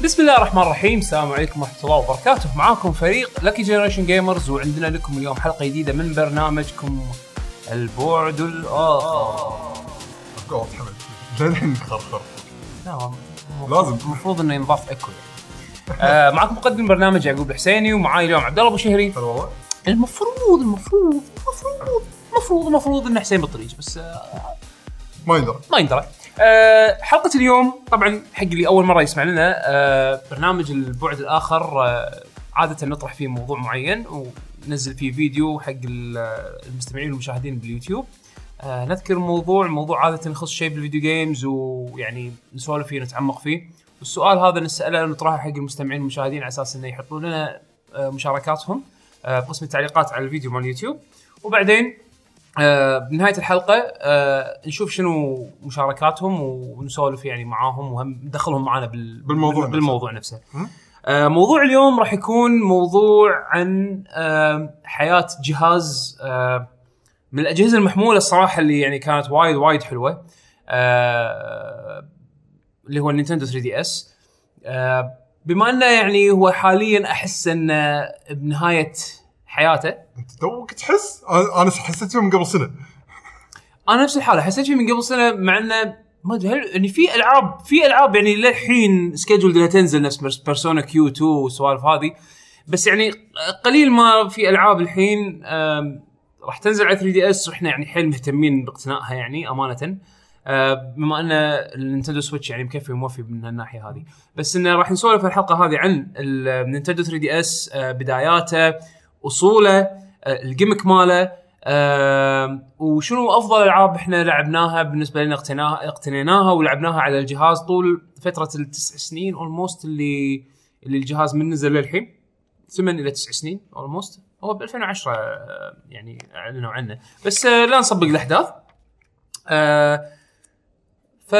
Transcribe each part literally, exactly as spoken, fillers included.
بسم الله الرحمن الرحيم. السلام عليكم ورحمة الله وبركاته. معاكم فريق لكي جنريشن جيمرز، وعندنا لكم اليوم حلقة جديدة من برنامجكم البعد الآخر. قاعد حمد لين خرخر. لا لازم المفروض إنه ينضاف إكو. آه معكم مقدم برنامج يعقوب الحسيني، ومعاي اليوم عبد الله أبو شهري. والله المفروض المفروض المفروض المفروض المفروض إن حسين بالطريق، بس آه ما يندرى ما يندرى. أه حلقة اليوم طبعا حق اللي أول مرة يسمع لنا، أه برنامج البعد الآخر أه عادة نطرح فيه موضوع معين وننزل فيه فيديو حق المستمعين والمشاهدين باليوتيوب. أه نذكر موضوع موضوع عادة يخص شيء بالفيديو جيمز، ويعني نسولف فيه نتعمق فيه. والسؤال هذا نسأله نطرحه حق المستمعين والمشاهدين على أساس إنه يحطون لنا أه مشاركاتهم أه بقسم التعليقات على الفيديو مال اليوتيوب، وبعدين آه بنهاية الحلقة آه نشوف شنو مشاركاتهم ونسولف يعني معاهم وهم ندخلهم معنا بال... بالموضوع بالموضوع نفسه, نفسه. آه موضوع اليوم راح يكون موضوع عن آه حياة جهاز آه من الأجهزة المحمولة الصراحة اللي يعني كانت وايد وايد حلوة، آه اللي هو النينتندو ثري دي إس. آه بما أنه يعني هو حاليا أحس أنه بنهاية حياته. انت توك تحس؟ انا حسيت فيه من قبل سنه. انا نفس الحاله حسيت فيه من قبل سنه، مع انه ما ادري هل يعني في العاب في العاب يعني للحين سكيدجول انها تنزل نفس بيرسونا كيو تو والسوالف هذه، بس يعني قليل ما في العاب الحين راح تنزل على ثري دي إس، واحنا يعني حيل مهتمين باقتنائها يعني امانه، بما ان النينتندو سويتش يعني مكفي وموفي من الناحيه هذه. بس انه راح نسولف في الحلقه هذه عن النينتندو ثري دي إس، بداياته، اصوله، الجيمك ماله، أه وشنو افضل العاب احنا لعبناها بالنسبه لنا، اقتناها اقتنيناها ولعبناها على الجهاز طول فتره التسع سنين اولموست اللي اللي الجهاز من نزل للحين، ثمان الى تسع سنين اولموست. هو ب ألفين وعشرة يعني اعلنوا عنه، بس أه لا نسبق الاحداث. أه ف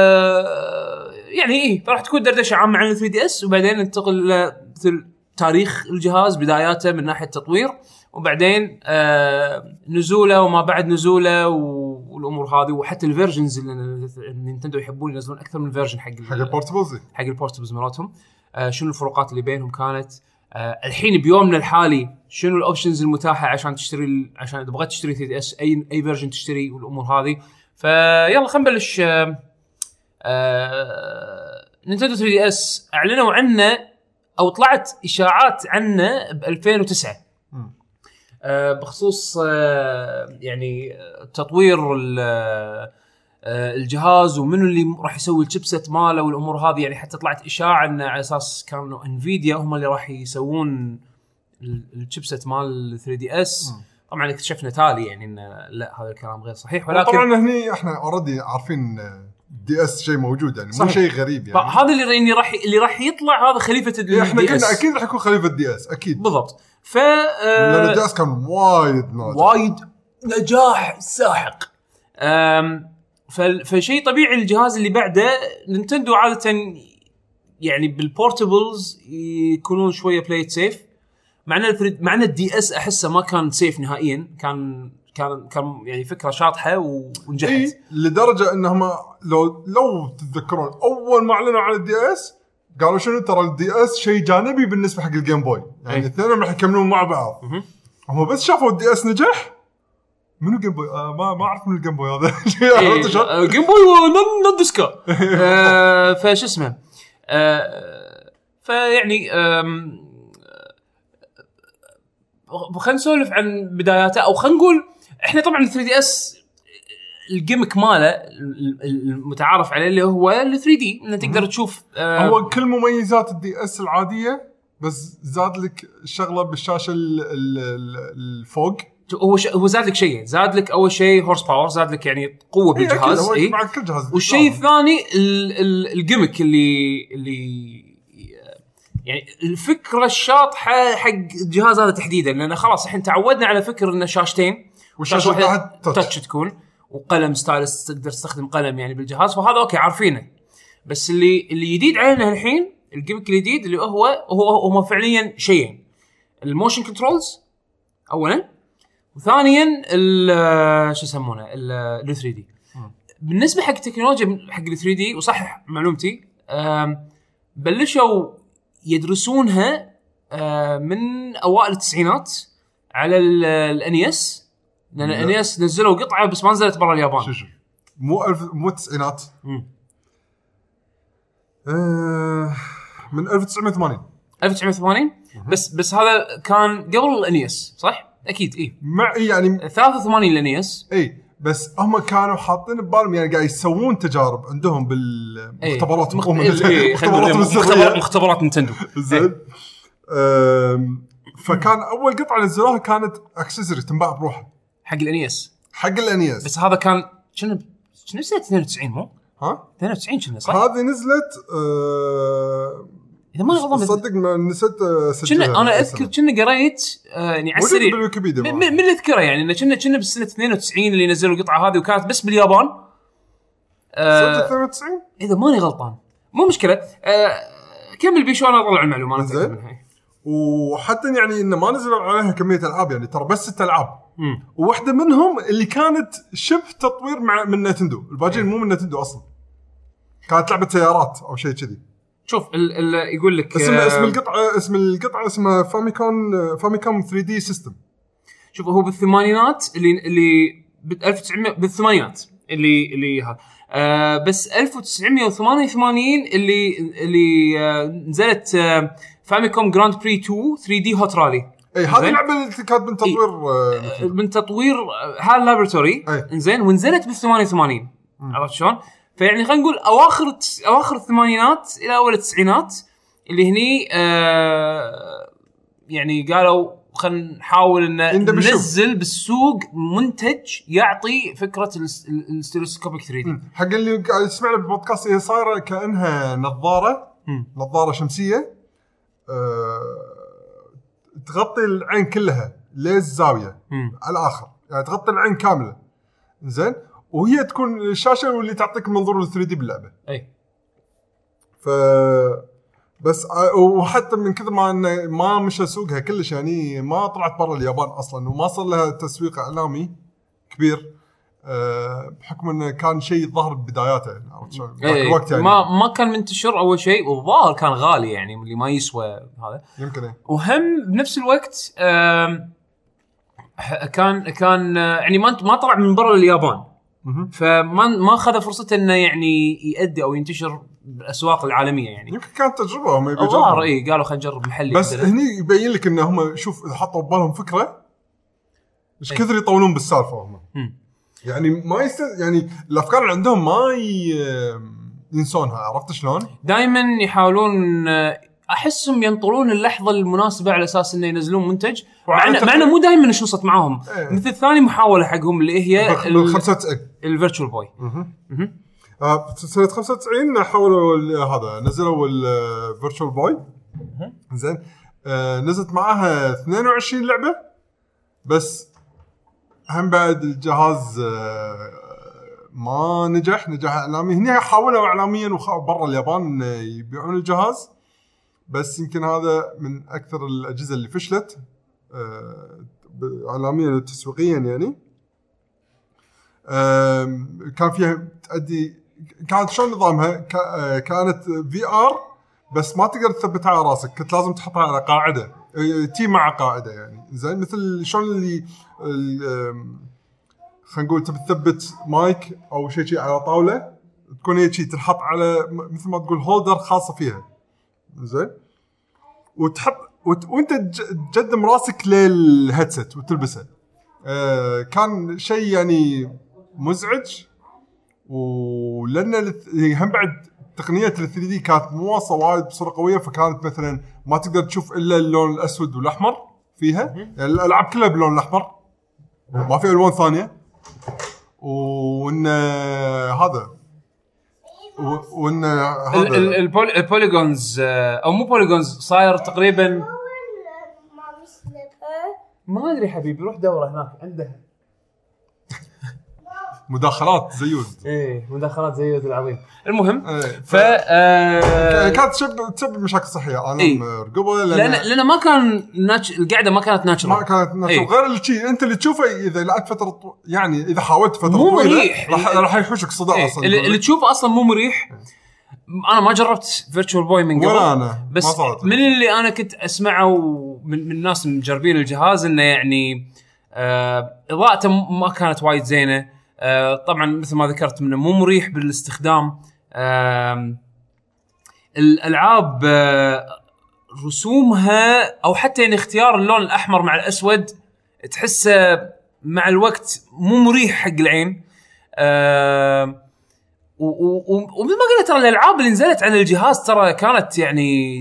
يعني ايه راح تكون دردشه عامه عن ثري دي إس، وبعدين ننتقل لتاريخ الجهاز، بداياته من ناحيه التطوير، وبعدين آه نزوله وما بعد نزوله والامور هذه، وحتى الفيرجنز اللي نينتندو يحبون ينزلون اكثر من فيرجن حق حق البورتبلز حق البورتبلز مالتهم. آه شنو الفروقات اللي بينهم كانت، آه الحين بيومنا الحالي شنو الاوبشنز المتاحه عشان تشتري، عشان اذا بغيت تشتري ثري دي إس اي اي فيرجن تشتري، والامور هذه. فيلا خلينا نبلش. آه آه نينتندو ثري دي إس اعلنوا عنه او طلعت اشاعات عنه ب ألفين وتسعة أه بخصوص أه يعني تطوير أه الجهاز ومنو اللي راح يسوي الشيبسيت ماله والامور هذه. يعني حتى طلعت اشاعه ان على اساس كانوا انفيديا هم اللي راح يسوون الشيبسيت مال ثري دي إس. طبعا اكتشفنا تالي يعني ان لا، هذا الكلام غير صحيح، ولكن طبعا هني احنا اوريدي عارفين دي اس شيء موجود يعني، مو شيء غريب يعني. هذا اللي اللي راح اللي راح يطلع هذا خليفه الدي اس. احنا كنا اكيد راح يكون خليفه الدي اس اكيد بالضبط. ف لأن الدي اس كان وايد ناجح، وايد نجاح ساحق. فشيء طبيعي الجهاز اللي بعده نينتندو عاده يعني بالبورتبلز يكونون شويه بلاي سيف، معنا معنا الدي اس احسه ما كان سيف نهائيا، كان كان كان يعني فكره شاطحه ونجحت. إيه لدرجه انهم لو لو تتذكرون اول ما اعلنوا عن الدي اس قالوا شنو، ترى الدي اس شيء جانبي بالنسبه حق الجيم بوي، يعني الاثنين راح يكملون مع بعض. هم بس شافوا الدي اس نجح، منو جيم بوي؟ آه ما ما اعرف من الجيم بوي هذا. إيه جيم بوي نون ديسكا. آه فش اسمه آه فيعني خلينا نسولف عن بداياته، او خلينا نقول احنا طبعا ثري دي إس الجيمك ماله المتعارف عليه اللي هو ال ثري دي، انك تقدر تشوف آه هو كل مميزات الدي اس العاديه، بس زاد لك شغله بالشاشه الفوق. هو ش... هو زاد لك شيء، زاد لك اول شيء هورس باور، زاد لك يعني قوه بالجهاز. اي مع كل جهاز. والشيء الثاني الجيمك اللي اللي يعني الفكره الشاطحه حق الجهاز هذا تحديدا، لان خلاص الحين تعودنا على فكر ان شاشتين، والشاشه واحده تاتش تكون، وقلم ستايلس تقدر تستخدم قلم يعني بالجهاز، فهذا اوكي عارفينه. بس اللي اللي جديد علينا الحين الجيمك الجديد اللي هو هو هو فعليا شيئين: الموشن كنترولز اولا، وثانيا شو يسمونه ال ثري دي. بالنسبه حق التكنولوجيا حق ال ثري دي، وصحح معلومتي، بلشوا يدرسونها آه من اوائل التسعينات على الانيس، لان الانيس نزلوا قطعه بس ما نزلت برا اليابان. شو شو مو ألف مو التسعينات آه من ألف وتسعمية وثمانين ألف وتسعمية وثمانين بس بس هذا كان قبل الانيس صح اكيد. اي مع يعني ثلاثة وثمانين الانيس. اي بس هم كانوا حاطين ببالهم يعني قاعد يسوون تجارب عندهم بالمختبرات مخ... مختبرات مختبرات مختبرات نينتندو زين. فكان اول قطعه نزلوها كانت اكسسوري تنباع بروحها حق الانيس حق الانيس. بس هذا كان كنا كنا سنه اثنين وتسعين مو ها اثنين وتسعين كنا صح. هذه نزلت أه... اذا ما غلطان صدق ما نسيت كنا انا اذكر كنا قريت آه يعني على السريع من, من اللي اذكره يعني ان كنا كنا بالسنه اثنين وتسعين اللي نزلوا القطعه هذه وكانت بس باليابان. آه اثنين وتسعين اذا ماني غلطان مو مشكله. آه كمل بيشو انا اطلع المعلومات منها. وحتى يعني انه ما نزلوا عليها كميه العاب يعني ترى بس ست العاب وواحده منهم اللي كانت شبه تطوير مع من نينتندو الباجين مو من نينتندو اصلا كانت لعبه سيارات او شيء كذي. شوف ال ال يقول لك اسم اسم القطعه اسم القطعه اسمها فاميكون فاميكوم ثري دي سيستم. شوف هو بالثمانينات اللي اللي ب ألف وتسعمية بالثمانينات اللي اللي هذا آه بس ألف وتسعمية وثمانية وثمانين اللي اللي آه نزلت آه فاميكوم جراند بري تو ثري دي هوت رالي. اي هذه اللعبه اللي كانت من تطوير آه من تطوير هال لابراتوري زين ونزلت بال ثمانية وثمانين. عرفت شلون؟ فيعني خلينا نقول اواخر اواخر الثمانينات الى اول التسعينات اللي هني آه يعني قالوا خلينا نحاول ان ننزل بالسوق منتج يعطي فكره الستيلوسكوبيك ثري دي. حق اللي قاعد يسمعنا بالبودكاست هي صايره كانها نظاره م. نظاره شمسيه أه تغطي العين كلها للزاويه على الاخر يعني تغطي العين كامله زين وهي تكون الشاشه واللي تعطيك منظور ثري دي باللعبه. اي ف بس وحتى من كثر ما ما مش اسوقها كلش يعني ما طلعت برا اليابان اصلا وما صار لها تسويق اعلامي كبير أه بحكم انه كان شيء ظهر بداياته يعني عرفت شلون الوقت يعني ما ما كان منتشر اول شيء والظاهر كان غالي يعني اللي ما يسوى هذا يمكن ايه. وهم بنفس الوقت كان كان يعني ما ما طلع من برا اليابان فما ما اخذ فرصته انه يعني يؤدي او ينتشر بالاسواق العالميه يعني. يمكن كانت تجربه هم يبيجربوا اي قالوا خلينا نجرب محلي بس بدل. هني يبين لك ان هم شوف اذا حطوا ببالهم فكره ايش كثر يطولون بالسالفه هم م. يعني ما يست يعني الافكار اللي عندهم ما ي... ينسونها عرفت شلون دائما يحاولون احسهم ينطرون اللحظه المناسبه على اساس انه ينزلون منتج معنا معنا مو دائما نشوصت معاهم ايه. مثل ثاني محاوله حقهم اللي هي خمسة وتسعين الفيرتشوال بوي آه سنه خمسة وتسعين حاولوا هذا نزلوا الفيرتشوال بوي زين آه نزلت معاها اثنين وعشرين لعبه بس هم بعد الجهاز آه ما نجح نجح اعلامي. هنا حاولوا اعلاميا وبرا اليابان يبيعون الجهاز بس يمكن هذا من أكثر الأجهزة اللي فشلت آه إعلاميا وتسويقيا يعني آه كان فيها تأدي كانت شلون نظامها كانت في آر بس ما تقدر تثبتها على راسك كنت لازم تحطها على قاعدة تي مع قاعدة يعني زين مثل شلون اللي خلينا نقول تبي تثبت مايك أو شيء شيء على طاولة تكون هي شيء تنحط على مثل ما تقول هولدر خاصة فيها زين وتحط وت... وانت تقدم راسك للهيدسет وتلبسه آه كان شيء يعني مزعج ولان هم بعد تقنيه ال ثري دي كانت مو واصله وايد بصوره قويه فكانت مثلا ما تقدر تشوف الا اللون الاسود والاحمر فيها يعني الالعاب كلها باللون الاحمر ما في الوان ثانيه وان هذا وان هذا البوليجونز او مو بوليجونز صاير تقريبا ما ادري حبيبي روح دوره هناك عنده مداخلات زيود ايه مداخلات زيود العظيم. المهم ايه ف آه كانت تسبب تسبب مشاكل صحيه انا ايه رقبه لان لان ما كان ناتش القعده ما كانت ناتشرال ما كانت ناتشرال ايه. غير الشيء انت اللي تشوفه اذا لعبت فتره يعني اذا حاولت فتره طويله راح راح يحوشك صداع ايه. اصلا اللي, اللي تشوفه اصلا مو مريح انا ما جربت فيرتشوال بوي من قبل أنا. بس من اللي انا كنت اسمعه من, من الناس مجربين الجهاز انه يعني آه اضاءته ما كانت وايد زينه. آه طبعا مثل ما ذكرت منه مو مريح بالاستخدام. آه الالعاب آه رسومها او حتى يعني اختيار اللون الاحمر مع الاسود تحسه مع الوقت مو مريح حق العين. أه ومثل ما قلت ترى الالعاب اللي نزلت على الجهاز ترى كانت يعني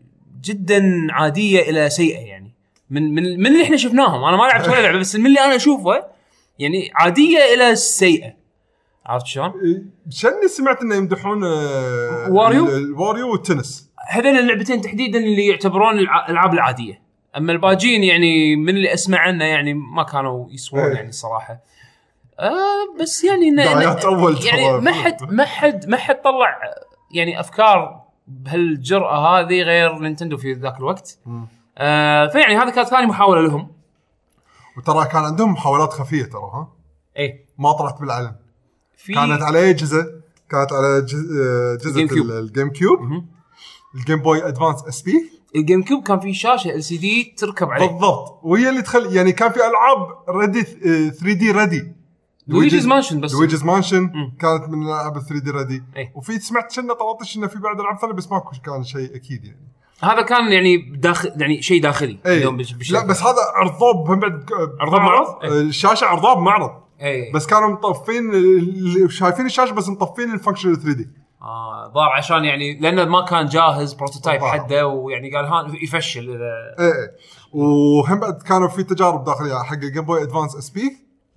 جدا عاديه الى سيئه يعني من من من اللي احنا شفناهم. انا ما لعبت ولا لعبه بس من اللي انا اشوفه يعني عاديه الى سيئه. عرفت شلون؟ شني سمعت انه يمدحون واريو الواريو والتنس هذين اللعبتين تحديدا اللي يعتبرون الالعاب العاديه. اما الباجين يعني من اللي اسمع عنه يعني ما كانوا يسوون يعني الصراحه. آه بس يعني دعايات اول يعني ما حد ما حد ما حد طلع يعني افكار بهالجرأه هذه غير نينتندو في ذاك الوقت. آه فيعني هذا كانت ثاني محاوله لهم. وترى كان عندهم محاولات خفيه ترى ها ايه ما طلعت بالعلن. كانت على اجهزه كانت على جزء الجيم كيوب الجيم بوي ادفانس اس بي. الجيم كيوب كان فيه شاشه ال سي دي تركب عليه بالضبط وهي اللي تخلي يعني كان في العاب ريدي ثري دي ريدي. لويجيز مانشن بس لويجيز مانشن كانت من الالعاب ثري دي ريدي. ايه؟ وفي سمعت شنه طلعت انه في بعض الالعاب ثانيه بس ماكو كان شيء اكيد يعني. هذا كان يعني داخل يعني شيء داخلي اليوم بشكل لا بس هذا عرضوه بعد عرضوه معرض ايه؟ الشاشه عرضوه بمعرض ايه؟ بس كانوا مطفين شايفين الشاشه بس مطفين الفانكشن ثري دي. اه ضار عشان يعني لانه ما كان جاهز بروتوتايب حده ويعني قال ها يفشل اذا ايه. وهم بعد كانوا في تجارب داخليه حق الجيم بوي ادفانس اس بي.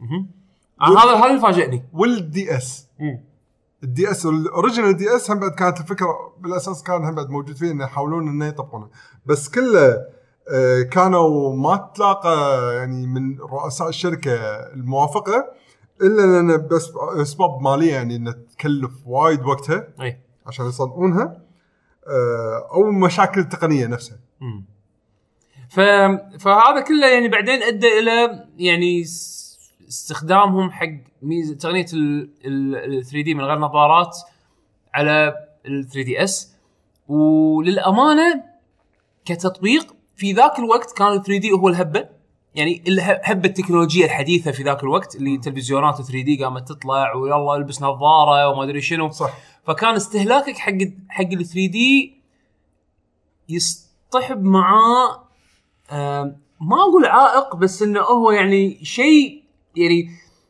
آه هذا هذا اللي فاجئني. والدي اس الدي اس الاوريجينال دي اس هم بعد كانت الفكره بالاساس كان هم بعد موجود فيه انه يحاولون انه يطبقونه بس كله آه كانوا ما تلاقى يعني من رؤساء الشركه الموافقه الا لان بس اسباب ماليه يعني انها تكلف وايد وقتها اي عشان يصنعونها آه او مشاكل تقنيه نفسها. امم ف فهذا كله يعني بعدين ادى الى يعني استخدامهم حق ميزه تقنيه ال ثري دي من غير نظارات على ال ثري دي اس. وللامانه كتطبيق في ذاك الوقت كان ال ثري دي هو الهبه يعني الهبه التكنولوجيا الحديثه في ذاك الوقت اللي تلفزيونات ثري دي قامت تطلع ويلا البس نظاره وما ادري شنو صح. فكان استهلاكك حق حق ال ثري دي يصطحب معاه آه ما اقول عائق بس انه هو يعني شيء يعني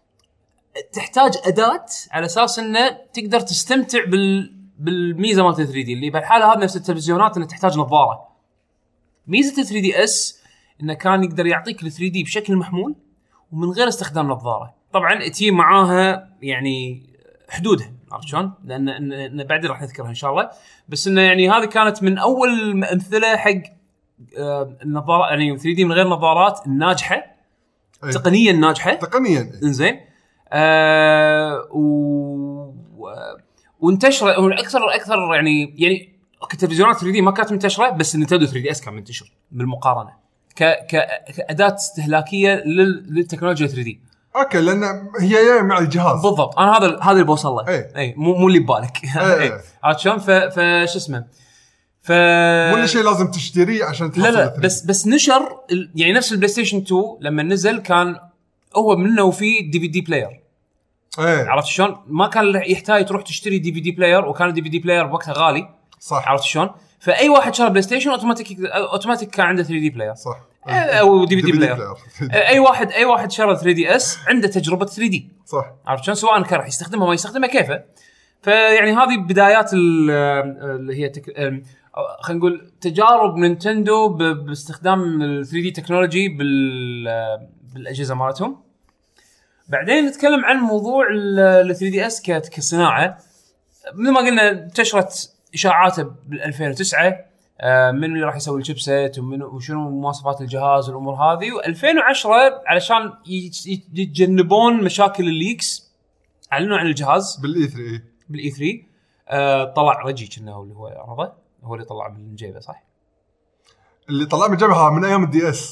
تحتاج أداة على أساس إنه تقدر تستمتع بال بالميزة مالت ثري دي اللي بالحالة هذا نفس التلفزيونات إنه تحتاج نظارة. ميزة ثري دي إس إنه كان يقدر يعطيك ال ثري دي بشكل محمول ومن غير استخدام نظارة. طبعاً تي معاها يعني حدودها عرفت شلون؟ لأن إن بعدين راح نذكرها إن شاء الله. بس إنه يعني هذه كانت من أول أمثلة حق آه النظارة يعني ثري دي من غير نظارات الناجحة أيه. تقنيا ناجحة تقنيا إنزين آه و... وانتشر اكثر اكثر يعني يعني التلفزيونات ثري دي ما كانت منتشره بس النينتندو ثري دي اس كان منتشر بالمقارنه ك كاداه استهلاكيه لل... للتكنولوجيا ثري دي. اوكي لان هي جايه مع الجهاز بالضبط. انا هذا هذا اللي بوصل له اي اي مو مو اللي ببالك اي عرفت شلون ف فش اسمه ف كل شيء لازم تشتريه عشان تحصل لا لا بس بس نشر ال... يعني نفس البلاي ستيشن تو لما نزل كان هو منه وفي دي في دي بلاير. ايه عرفت شلون ما كان يحتاج تروح تشتري دي في دي بلاير وكان الدي في دي بلاير بوقتها غالي صح. عرفت شلون فاي واحد شرى بلاي ستيشن اوتوماتيك اوتوماتيك كان عنده ثري دي بلاير صح او دي في دي بلاير. اي واحد اي واحد شرى ثري دي اس عنده تجربه ثري دي صح عرفت شلون سواء كان راح يستخدمها ما يستخدمها كيفه. فيعني هذه بدايات اللي هي تك... خلينا نقول تجارب نينتندو باستخدام ال ثري دي تكنولوجي بال بالاجهزه مالتهم. بعدين نتكلم عن موضوع ال ثري دي اس كصناعه. مثل ما قلنا انتشرت اشاعاته بال ألفين وتسعة من اللي راح يسوي الشيبسيت ومن وشنو مواصفات الجهاز والامور هذه. وألفين وعشرة علشان يتجنبون مشاكل الليكس اعلنوا عن الجهاز بالاي ثري بالاي ثري آه طلع رجي كأنه اللي هو عرضه هو اللي طلع من جيبه صح اللي طلع من جيبها من ايام الدي اس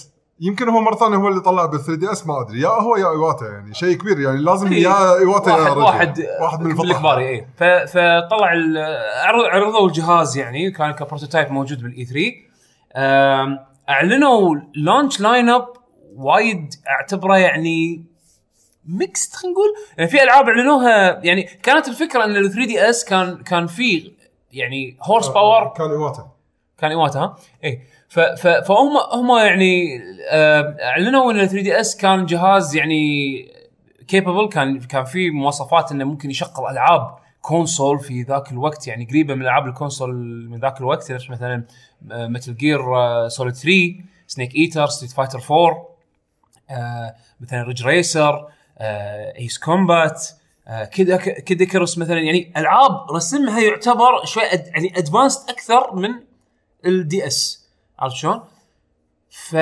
يمكن هو مره ثانيه هو اللي طلع بال ثري دي اس ما ادري يا هو يا ايواتا يعني شيء كبير يعني لازم يا ايواتا يا واحد واحد, واحد من الكبار اي فطلع عرضوا الجهاز يعني كان كبروتوتايب موجود بالاي ثري اعلنوا لانش لاين اب وايد اعتبره يعني ميكست خلينا نقول يعني في العاب اعلنوها يعني كانت الفكره ان ال ثري دي اس كان كان في يعني هورس باور كان ايواتا كان ايواتا ها اي فهم هم يعني اعلنوا ان ال ثري دي اس كان جهاز يعني كيبل كان كان فيه مواصفات انه ممكن يشغل العاب كونسول في ذاك الوقت يعني قريبه من العاب الكونسول من ذاك الوقت مثلا متل جير سوليد ثري سنيك ايتر ستريت فايتر فور مثلا ريج ريسر ايس كومبات كذا كذا كروس مثلا يعني العاب رسمها يعتبر شوي يعني ادفانسد اكثر من الدي اس عرفت شلون ف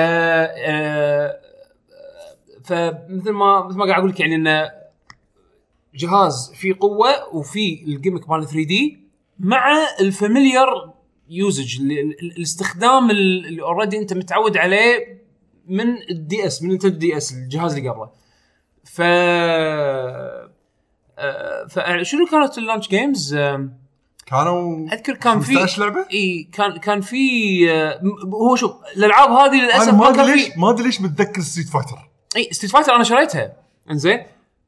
فمثل ما مثل ما قاعد اقول لك يعني انه جهاز فيه قوه وفي الجيمك مال ثري دي مع الفاميليار يوزج الاستخدام اللي اوريدي انت متعود عليه من الدي اس من نينتندو دي اس الجهاز اللي قبله ف فشنو كانت اللانش جيمز كانوا اذكر كان في خمسة عشر لعبه اي كان كان في هو شوف الالعاب هذه للاسف ما ادري ليش ما ادري ليش متذكر ستريت فايتر اي ستريت فايتر انا شريتها انزين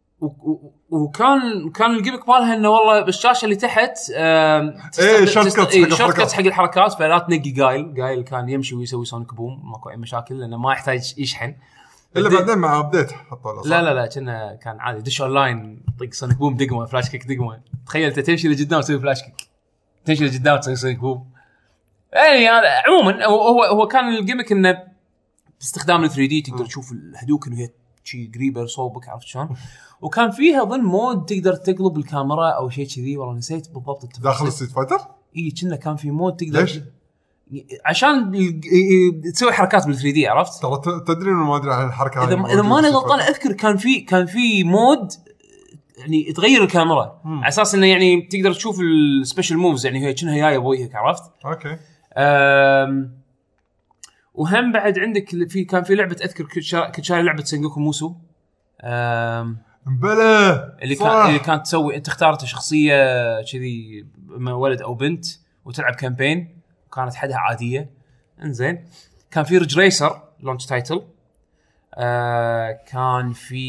وكان كان الجيمك مالها انه والله بالشاشه اللي تحت ايه شورت حق الحركات فلا تنقي جايل جايل كان يمشي ويسوي سونيك بوم ماكو اي مشاكل لانه ما يحتاج يشحن الا بعدين مع ابديت حطوا لا لا لا كنا كان عادي دش اونلاين طق سونيك بوم دقمه فلاش كيك دقمه تخيل تمشي لقدام تسوي فلاش كيك تمشي لقدام تسوي سونيك بوم يعني هذا عموما هو هو كان الجيمك انه باستخدام ال ثري دي تقدر تشوف الهدوك انه هي شيء قريبه صوبك عرفت شلون وكان فيها ظن مود تقدر تقلب الكاميرا او شيء كذي والله نسيت بالضبط التفاصيل داخل ستريت فايتر اي كنا كان في مود تقدر ليش؟ عشان تسوي حركات بال ثري دي عرفت ترى تدري انه ما ادري عن الحركه اذا اذا ما انا غلطان اذكر كان في كان في مود يعني تغير الكاميرا على اساس انه يعني تقدر تشوف السبيشال موفز يعني هي كأنها جايه بوجهك عرفت اوكي أم وهم بعد عندك في كان في لعبه اذكر كنت شاري لعبه سينجوكو موسو امم بلا اللي كان اللي كانت تسوي انت اختارت شخصيه كذي ولد او بنت وتلعب كامبين وكانت حدها عاديه انزين كان في ريج ريسر لونش تايتل آه كان في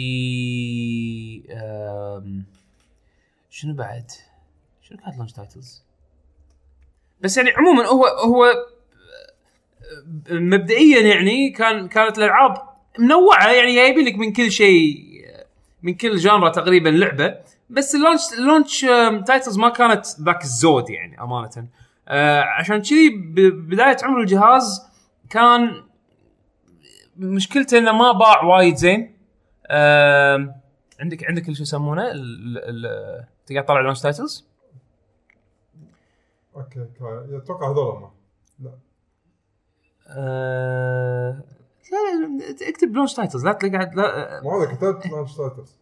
آه شنو بعد شنو كانت لونش تايتلز بس يعني عموما هو هو مبدئيا يعني كان كانت الالعاب منوعه يعني جايبين لك من كل شيء من كل جانرا تقريبا لعبه بس اللونش اللونش تايتلز ما كانت ذاك الزود يعني امانه آه عشان كذي بدايه عمر الجهاز كان مشكلته انه ما باع وايد زين آه عندك عندك شو يسمونه تقدر تطلع اللونش تايتلز اوكي اتوقع هذول ما لا أه... لا اكتب لونش تايتلز لا تلاقي لا ما هذا كتبت لونش تايتلز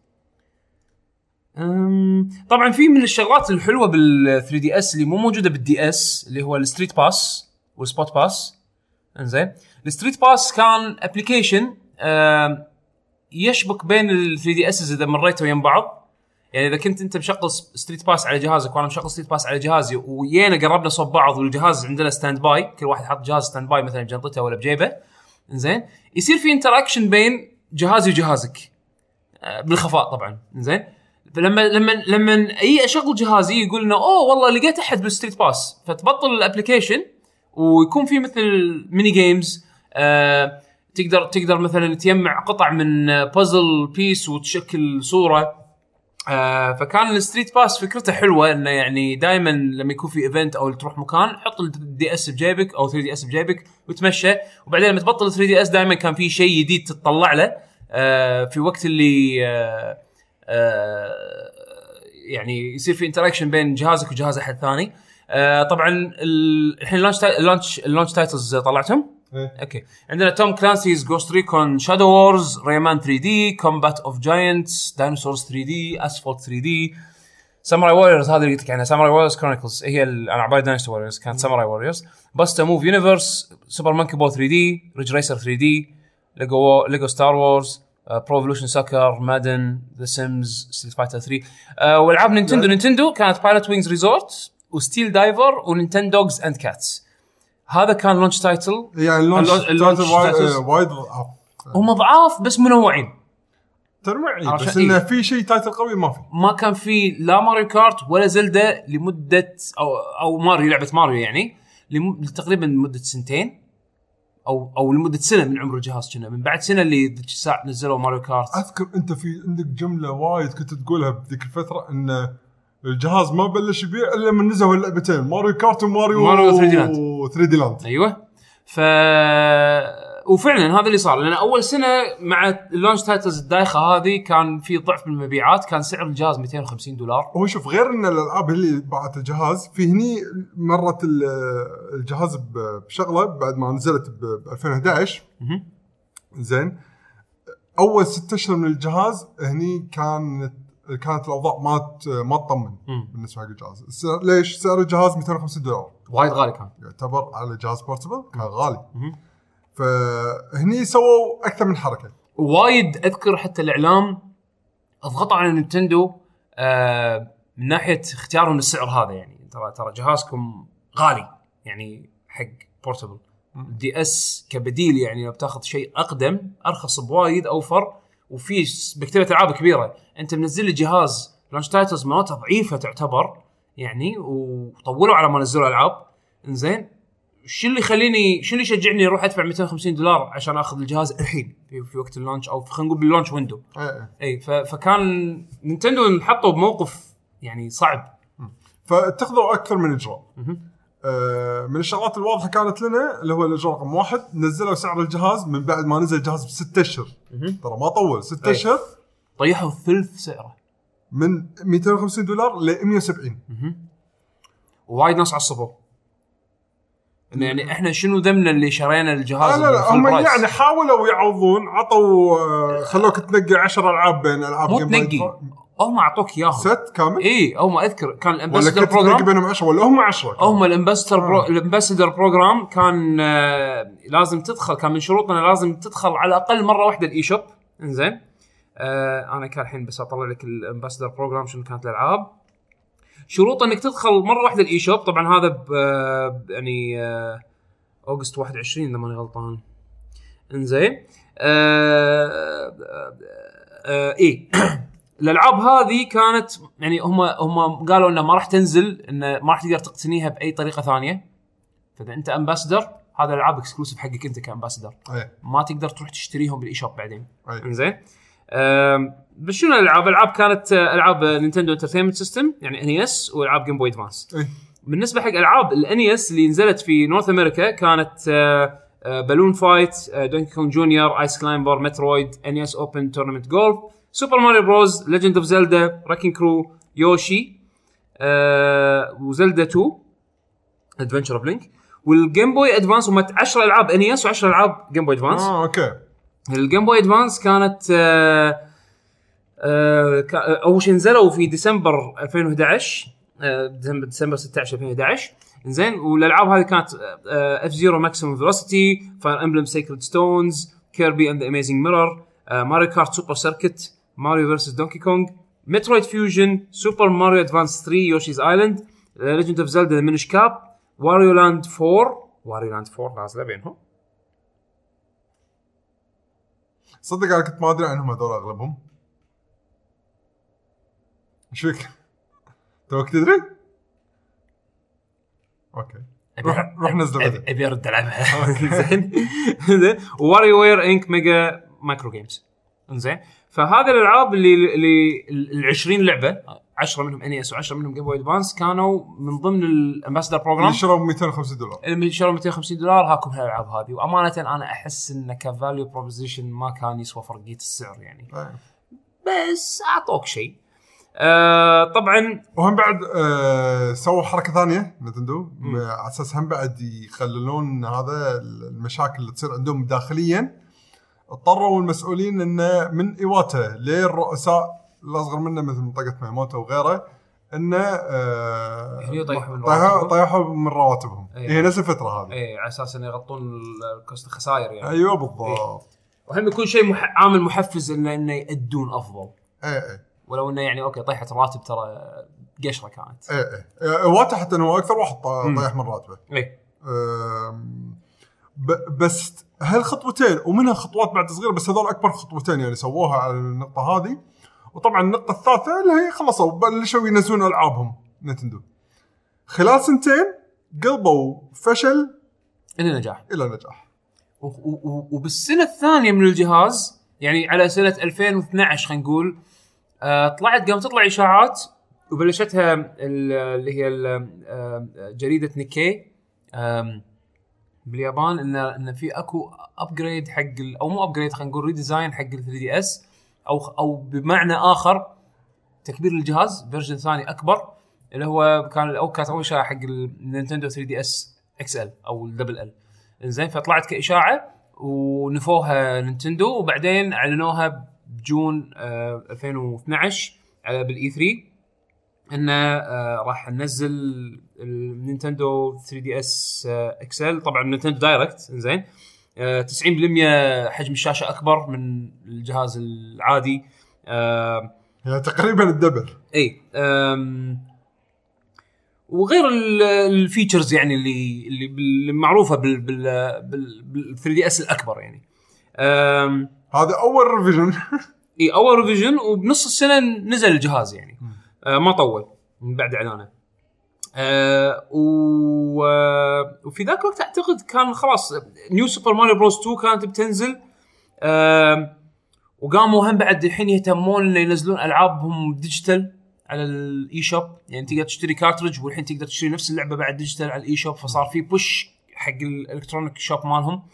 أم... طبعا في من الشغلات الحلوه بال ثري دي اس اللي مو موجوده بالدي اس اللي هو الستريت باس والسبوت باس انزين الستريت باس كان ابلكيشن أه... يشبك بين ال ثري دي اس اذا مريتوا ويا بعض يعني اذا كنت انت مشغل ستريت باس على جهازك وانا مشغل ستريت باس على جهازي ويانا قربنا صوب بعض والجهاز عندنا ستاند باي كل واحد حط جهاز ستاند باي مثلا بجنطته ولا بجيبه انزين يصير في انتراكشن بين جهازي وجهازك بالخفاء طبعا انزين فلما لما لما اي اشغل جهازي يقول لنا اوه والله لقيت احد بالستريت باس فتبطل الابلكيشن ويكون في مثل ميني جيمز آه تقدر تقدر مثلا تجمع قطع من بازل بيس وتشكل صوره آه فكان الستريت باس فكرته حلوه انه يعني دائما لما يكون في ايفنت او تروح مكان حط الدي اس بجيبك او ثري دي اس بجيبك وتمشى وبعدين لما تبطل ثري دي اس دائما كان في شيء جديد تطلع له آه في وقت اللي آه آه يعني يصير في انتراكشن بين جهازك وجهاز احد ثاني آه طبعا الحين اللانش اللانش اللانش تايتلز طلعتهم اوكي عندنا توم كلانسيز جوست ريكون شادو وورز ريمان ثري دي كومبات اوف جاينتس داينوسورز ثري دي اسفلت ثري دي ساموراي ووريرز هذا اللي قلت لك عنها ساموراي ووريرز كرونيكلز هي انا عبالي داينوسور ووريرز كانت ساموراي ووريرز باستا موف يونيفرس سوبر مونكي بول ثري دي ريج ريسر ثري دي ليجو ليجو ستار وورز، برو ايفولوشن سكر، مادن، ذا سيمز، ستريت فايتر ثري. آه والعاب نينتندو نينتندو كانت بايلوت وينجز ريزورت وستيل دايفر ونينتندوجز اند كاتس. هذا كان لونش تايتل. يعني لونش تايتل وايد ضعاف، هم ضعاف بس منوعين تنوعي، بس انه في شيء تايتل قوي ما في. ما كان في لا ماريو كارت ولا زلدة لمده او او ماريو لعبه ماريو يعني لم... تقريبا لمده سنتين او او لمده سنه من عمر الجهاز. كنا من بعد سنه اللي ذيك الساعه نزلوا ماريو كارت. اذكر انت في عندك جمله وايد كنت تقولها بذيك الفتره ان الجهاز ما بلش يبيع الا من نزلوا اللعبتين ماريو كارت وماريو ماريو ثري دي لاند. ثري دي لاند ايوه. ف وفعلا هذا اللي صار، لان اول سنه مع اللونش تايتلز الدايخه هذه كان في ضعف بالمبيعات، كان سعر الجهاز مئتين وخمسين دولار. هو شوف غير ان الالعاب اللي باعت الجهاز في هني مرت الجهاز بشغله بعد ما نزلت ب ألفين وأحد عشر. زين اول ستة اشهر من الجهاز هني كانت كانت الاوضاع ما ما تطمن بالنسبه حق الجهاز. ليش سعر الجهاز مئتين وخمسين دولار؟ وايد غالي، كان يعتبر على جهاز بورتبل كان غالي. فهني سووا اكثر من حركه وايد. اذكر حتى الاعلام اضغطوا على نينتندو آه من ناحيه اختيارهم للسعر هذا، يعني ترى ترى جهازكم غالي يعني حق بورتبل. دي اس كبديل يعني لو بتاخذ شيء اقدم ارخص بوايد، اوفر، وفي مكتبه العاب كبيره. انت منزل لي جهاز لونش تايتلز مالته ضعيفه تعتبر يعني، وطولوا على ما نزلوا العاب. انزين شو اللي يخليني شو اللي يشجعني اروح ادفع مئتين وخمسين دولار عشان اخذ الجهاز الحين في, في وقت اللونش، او خلينا نقول باللونش ويندو. اي فكان نينتندو انحطوا بموقف يعني صعب، فاتخذوا اكثر من اجراء. آه من الشغلات الواضحه كانت لنا اللي هو الاجراء رقم واحد، نزلوا سعر الجهاز من بعد ما نزل الجهاز بستة اشهر. ترى ما طول ستة اشهر، طيحوا ثلث سعره من مئتين وخمسين دولار ل مئة وسبعين. وايد ناس عصبوا إنه يعني احنا شنو ذمنا اللي شرينا الجهاز. لا لا هم يعني حاولوا يعوضون، عطوا خلوك تنقي عشر العاب بين العاب مو تنقي، هم اعطوك اياهم ست كامل. اي هم اذكر كان الامباسادور بروجرام ولا بينهم عشرة ولا هم عشرة. هم الامباسادور برو... الامباسادور بروجرام كان آه لازم تدخل، كان من شروطنا لازم تدخل على الاقل مره واحده الاي شوب. انزين آه انا كان الحين بس اطلع لك الامباسادور بروجرام شنو كانت الالعاب. شروط انك تدخل مره واحده الاي شوب، طبعا هذا ب يعني اوغست واحد وعشرين اذا ماني غلطان. انزين آه آه اي الالعاب هذه كانت يعني هم هم قالوا انه ما راح تنزل، انه ما راح تقدر تقتنيها باي طريقه ثانيه. فاذا انت امباسادور هذا الالعاب اكسكلوسيف حقك انت كامباسادور، ما تقدر تروح تشتريهم بالاي شوب بعدين. انزين بس شنو الالعاب؟ العاب كانت العاب نينتندو انترتينمنت سيستم يعني ان اي اس، والعاب جيم بوي ادفانس. بالنسبه حق العاب الان اي اس اللي نزلت في نورث امريكا كانت بالون فايت، دونكي كونغ جونيور، ايس كلايمبر، مترويد، ان اي اس اوبن تورنمنت جولف، سوبر ماريو بروز، ليجند اوف زلدا، راكين كرو، يوشي، أه وزلدا تو ادفنتشر اوف لينك، والجيم بوي ادفانس. هم عشرة العاب ان اي اس و10 العاب جيم بوي ادفانس. اه اوكي. الجيم بوي ادفانس كانت أه أه اول شيء نزلوا في ديسمبر ألفين وأحد عشر، أه ديسمبر ستة عشر ألفين وأحد عشر. انزين والالعاب هذه كانت اف زيرو ماكسيمم فيلوسيتي، فاير امبلم سيكريد ستونز، كيربي اند ذا اميزنج ميرور، ماريو كارت سوبر سيركت، ماريو فيرسس دونكي كونغ، مترويد فيوجن، سوبر ماريو ادفانس ثري، يوشيز ايلاند، ليجند اوف زلدا مينيش كاب، واريو لاند فور. واريو لاند فور نازله بينهم. صدق انا كنت ما ادري عنهم هذول اغلبهم. ايش فيك توك تدري؟ اوكي روح روح نزل بعدين ابي ارد العبها. زين زين واريو وير انك ميجا مايكرو جيمز. انزين فهذه الالعاب اللي اللي ال عشرين لعبه، عشرة منهم ان اس وعشرة منهم جيم بوي ادفانس، كانوا من ضمن الامباسادور بروجرام اللي شروا مئتين وخمسين دولار. اللي شروا مئتين وخمسين دولار هاكم هالالعاب هذه. وامانه انا احس ان كفاليو بروبوزيشن ما كان يسوى فرقيه السعر يعني. أيه. بس اعطوك شيء. آه طبعا وهم بعد آه سووا حركه ثانيه نتندو على اساس هم بعد يقللون هذا المشاكل اللي تصير عندهم داخليا. اضطروا المسؤولين انه من ايواتا للرؤساء الاصغر منه مثل منطقه ميموتو وغيره انه آه طيحوا طيحوا من رواتبهم. هي نفس الفتره هذه اي على اساس انه يغطون الكوست الخسائر يعني. ايوه بالضبط. وهم يكون شيء مح... عامل محفز انه انه يأدون افضل. ايه ايه ولو انه يعني اوكي طيحه الراتب ترى قشره كانت. ايه ايه واضح حتى انه اكثر واحد طايح من راتبه. اي ب... بس هالخطوتين ومنها خطوات بعد صغيره، بس هذول اكبر خطوتين يعني سووها على النقطه هذه. وطبعا النقطه الثالثه اللي هي خلصوا بلشوا ينزلون العابهم نينتندو خلال سنتين، قلبوا فشل الى نجاح الى نجاح. و... و... وبالسنه الثانيه من الجهاز يعني على سنه ألفين واثناشر خلينا نقول آه طلعت قامت تطلع اشاعات وبلشتها اللي هي جريده نيكي باليابان ان ان في اكو ابجريد حق او مو ابجريد خلينا نقول ريديزاين حق ال ثري دي اس او او بمعنى اخر تكبير الجهاز فيرجن ثاني اكبر اللي هو كان الاول كانت اول اشاعه حق النينتندو ثري دي اس اكس ال او الدبل ال زين. فطلعت كاشاعه ونفوها نينتندو وبعدين اعلنوها بجون ألفين واثناشر على بالاي ثري انه آه راح ننزل النينتندو ثري دي اس آه اكسل. طبعا نينتندو دايركت زين آه تسعين بالمية حجم الشاشه اكبر من الجهاز العادي آه يعني تقريبا الدبل. اي وغير الفيتشرز يعني اللي اللي معروفه بال بال بال ثري دي اس الاكبر يعني. هذا اول ريفيجن. اي اول ريفيجن وبنص السنه نزل الجهاز يعني آه ما طول من بعد اعلانه. آه وفي ذاك الوقت اعتقد كان خلاص نيو سوبر ماريو بروس تو كانت بتنزل آه وقاموا هم بعد الحين يهتمون انه ينزلون العابهم ديجيتال على الاي شوب. يعني تقدر تشتري كارتريج والحين تقدر تشتري نفس اللعبه بعد ديجيتال على الاي شوب. فصار في بوش حق الالكترونيك شوب مالهم.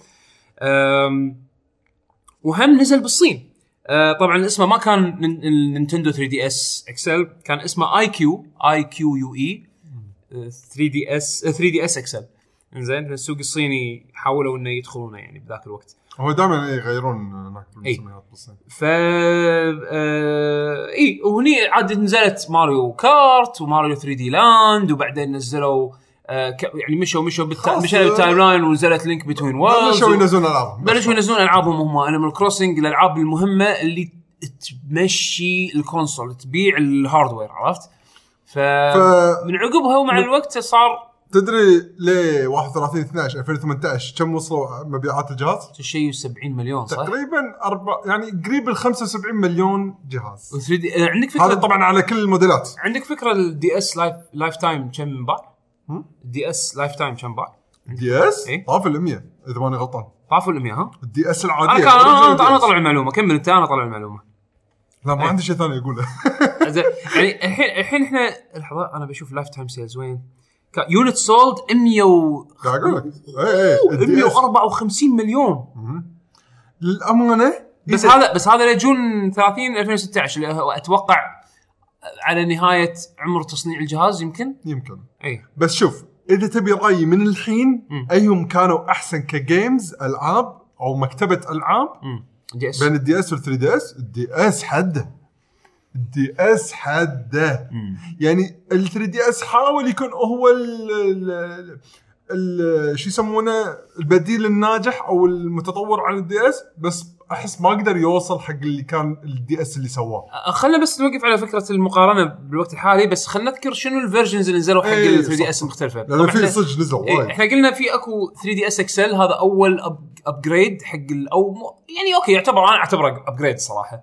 وهم نزل بالصين. آه طبعا اسمه ما كان نينتندو ثري دي اس اكسل كان اسمه اي كيو اي كيو يو اي ثري دي اس ثري دي اس اكسل. زين السوق الصيني حاولوا انه يدخلونه يعني بذاك الوقت. هو دائما يغيرون هناك بالمسميات بالصين. ف آه... اي وهني عاد نزلت ماريو كارت وماريو ثري دي لاند وبعدين نزلوا آه ك... يعني مشوا مشوا بالت... مشوا بالتايم لاين ونزلت لينك بتوين وورلدز. بلشوا ينزلون العابهم بلشوا ينزلون العابهم هم انيمال كروسنج الالعاب المهمه اللي تمشي الكونسول تبيع الهاردوير عرفت. ف... ف... من عقبها ومع م... الوقت صار تدري ليه واحد وثلاثين اثناشر ألفين وثمانية عشر كم وصلوا مبيعات الجهاز؟ شيء سبعين مليون صح؟ تقريبا أربع يعني قريب ال خمسة وسبعين مليون جهاز. عندك فكره هذا طبعا على كل الموديلات. عندك فكره الدي اس لايف لايف تايم كم باع؟ الدي اس لايف تايم كم باع؟ الدي اس إيه؟ طاف ال مية اذا ماني غلطان. طاف ال مية ها؟ الدي اس العاديه. انا كان انا, أنا طلع المعلومه كمل انت انا طلع المعلومه. لا ما عندي شيء ثاني اقوله. يعني الحين الحين احنا لحظه انا بشوف لايف تايم سيلز وين يونت سولد مية و قاعد اقول لك اي اي مية وأربعة وخمسين مليون للامانه. بس هذا بس هذا لجون ثلاثين ألفين وستة عشر اللي هو اتوقع على نهايه عمر تصنيع الجهاز يمكن يمكن اي. بس شوف اذا تبي رايي من الحين م. ايهم كانوا احسن كجيمز العاب او مكتبه العاب بين الدي اس والثري دي اس. الدي اس حده الدي اس حده يعني ال ثري دي اس حاول يكون هو ال ال شو يسمونه البديل الناجح او المتطور عن الدي اس، بس احس ما قدر يوصل حق اللي كان الدي اس اللي سواه. خلنا بس نوقف على فكره المقارنه بالوقت الحالي، بس خلنا نذكر شنو الفيرجنز اللي نزلوا حق ال ثري دي اس المختلفه. لأن في صج نزل وايد. احنا قلنا في اكو ثري دي اس اكسل هذا اول ابجريد حق او يعني اوكي يعتبر انا اعتبره ابجريد صراحه.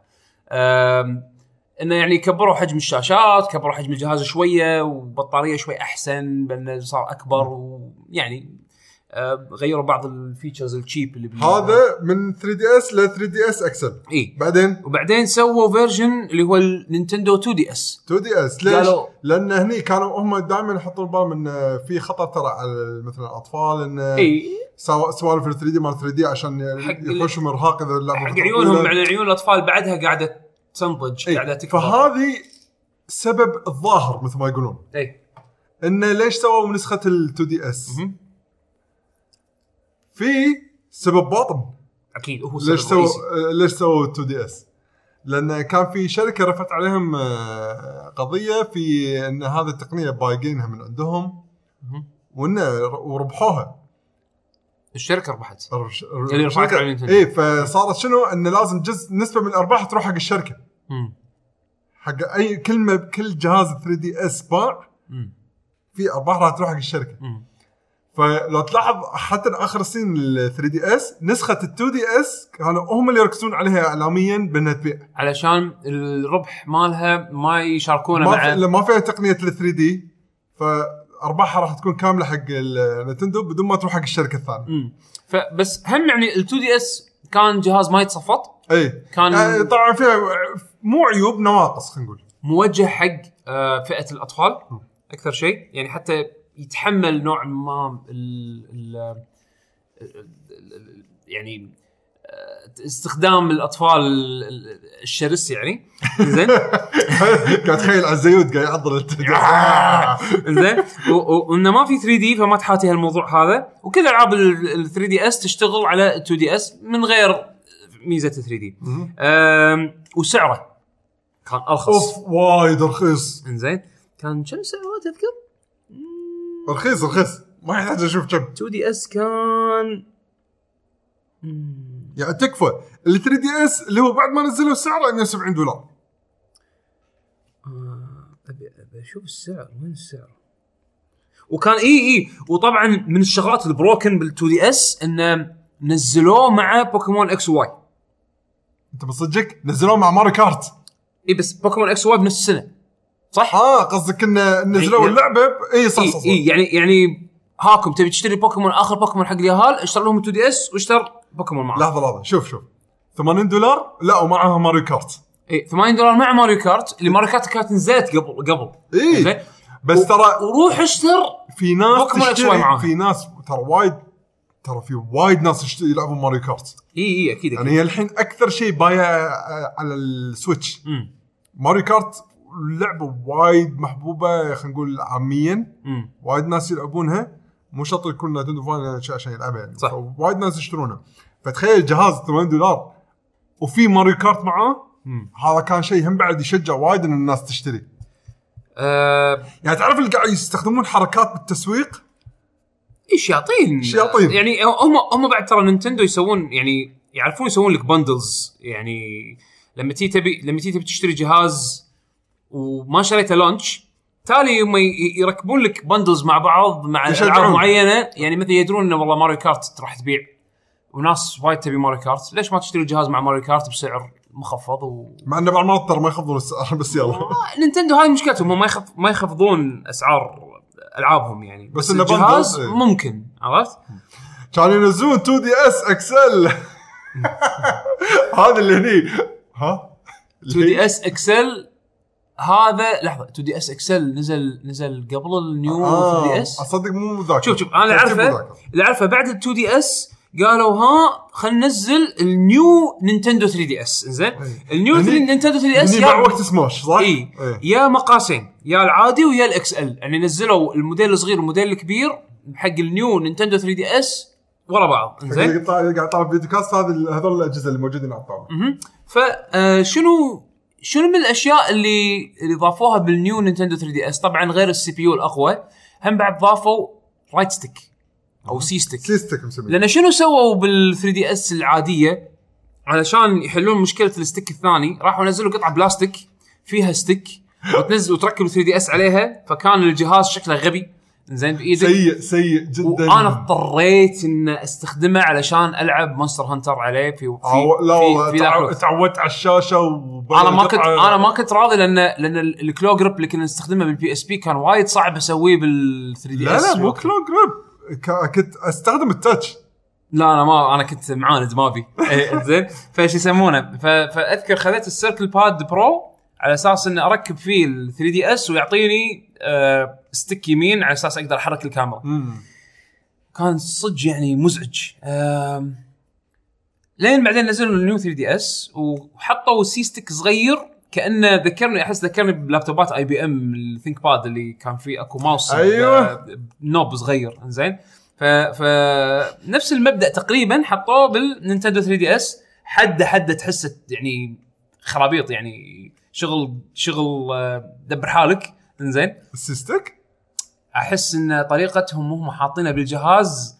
انه يعني كبروا حجم الشاشات كبروا حجم الجهاز شويه وبطاريه شوي احسن بانه صار اكبر ويعني آه غيروا بعض الفيتشرز الشيب اللي هذا من ثري دي اس ل ثري دي اس اكسل. اي بعدين وبعدين سووا فيرجن اللي هو النينتندو تو دي اس. تو دي اس ليش؟ لان هني كانوا هم دائما يحطوا بالهم ان في خطر ترى على مثلا الاطفال ان اي سوالف ال ثري دي مال ثري دي عشان يخشوا مرهق اذا اللعبه حق عيونهم على عيون الاطفال بعدها قاعده تنضج قاعده تكبر. فهذه سبب الظاهر مثل ما يقولون اي انه ليش سووا نسخه ال تو دي اس. في سبب باطن اكيد هو سبب ليش سووا ليش سووا تو دي اس، لان كان في شركه رفعت عليهم قضيه في ان هذه التقنيه بايقينها من عندهم وانه وربحوها. الشركه ربحت الرش... اللي رفعت على نينتندو. اي فصارت شنو ان لازم جزء نسبه من الارباح تروح حق الشركه امم حق اي كلمه بكل جهاز ثري دي اس باع في ارباح راح تروح حق الشركه. مم. فلو تلاحظ حتى اخر السنين ال ثري دي اس نسخه ال تو دي اس كانوا هم اللي يركزون عليها اعلاميا بانها تبيع علشان الربح مالها ما يشاركونه ما مع في... ما فيها تقنيه ال ثري دي فارباحها راح تكون كامله حق النينتندو بدون ما تروح حق الشركه الثانيه. امم فبس هم يعني ال تو دي اس كان جهاز ما يتصفط. اي كان يعني طبعا فيها مو عيوب نواقص خلينا نقول موجه حق آه فئه الاطفال اكثر شيء يعني حتى يتحمل نوع ما ال ال يعني استخدام الاطفال الشرس يعني زين قاعد تخيل على الزيود قاعد يعضل زين وانه ما في ثري دي فما تحاتي هالموضوع هذا وكل العاب ال ثري دي اس تشتغل على تو دي اس من غير ميزه ثري دي وسعره كان ارخص اوف وايد رخيص. زين كان كم سعره تذكر؟ رخيص رخيص ما يحتاج اشوف كم. تو دي اس كان يعني تكفى ال ثري دي اس اللي هو بعد ما نزلوا سعره مية وسبعين دولار. ابي ابي اشوف السعر وين السعر. وكان اي اي وطبعا من الشغلات البروكن بال2 دي اس انه نزلوه مع بوكيمون اكس واي. انت بصدقك نزلوه مع ماري كارت؟ اي بس بوكيمون اكس واي بنفس السنه صح؟ اه قصدك ان نزلوا إيه اللعبه اي صح صح, صح. اي يعني يعني هاكم تبي تشتري بوكيمون اخر بوكيمون حق اليهال اشتري لهم تو دي اس واشتر بوكيمون معه. لحظه لحظه شوف شوف ثمانين دولار لا ومعها ماريو كارت. اي ثمانين دولار مع ماريو كارت اللي ماريو كارت كانت نزلت قبل قبل اي بس ترى وروح اشتر في ناس بوكيمون اكس واي معاه. في ناس ترى وايد ترى في وايد ناس يشتري يلعبوا ماريو كارت. اي اي اكيد يعني هي الحين اكثر شيء بايع على السويتش امم ماريو كارت لعبه وايد محبوبه خلينا نقول عاميا امم وايد ناس يلعبونها مو شرط يكون نينتندو فان عشان يلعبها يعني صح. وايد ناس يشترونها فتخيل جهاز ثمانين دولار وفي ماريو كارت معاه مم. هذا كان شيء هم بعد يشجع وايد ان الناس تشتري. أه يعني تعرف اللي قاعد يستخدمون حركات بالتسويق ايش يعطين شياطين يعني هم هم بعد ترى نينتندو يسوون يعني يعرفون يسوون لك بندلز يعني لما تيجي تبي لما تيجي تبي تشتري جهاز وما شريته لونش تالي هم يركبون لك بندلز مع بعض مع العاب معينه يعني مثلا يدرون انه والله ماريو كارت راح تبيع وناس وايد تبي ماريو كارت ليش ما تشتري الجهاز مع ماريو كارت بسعر مخفض و... مع انه بعض المرات ترى ما يخفضون السعر بس يلا نينتندو هاي مشكلتهم هم ما يخف ما يخفضون اسعار العابهم يعني بس, بس الجهاز ايه. ممكن عرفت كانوا ينزلون تو دي اس اكسل هذا اللي هني ها تو دي اس اكسل هذا لحظه تو دي اس اكسل نزل نزل قبل النيو آه. تو دي اس اصدق مو ذاك شوف شوف انا اللي عارفه اللي عارفه بعد ال تو دي اس قالوا ها خلينا ننزل النيو نينتندو ثري دي اس زين النيو نينتندو ثري دي اس يا وقت سماش صح اي ايه. يا مقاسين يا العادي ويا الاكس ال يعني نزلوا الموديل الصغير والموديل الكبير حق النيو نينتندو ثري دي اس ورا بعض زين قاعد طالع فيديو كاست هذا هذول الاجهزه اللي موجودين على الطاوله اها فشنو شنو من الاشياء اللي اللي ضافوها بالنيو نينتندو ثري دي اس طبعا غير السي بي يو الاقوى هم بعد ضافوا رايت ستيك او سي ستيك سي ستيك مسميه لان شنو سووا بال ثري دي اس العاديه علشان يحلون مشكله الستيك الثاني راحوا نزلوا قطعه بلاستيك فيها ستيك وتنزل وتركب ثري دي اس عليها فكان الجهاز شكله غبي زين بايدك سيء سيء جدا وانا اضطريت ان استخدمه علشان العب مونستر هانتر عليه في في لا في تعو... تعودت على الشاشه انا ما كنت انا ما كنت راضي لان لان الكلو جريب اللي كنا نستخدمه بالبي اس بي كان وايد صعب اسويه بال ثري دي اس لا لا مو كلو جريب كنت استخدم التاتش لا انا ما انا كنت معاند ما بي زين فايش يسمونه فاذكر خذيت السيركل باد برو على اساس اني اركب فيه ال ثري دي اس ويعطيني أه ستيك يمين على اساس اقدر احرك الكاميرا مم. كان صدق يعني مزعج أه لين بعدين نزلوا النيو ثري دي اس وحطوا سي ستيك صغير كانه ذكرني احس ذكرني بلابتوبات اي بي ام الثينك باد اللي كان فيه اكو ماوس أيوة. نوب صغير زين ف فنفس المبدا تقريبا حطوه بالنينتندو ثري دي اس حد حد تحس يعني خرابيط يعني شغل شغل دبر حالك زين السيستك احس ان طريقتهم هم حاطينها بالجهاز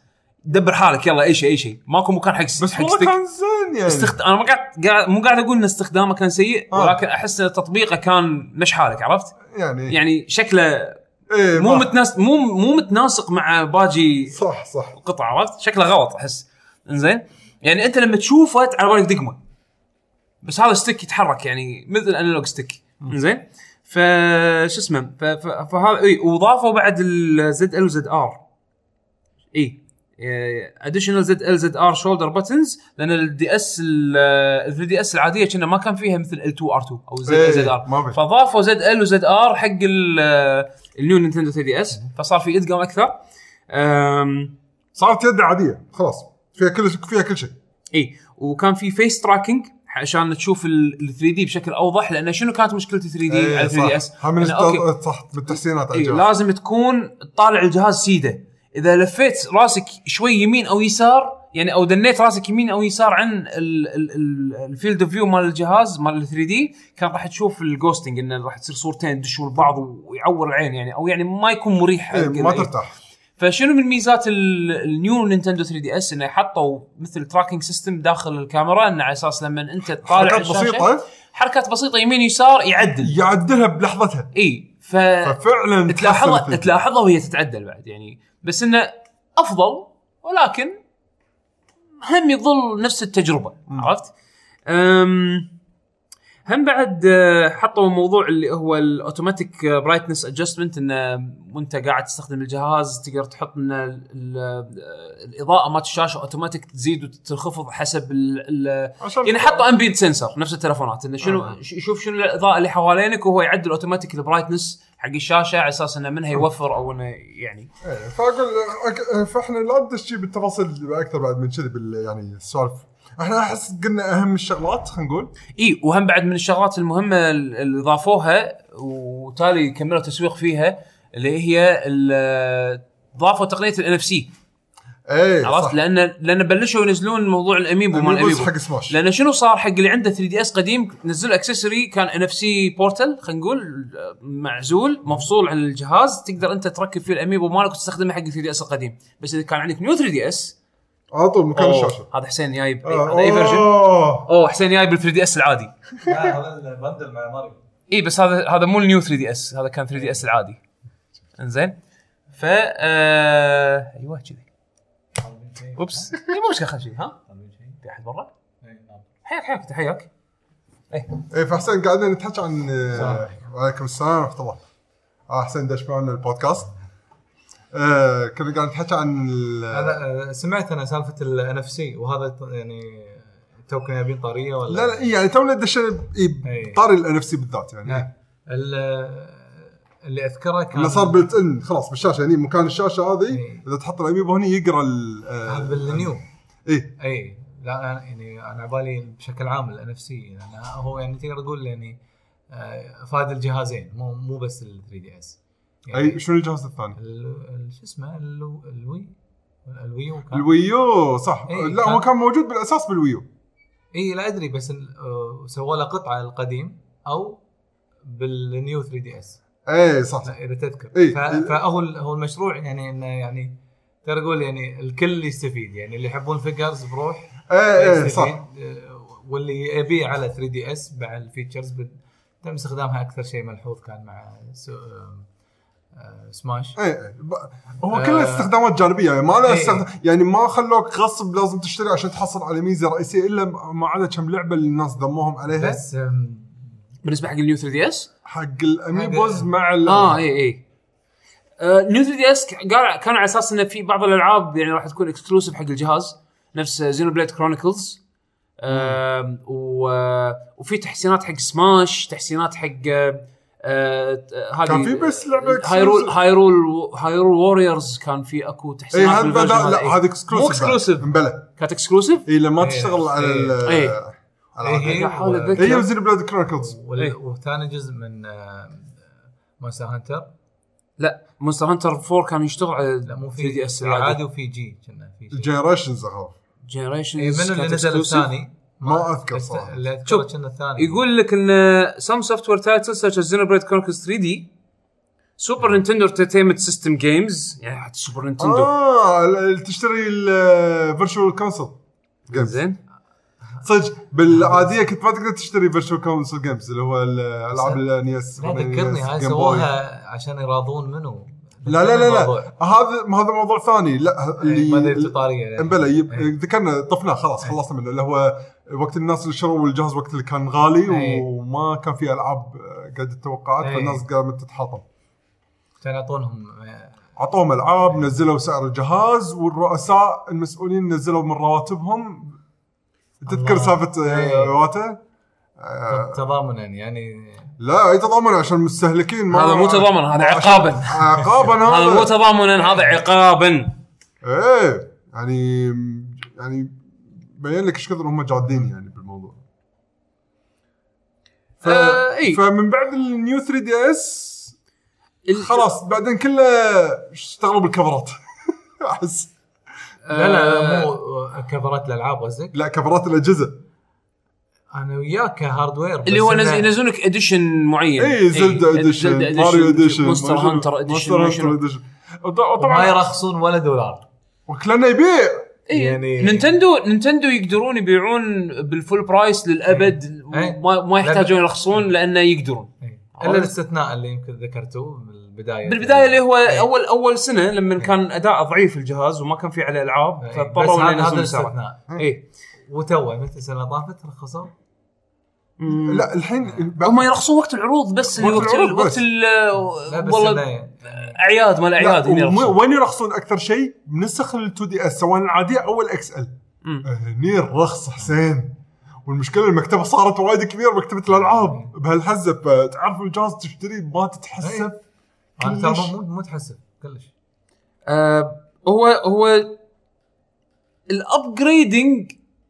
دبر حالك يلا اي شيء اي شيء ماكو مكان حق بس حق والله كان زين يعني استخد... انا ما قاعد قاعد مو قاعد اقول ان استخدامه كان سيء آه. ولكن احس ان تطبيقه كان مش حالك عرفت يعني يعني شكله إيه مو ما- متناسق مو مو متناسق مع باجي صح صح القطع عرفت شكله غلط احس انزين يعني انت لما تشوفه على بالك دقمه بس هذا ستيك يتحرك يعني مثل انالوج ستيك انزين ف شو اسمه ف... ف... فهذا اي وضافوا بعد الزد ال وزد ار اي اديشنال زد ال زد ار شولدر باتنز لان الدي اس ال دي اس العاديه كنا ما كان فيها مثل ال تو ار تو او زد ال زد ار فضافوا زد ال وزد ار حق النيو نينتندو ثري دي اس فصار في ادغام اكثر صارت يد عاديه خلاص فيها كل فيها كل شيء اي وكان في فيس تراكنج عشان تشوف ال ثري دي بشكل اوضح لان شنو كانت مشكله ثري دي ايه على ثري دي اس هم الست... صح بالتحسينات إيه لازم تكون تطالع الجهاز سيده اذا لفيت راسك شوي يمين او يسار يعني او دنيت راسك يمين او يسار عن الفيلد اوف فيو مال الجهاز مال ثري دي كان راح تشوف الجوستنج انه راح تصير صورتين يدشون بعض ويعور العين يعني او يعني ما يكون مريح ايه ما ترتاح فشنو من ميزات النيو نينتندو ثري دي اس انه حطوا مثل تراكنج سيستم داخل الكاميرا انه على اساس لما انت تطالع حركات بسيطه حركات بسيطه يمين يسار يعدل يعدلها بلحظتها اي ف... ففعلا تلاحظها تلاحظها وهي تتعدل بعد يعني بس انه افضل ولكن هم يظل نفس التجربه م. عرفت أم... هم بعد حطوا موضوع اللي هو الاوتوماتيك برايتنس ادجستمنت انه وانت قاعد تستخدم الجهاز تقدر تحط من الاضاءه مالت الشاشه اوتوماتيك تزيد وتنخفض حسب ال يعني حطوا امبيانت سنسور نفس اقول انه شنو آه. يشوف شنو الاضاءه اللي حوالينك وهو يعدل اوتوماتيك البرايتنس حق الشاشه على اساس انه منها يوفر او انه يعني ايه فاقول فاحنا لا ندش بالتفاصيل اكثر بعد من كذي بال يعني السوالف احنا احس قلنا اهم الشغلات خلينا نقول اي وهم بعد من الشغلات المهمه اللي ضافوها وتالي كملوا تسويق فيها اللي هي ضافوا تقنيه الان اف سي ايه عرفت لان لان بلشوا ينزلون موضوع الاميبو مال الاميبو حق سماش لان شنو صار حق اللي عنده ثري دي اس قديم نزل اكسسوري كان ان اف سي بورتال خلينا نقول معزول مفصول عن الجهاز تقدر انت تركب فيه الاميبو مالك وتستخدمه حق ثري دي اس القديم بس اذا كان عندك نيو ثري دي اس على طول مكان الشاشه هذا حسين جايب هذا اي فيرجن اوه حسين جايب ال ثري دي اس العادي لا هذا البندل مع ماريو اي بس هذا هذا مو النيو ثري دي اس هذا كان ثري دي اس العادي انزين ف آه... ايوه كذي اوبس مو مشكله خلي شيء ها في احد برا حياك حياك تحياك ايه ايه فحسين قاعدين نتحكي عن وعليكم السلام ورحمه الله اه حسين دش معنا البودكاست آه كنا قاعد نتحكي عن هذا سمعت انا سالفه الان اف سي وهذا يعني توكن يبين طاريه ولا لا لا يعني تونا دشنا طاري الان اف سي بالذات يعني اللي اذكره كان اللي صار بلت ان خلاص بالشاشه يعني مكان الشاشه هذه اذا تحط الاميبو هنا يقرا هذا بالنيو اي اي لا يعني انا على بالي بشكل عام الان اف سي يعني هو يعني تقدر تقول يعني فاد الجهازين مو مو بس ال ثري دي اس يعني اي شنو الجهاز الثاني شو اسمه الوي الويو كان الويو صح إيه لا هو كان موجود بالاساس بالويو اي لا ادري بس سووا له قطعه القديم او بالنيو ثري دي اس ايه صح اذا تذكر إيه. فهو هو المشروع يعني انه يعني ترى اقول يعني الكل يستفيد يعني اللي يحبون فيجرز بروح ايه ايه صح واللي يبي على ثري دي اس مع الفيتشرز تم استخدامها اكثر شيء ملحوظ كان مع سماش ايه هو كله استخدامات جانبيه يعني ما له استخدام يعني ما خلوك غصب لازم تشتري عشان تحصل على ميزه رئيسيه الا ما عدا كم لعبه اللي الناس ضموهم عليها بس بالنسبه حق النيو ثري دي اس حق الاميبوز مع اه اي اي نيو ثري دي اس قال كان على اساس انه في بعض الالعاب يعني راح تكون اكسكلوسيف حق الجهاز نفس زينوبليد كرونيكلز آه وفي تحسينات حق سماش تحسينات حق آه هذه كان في بس لعبه هايرول هايرول هايرول ووريرز كان في اكو تحسينات إيه لا هذه اكسكلوسيف مبلى كانت اكسكلوسيف اي لما تشتغل على ال ايه هي زين بلاد كرونيكلز وثاني جزء من مونستر هانتر لا مونستر هانتر فور كان يشتغل على لا مو في دي اس عادي وفي جي كنا في الجنريشنز اخاف جنريشنز من اللي نزل الثاني ما اذكر صراحه اللي اذكر كنا الثاني يقول لك ان some software titles such as Xenoblade Chronicles ثري دي سوبر نينتندو انترتينمنت سيستم جيمز، يعني حتى سوبر نينتندو اه ال- تشتري الفيرتشوال كونسول جيمز. زين. صدق بالعاديه كنت ما تقدر تشتري فيرتشوال كونسول جيمز اللي هو الالعاب النيس. لا ذكرني هاي سووها عشان يراضون منه. لا لا لا لا هذا ما هذا موضوع ثاني. لا اللي التطاريه امبلا ذكرنا طفنا خلاص خلصنا منه اللي هو وقت الناس اللي شروا الجهاز وقت اللي كان غالي وما كان فيه العاب قد التوقعات فالناس قامت تتحطم كان يعطونهم عطوهم العاب نزلوا سعر الجهاز والرؤساء المسؤولين نزلوا من رواتبهم. تذكر سالفه رواتب تضامنا يعني لا اي تضامن عشان المستهلكين. هذا مو تضامن هذا عقابا. عقابا هذا مو تضامنا هذا عقابا. ايه يعني يعني بين لك ايش كثر هم جادين يعني بالموضوع. ف... آه إيه؟ فمن بعد النيو ثري دي اس خلاص بعدين كله اشتغلوا بالكفرات. احس لا لا مو كفرات الالعاب قصدك؟ لا كفرات الاجهزه. انا وياك هاردوير اللي هو ينزلونك اديشن معين. اي زلدا اديشن ماريو اديشن مونستر هانتر اديشن وما يرخصون ولا دولار وكلنا يبيع. إيه؟ يعني نينتندو نينتندو يقدرون يبيعون بالفول برايس للابد. إيه؟ ما ما يحتاجون يرخصون لانه يقدرون. إيه؟ الا الاستثناء اللي يمكن ذكرته بالبدايه بالبدايه اللي هو إيه؟ اول اول سنه لما إيه؟ كان اداء ضعيف الجهاز وما كان في عليه العاب إيه؟ فاضطروا ان ينزلون سعره. اي وتو متى سنه طافت رخصوا. لا الحين هم يرخصون وقت العروض بس اللي وقت ال وقت ال والله اعياد ما الاعياد وين يرخصون اكثر شيء بنسخ ال تو دي اس سواء العاديه او الاكس ال. هني الرخص حسين والمشكله المكتبه صارت وايد كبيره مكتبه الالعاب بهالحزه تعرف الجهاز تشتري ما تتحسب. انا مو مو تحسب كلش. آه هو هو الابجريدنج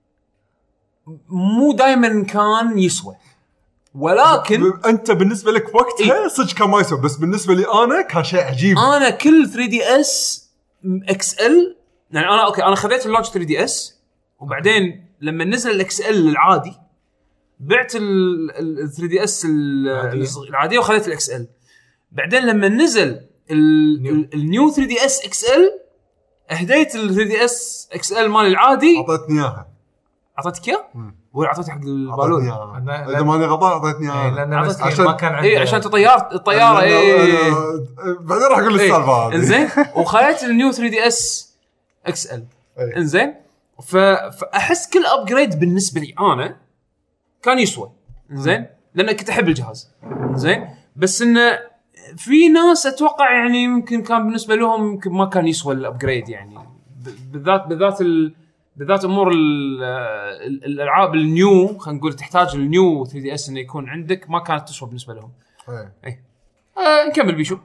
مو دائما كان يسوى ولكن انت بالنسبه لك وقتها إيه؟ صدق كان ما يسوى بس بالنسبه لي انا كان شيء عجيب. انا كل ثري دي اس اكس ال يعني انا اوكي انا خذيت اللونش ثري دي اس وبعدين لما نزل الاكس ال العادي بعت ال ثري دي اس العاديه وخذيت الاكس ال. بعدين لما نزل النيو ثري دي اس اكس ال اهديت ال ثري دي اس اكس ال مال العادي. اعطيتني اياها اعطيتك اياه ولا اعطيته حق البالون؟ اذا ماني غلطان اعطيتني اياه لان عشان ما كان عندي اي عشان تطيرت الطياره اي بعدين راح اقول السالفه هذه انزين. وخذيت النيو ثري دي اس اكس ال انزين. فاحس كل ابجريد بالنسبه لي انا كان يسوى انزين لان كنت احب الجهاز انزين. بس انه في ناس اتوقع يعني يمكن كان بالنسبه لهم يمكن ما كان يسوى الابجريد يعني بالذات بالذات ال بالذات امور الالعاب النيو خلينا نقول تحتاج النيو ثري دي اس انه يكون عندك ما كانت تسوى بالنسبه لهم. اي اي آه نكمل بيشو.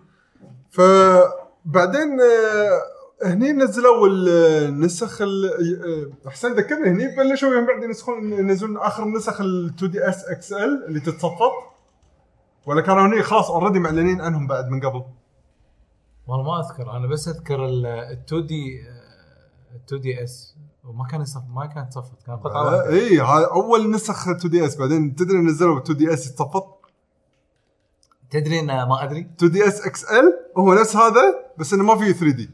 فبعدين آه هني نزلوا النسخ احسن ذكرني هني بلشوا من بعد ينسخون ينزلون اخر نسخ ال تو دي اس اكس ال اللي تتصفط ولا كانوا هني خلاص اوريدي معلنين عنهم بعد من قبل؟ والله ما اذكر انا بس اذكر ال تو دي تو دي اس وما كان يصف ما كان تصفط كان قطعه. اي هاي اول نسخ تو دي اس بعدين تدري نزلوا تو دي اس يتصفط. تدري ان ما ادري تو دي اس اكس ال هو نفس هذا بس انه ما فيه ثري دي.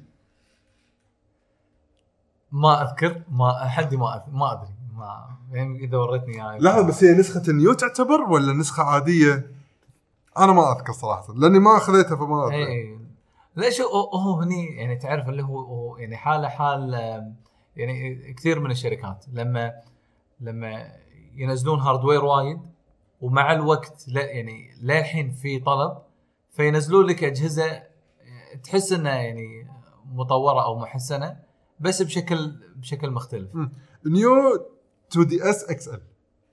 ما اذكر ما حدي ما أذكر. ما ادري ما يعني اذا وريتني هاي لحظه بس هي نسخه النيو تعتبر ولا نسخه عاديه؟ انا ما اذكر صراحه لاني ما اخذتها فما ادري. اي لا شو هو هني يعني تعرف اللي هو يعني حاله حال يعني كثير من الشركات لما لما ينزلون هاردوير وايد ومع الوقت لا يعني لا الحين في طلب فينزلون لك اجهزه تحس انها يعني مطوره او محسنه بس بشكل بشكل مختلف. نيو تو دي اس اكس ال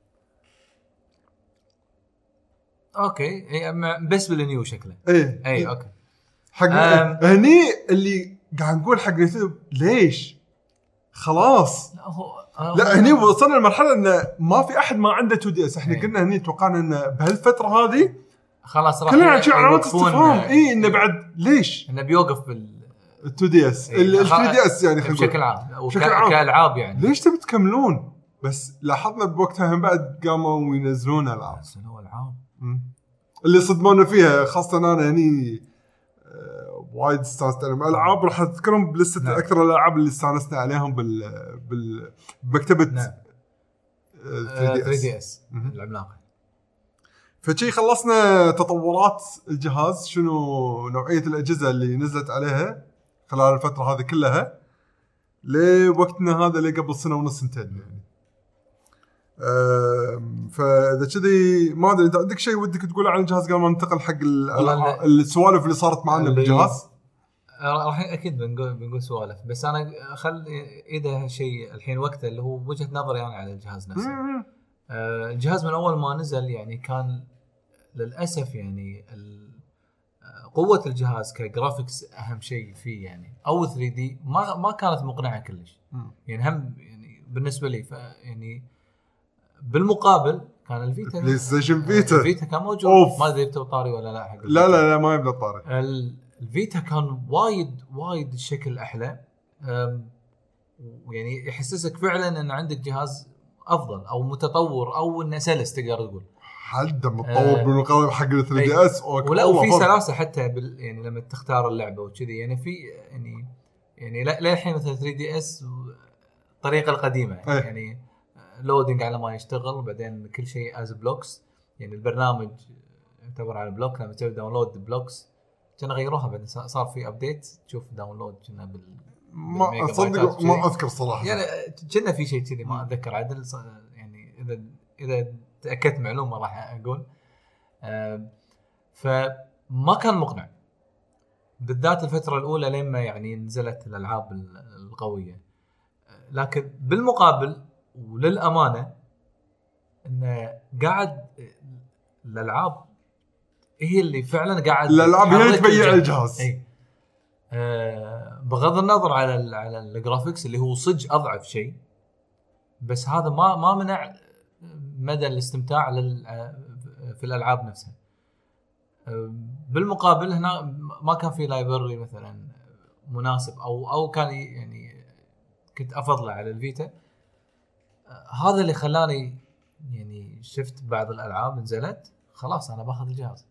اوكي بس بالنيو شكله ايه اي إيه. اوكي حق هني اللي قاعد نقول حق ليش خلاص. لا هو لا هني وصلنا لمرحله انه ما في احد ما عنده تو دي اس. احنا كنا هني توقعنا انه بهالفتره هذه خلاص راح كلنا شيء علامات استفهام. اي انه بعد ليش انه بيوقف بال تو دي اس ال ثري دي اس يعني خلينا بشكل عام وكالعاب يعني ليش تبي تكملون؟ بس لاحظنا بوقتها هم بعد قاموا وينزلون العاب هو العاب اللي صدمونا فيها خاصه انا هني وايد استانست عليهم. العاب راح اذكرهم بلسته نعم. اكثر الالعاب اللي استانسنا عليهم بال بال بمكتبه نعم. ثري دي اس. العملاقه. فشي خلصنا تطورات الجهاز، شنو نوعيه الاجهزه اللي نزلت عليها خلال الفتره هذه كلها لوقتنا هذا اللي قبل سنه ونص سنتين يعني. فاذا كذي ما ادري انت عندك شيء ودك تقوله عن الجهاز قبل ما ننتقل حق السوالف اللي صارت معنا بالجهاز؟ راح اكيد بنقول بنقول سوالف، بس انا خل اذا شيء الحين وقته اللي هو وجهه نظري انا على الجهاز نفسه. آه الجهاز من اول ما نزل يعني كان للاسف يعني قوه الجهاز كجرافيكس اهم شيء فيه يعني، او ثري دي ما ما كانت مقنعه كلش يعني، هم يعني بالنسبه لي يعني. بالمقابل كان الفيتا بلاي ستيشن فيتا الفيتا كان موجود أوف. ما ادري يبدا طاري ولا لا حق لا لا لا ما يبدا طاري. الفيتا كان وايد وايد الشكل احلى، يعني يحسسك فعلا ان عندك جهاز افضل او متطور او انه سلس تقدر تقول حد متطور آه بالمقارنه حق ال ثري دي اس. ولا وفي سلاسه حتى بال يعني لما تختار اللعبه وكذي يعني في يعني يعني لا للحين مثلا ثري دي اس الطريقه القديمه أي. يعني لودينج على ما يشتغل وبعدين كل شيء از بلوكس، يعني البرنامج يعتبر على بلوك، لما تسوي داونلود بلوكس كان غيروها بعدين صار في ابديت تشوف داونلود كنا بال ما اصدق ما اذكر صراحه يعني كنا في شيء كذي ما اتذكر عدل يعني اذا اذا تاكدت معلومه راح اقول. أه فما كان مقنع بالذات الفتره الاولى لما يعني نزلت الالعاب القويه، لكن بالمقابل وللامانه انه قاعد الالعاب هي اللي فعلا قاعد الالعاب هي اللي تبيع الجهاز. اي أه بغض النظر على ال على الجرافيكس اللي هو صج اضعف شيء، بس هذا ما ما منع مدى الاستمتاع في الالعاب نفسها. أه بالمقابل هنا ما كان في لايبرري مثلا مناسب او او كان يعني كنت افضله على الفيتا. أه هذا اللي خلاني يعني شفت بعض الالعاب نزلت خلاص انا باخذ الجهاز.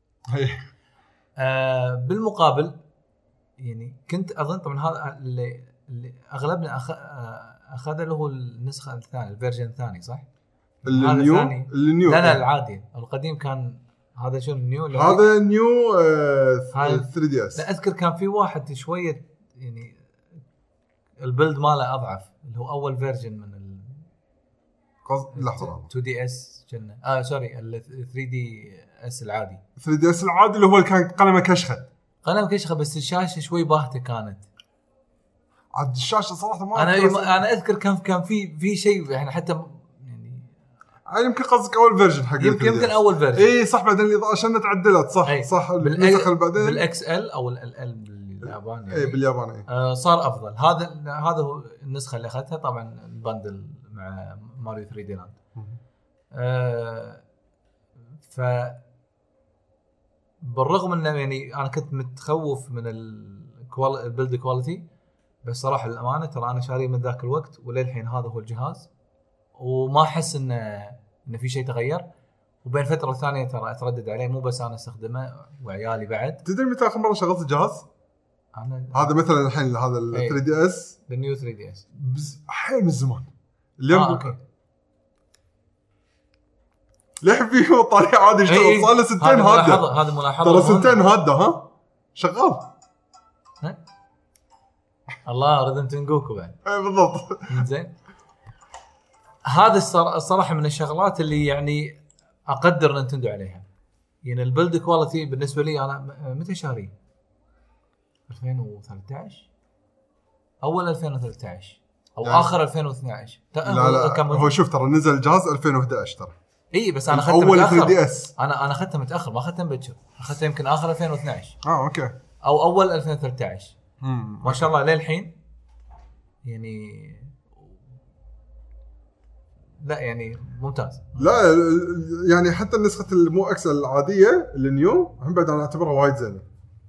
أه بالمقابل يعني كنت اظن طبعا هذا اللي, اللي اغلبنا أخ... اخذ له النسخه الثانيه الفيرجن الثاني صح؟ النيو النيو لا لا العادي القديم كان هذا شو النيو هذا نيو آه ثري دي اس. لا اذكر كان في واحد شويه يعني البيلد ماله اضعف اللي هو اول فيرجن من ال قصد لحظه تو دي اس كنا اه سوري ال ثري دي اس العادي ثري دي اس العادي اللي هو اللي كان قلمه كشخه قلم كشخه بس الشاشه شوي باهته كانت عاد الشاشه صراحه ما انا يم... انا اذكر كان كان في في شيء يعني حتى يعني يمكن قصدك اول فيرجن حق يمكن, يمكن اول فيرجن اي صح بعدين الاضاءه عشان تعدلت صح أي. صح النسخ اللي بعدين بالاكس ال او ال ال باليابان يعني اي باليابان اي آه صار افضل. هذا هذا هو النسخه اللي اخذتها طبعا البندل مع ماريو ثري دي لاند. آه ف بالرغم انه يعني انا كنت متخوف من البيلد كواليتي، بس صراحه للامانه ترى انا شاريه من ذاك الوقت وللحين هذا هو الجهاز وما احس انه انه في شيء تغير. وبين فتره ثانيه ترى اتردد عليه مو بس انا استخدمه وعيالي بعد. تدري متى اخر مره شغلت الجهاز؟ انا هذا مثلا الحين هذا ال ثري دي اس النيو ثري دي اس حيل من زمان اليوم. آه، اوكي ليه فيه بطاريه عادي يشتغل صار له سنتين هذا هذا ملاحظه ترى سنتين هذا ها شغال ها الله رذم تنجوكو بعد اي بالضبط زين. هذا الصراحه من الشغلات اللي يعني اقدر نينتندو عليها يعني البيلد كواليتي بالنسبه لي. انا متى شاري ألفين وثلاثة عشر اول ألفين وثلاثة عشر او يعني اخر ألفين واثني عشر. لا لا هو شوف ترى نزل الجهاز ألفين وإحدى عشر ترى اي بس انا اخذته متاخر. ثري دي اس انا انا اخذته متاخر ما اخذته مبكر اخذته يمكن اخر ألفين واثني عشر اه اوكي او اول ألفين وثلاثة عشر. امم ما شاء الله للحين يعني لا يعني ممتاز. لا يعني حتى النسخه المو اكسل العاديه النيو هم بعد انا اعتبرها وايد زينه.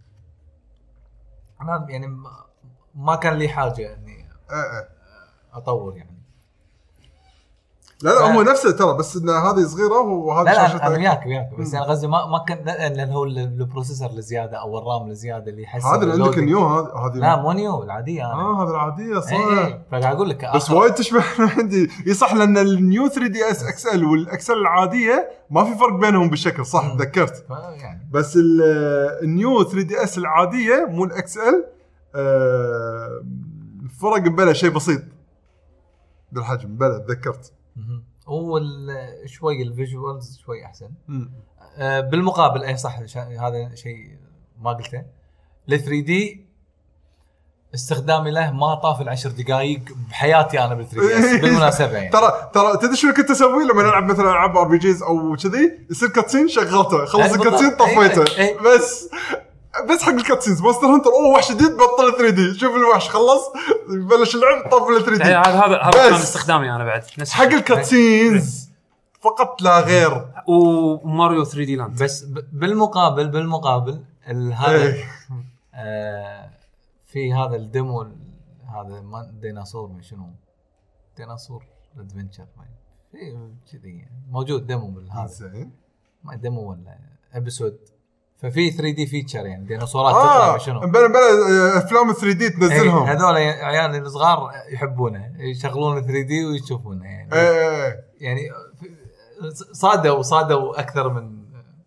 انا يعني ما كان لي حاجه يعني اه اه اطور يعني. لا لا هو نفسه ترى بس ان هذه صغيره وهذه لا شاشتها لا انا وياك وياك بس انا قصدي ما ما كان لان هو البروسيسور الزياده او الرام الزياده اللي يحسن هذا اللي عندك نيو هذه هذه لا مو نيو العاديه انا اه هذه العاديه صح ايه ايه. فقاعد اقول لك بس وايد تشبه عندي يصح لان النيو ثري دي اس اكس ال والاكسل العاديه ما في فرق بينهم بالشكل صح تذكرت يعني. بس النيو ثري دي اس العاديه مو الاكس ال آه الفرق بلا شيء بسيط بالحجم بلا تذكرت هو شوي الفيجوالز شوي احسن آه بالمقابل اي صح هذا شيء ما قلته ل ثري دي استخدامي له ما طاف العشر دقائق بحياتي انا بال ثري دي اس بالمناسبه يعني ترى ترى تدري شو كنت اسوي لما نلعب مثلا العاب ار بي جيز او كذي يصير كاتسين شغلته خلص الكاتسين طفيته بس بس حق الكاتسينز مونستر هانتر اوه وحش جديد بطل ثري دي شوف الوحش خلص بلش اللعب طف ال ثري دي هذا هذا هذا كان استخدامي انا بعد حق الكاتسينز فقط لا غير وماريو ثري دي لاند بس بالمقابل بالمقابل هذا آه في هذا الديمو هذا ما ديناصور ما شنو ديناصور ادفنتشر في كذي موجود ديمو بالهذا ما ديمو ولا ابيسود ففي ثري دي فيتشر يعني ديناصورات آه تطلع شنو بلا بلا افلام ثري دي تنزلهم هذول عيال الصغار يحبونه يشغلون ثري دي ويشوفونه يعني ايه يعني صادوا صادوا اكثر من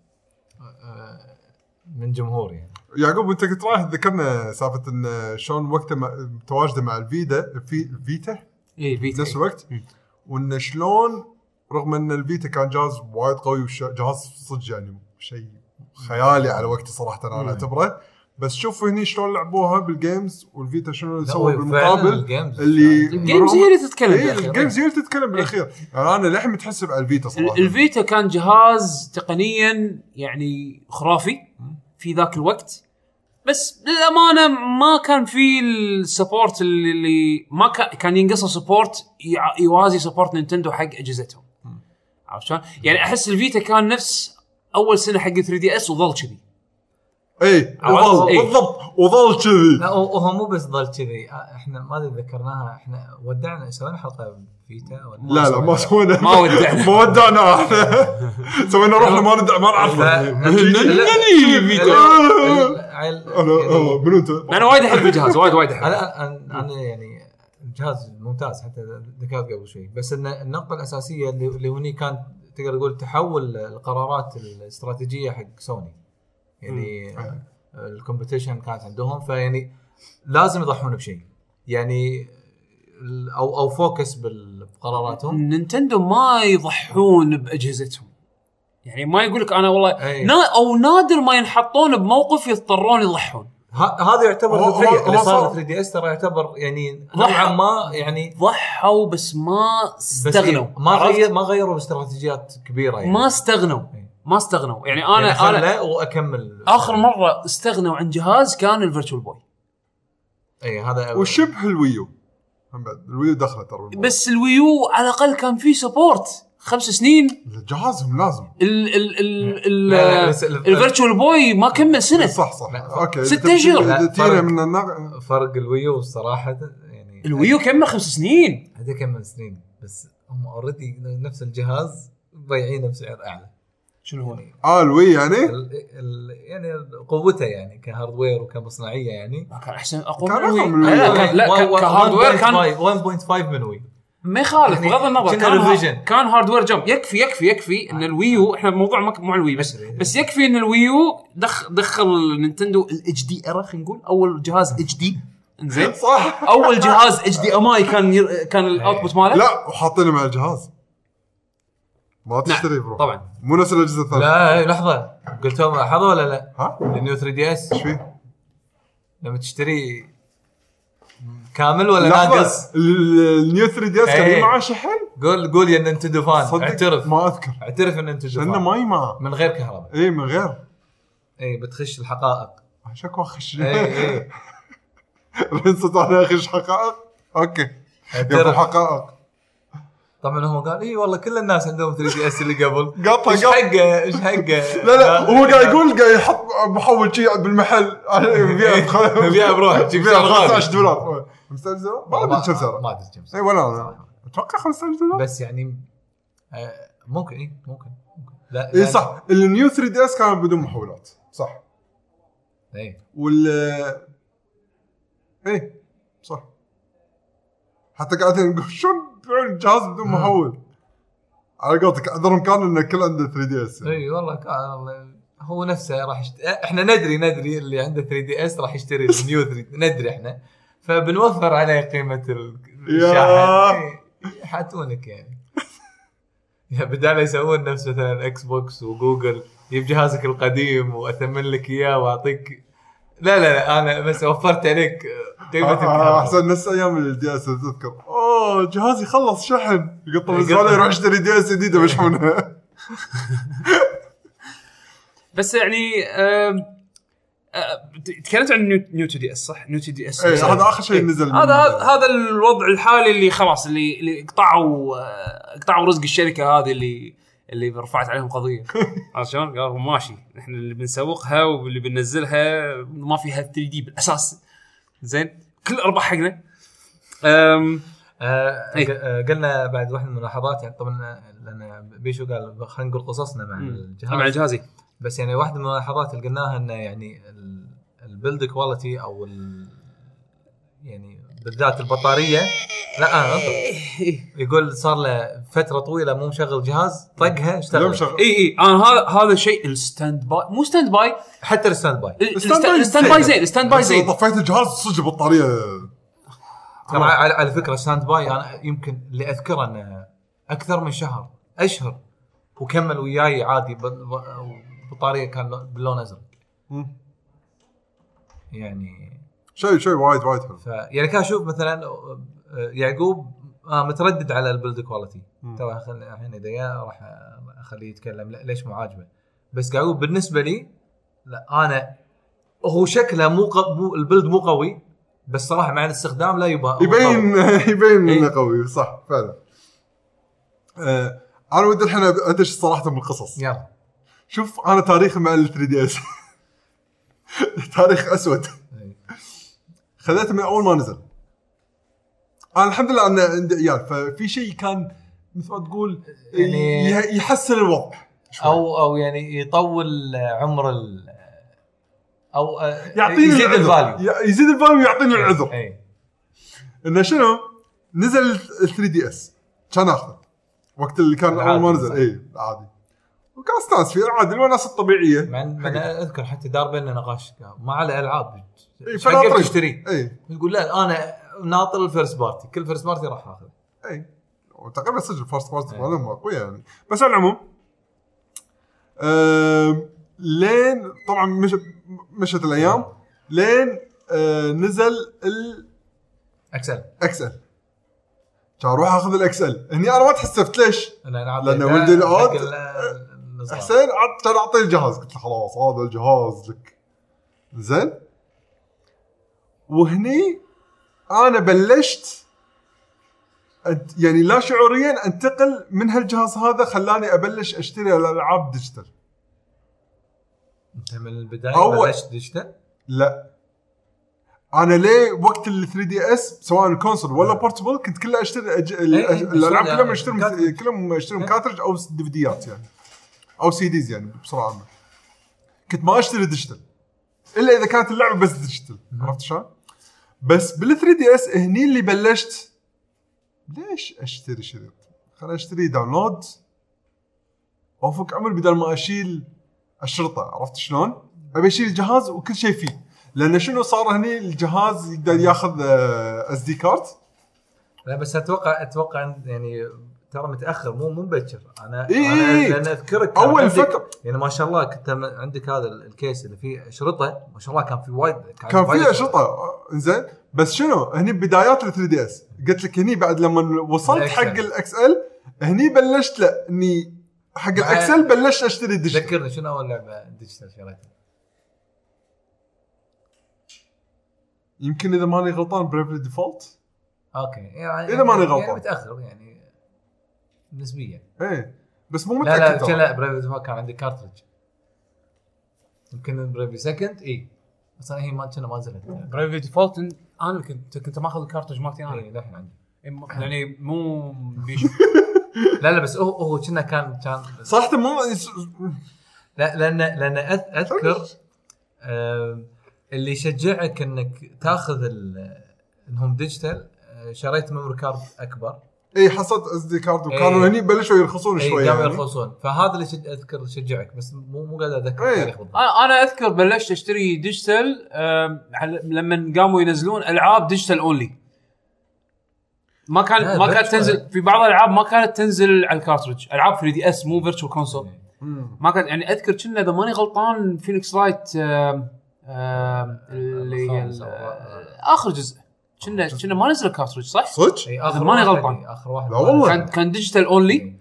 من جمهور يعني يعقوب انت كنت رايح ذكرنا سالفه ان شلون وقته متواجده مع الفيدا في فيتا اي فيتا نفس الوقت وان شلون رغم ان الفيتا كان جهاز وايد قوي وجهاز صدق يعني شيء خيالي على وقته صراحه انا اعتبره بس شوفوا هني شلون لعبوها بالجيمز والفيتا شنو سووا بالمقابل اللي الجيمز هي اللي تتكلم بالاخير الجيمز هي اللي تتكلم بالاخير يعني انا لحم متحسب على الفيتا صراحه الفيتا كان جهاز تقنيا يعني خرافي في ذاك الوقت بس للامانه ما كان في السبورت اللي ما كان ينقصه سبورت يوازي سبورت نينتندو حق اجهزتهم عرفت شلون يعني احس الفيتا كان نفس اول سنه حق ثري دي اس وظل كذي اي وظل بالضبط وظل كذي لا وهو مو بس ظل كذي احنا ما ذكرناها احنا ودعنا سوينا حلقه فيتا ولا لا لا ما سوينا ما ودعنا ما ودعنا احنا سوينا روحنا ما ندع ما نعرف نني فيتا انا منو انت انا وايد احب الجهاز وايد وايد احب انا انا يعني الجهاز ممتاز حتى ذكرت قبل شوي بس ان النقطه الاساسيه اللي هني كانت تقدر تقول تحول القرارات الاستراتيجيه حق سوني يعني الكومبيتيشن كانت عندهم فيعني لازم يضحون بشيء يعني او او فوكس بقراراتهم نينتندو ما يضحون باجهزتهم يعني ما يقولك انا والله أي. نا او نادر ما ينحطون بموقف يضطرون يضحون هذا يعتبر ذكيه اللي صار ثري دي اس ترى يعتبر يعني نوعا ما يعني ضحوا بس ما استغنوا ما غير ما غيروا باستراتيجيات كبيره يعني ما استغنوا ما استغنوا يعني انا يعني انا واكمل اخر مره استغنوا عن جهاز كان الفيرتشوال بوي اي هذا وشبه الويو هم بعد الويو دخلت ترى بس الويو على الاقل كان فيه سبورت خمس سنين جهازهم لازم ال ال ال الفيرتشوال بوي ما كمل سنه صح صح اوكي ستة اشهر تينا من النغ... فرق الويو الصراحه يعني الويو كمل خمس سنين هذا كمل سنين بس هم اوريدي نفس الجهاز بايعينه بسعر اعلى شنو هو اه الوي يعني ال ال يعني قوته يعني كهاردوير وكمصنعيه يعني ما كان احسن اقوى كان من أقوى من الوي الوي. لا لا كهاردوير كان واحد فاصلة خمسة من وي ما يخالف يعني بغض النظر كان الفيجن. كان هاردوير جمب يكفي يكفي يكفي ان الويو احنا بموضوع مو الوي بس بس يكفي ان الويو دخ دخل نينتندو الاتش دي ارا خلينا نقول اول جهاز اتش دي انزين صح اول جهاز اتش دي ام اي كان ير... كان الاوتبوت ماله لا وحاطينه مع الجهاز ما تشتري برو طبعا مو نفس الاجهزه الثانيه لا لحظه قلت لهم لاحظوا ولا لا ها النيو ثري دي اس ايش فيه لما تشتري كامل ولا ناقص النيو ثري دي اس كان ايه. معاه شحن قول قول يا نينتندو فان اعترف ما اذكر اعترف ان انت لانه ماي معه من غير كهرباء اي من غير اي بتخش الحقائق شكو اخش اي اي رنصت انا اخش حقائق اوكي يبقى حقائق طبعا هو قال اي والله كل الناس عندهم ثري دي اس اللي قبل قطع ايش حقه ايش حقه لا لا هو قاعد يقول قاعد يحط محول شيء بالمحل بيع بيع بروح تجيب سعر غالي خمسة عشر دولار خمسة عشر دولار ما ادري كم سعره ما ادري كم اي ولا انا اتوقع خمسة عشر دولار بس يعني آه ممكن اي ممكن ممكن لا اي صح النيو ثري دي اس كان بدون محولات صح اي وال ايه صح حتى قاعدين نقول شلون بيعون الجهاز بدون محول على قولتك اذرهم كان انه كل عنده ثري دي اس اي والله كان هو نفسه راح يشت... احنا ندري ندري اللي عنده ثري دي اس راح يشتري النيو ثري ندري احنا فبنوفر عليه قيمه الشاحن حاتونك يعني يا بدال يسوون نفس مثلا اكس بوكس وجوجل يجيب جهازك القديم واثمن لك اياه واعطيك لا لا لا انا بس وفرت عليك قيمه آه احسن نفس ايام الدي اس تذكر اوه جهازي خلص شحن يقطع الزباله يروح يشتري دي اس جديده مشحونه بس يعني آه آه تكلمت عن نيو نيو تو دي اس صح نيو تو دي اس ايه هذا اخر شيء نزل هذا هذا الوضع الحالي اللي خلاص اللي اللي قطعوا قطعوا رزق الشركه هذه اللي اللي رفعت عليهم قضيه عرفت شلون قالوا ماشي احنا اللي بنسوقها واللي بننزلها ما فيها ثري دي بالاساس زين كل ارباح حقنا امم آه إيه؟ قلنا بعد واحد من الملاحظات يعني طبعا لان بيشو قال خلينا نقول قصصنا مع الجهاز مع الجهازي بس يعني واحده من الملاحظات اللي قلناها انه يعني البيلد كواليتي او يعني بالذات البطاريه لا انا يقول صار له فتره طويله مو مشغل جهاز طقها اشتغل اي اي انا هذا هذا الشيء الستاند باي مو ستاند باي حتى الستاند باي الستاند باي زين الستاند باي زين طفيت الجهاز صدق البطاريه ترى على فكره ستاند باي انا يمكن اللي اذكره انه اكثر من شهر اشهر وكمل وياي عادي بطاريه كان باللون ازرق يعني شيء شيء وايد وايد حلو يعني كان اشوف مثلا يعقوب آه متردد على البيلد كواليتي تو الحين اذا راح اخليه يتكلم لا ليش مو عاجبه بس يعقوب بالنسبه لي لا انا هو شكله مو مو البيلد مو قوي بس صراحه مع الاستخدام لا يبغى يبين يبين انه قوي صح فعلا. آه انا ودي الحين ادش صراحه بالقصص يلا شوف انا تاريخي مع ال ثري دي اس تاريخ اسود خذيته من اول ما نزل انا الحمد لله ان عندي عيال ففي شيء كان مثل ما تقول يعني يحسن الوضع او او يعني يطول عمر ال او يعطيني يزيد الفاليو يزيد الفاليو ويعطيني العذر اي انه شنو نزل ال ثري دي اس كان اخذ وقت اللي كان اول ما نزل اي عادي وكان استانس فيه عادي الوناسه الطبيعيه مع انا اذكر حتى دار بيننا نقاش ما على العاب إيه حق تشتري اي تقول لا انا ناطر الفيرست بارتي كل فيرست بارتي راح اخذ اي وتقريبا سجل فيرست بارتي مالهم قويه يعني بس على العموم أه لين طبعا مش مشت الايام لين أه نزل ال اكسل اكسل كان اروح اخذ الاكسل هني انا ما تحسفت ليش لان ولدي العود حسين كان اعطيه الجهاز قلت له خلاص هذا الجهاز لك زين وهني انا بلشت يعني لا شعوريا انتقل من هالجهاز هذا خلاني ابلش اشتري الالعاب ديجيتال انت من البدايه بلشت ديجيتال لا انا ليه وقت ال ثري دي اس سواء الكونسول ولا بورتبل كنت كلها اشتري أج... الالعاب كلهم اشتري كلهم اشتري كارترج او ديفيديات يعني او سي ديز يعني بصراحه كنت ما اشتري ديجيتال الا اذا كانت اللعبه بس ديجيتال عرفت شلون بس بال ثري دي اس هني اللي بلشت ليش اشتري شريط خليني اشتري داونلود اوفك عمر بدل ما اشيل الشرطه عرفت شلون ابي اشيل الجهاز وكل شيء فيه لأن شنو صار هني الجهاز يقدر ياخذ اس دي كارت لا بس اتوقع اتوقع يعني ترى متاخر مو مو مبكر انا إيه انا لان اذكرك اول فتره يعني ما شاء الله كنت عندك هذا الكيس اللي فيه شرطه ما شاء الله كان في وايد كان, كان فيه شرطه زين بس شنو هني بدايات ال ثري دي اس قلت لك هني بعد لما وصلت حق الاكس ال هني بلشت لا اني حق الاكسل بلشت اشتري ديجيتال ذكرني شنو اول لعبه ديجيتال شريتها يمكن اذا ماني غلطان بريفلي ديفولت اوكي يعني اذا ماني غلطان يعني متاخر يعني نسبيا ايه بس مو متاكد لا لا لا بريفلي ديفولت كان عندي كارتريج يمكن بريفلي سكند اي بس انا هي ما كنا ما نزلت بريفلي ديفولت انا كنت كنت ماخذ الكارتريج مالتي انا اي للحين عندي يعني مو بيش لا لا بس هو هو كنا كان كان صراحه ما لا لان لان أذ- اذكر آه اللي يشجعك انك تاخذ ال- انهم ديجيتال. آه شريت ميموري كارد اكبر. اي حصلت اس دي كارد وكانوا إيه. هني بلشوا يرخصون اي شويه قاموا يعني. يرخصون فهذا اللي شج... اذكر شجعك بس مو مو قادر اذكر إيه. التاريخ بالضبط. انا انا اذكر بلشت اشتري ديجيتال آم، على- لما قاموا ينزلون العاب ديجيتال اونلي. ما كان لا، ما كانت virtual. تنزل في بعض الالعاب، ما كانت تنزل على الكارتريج. العاب ثري دي اس مو فيرتشوال كونسول. ما كان يعني اذكر كنا اذا ماني غلطان فينيكس رايت آم، آم، اللي هي الخامس أو ال- الرابع. اخر جزء كنا كنا ما نزل الكارتريج صح؟ صدق؟ اي إذا اخر ماني واحد- غلطان. اخر واحد لا والله. كان كان ديجيتال اونلي.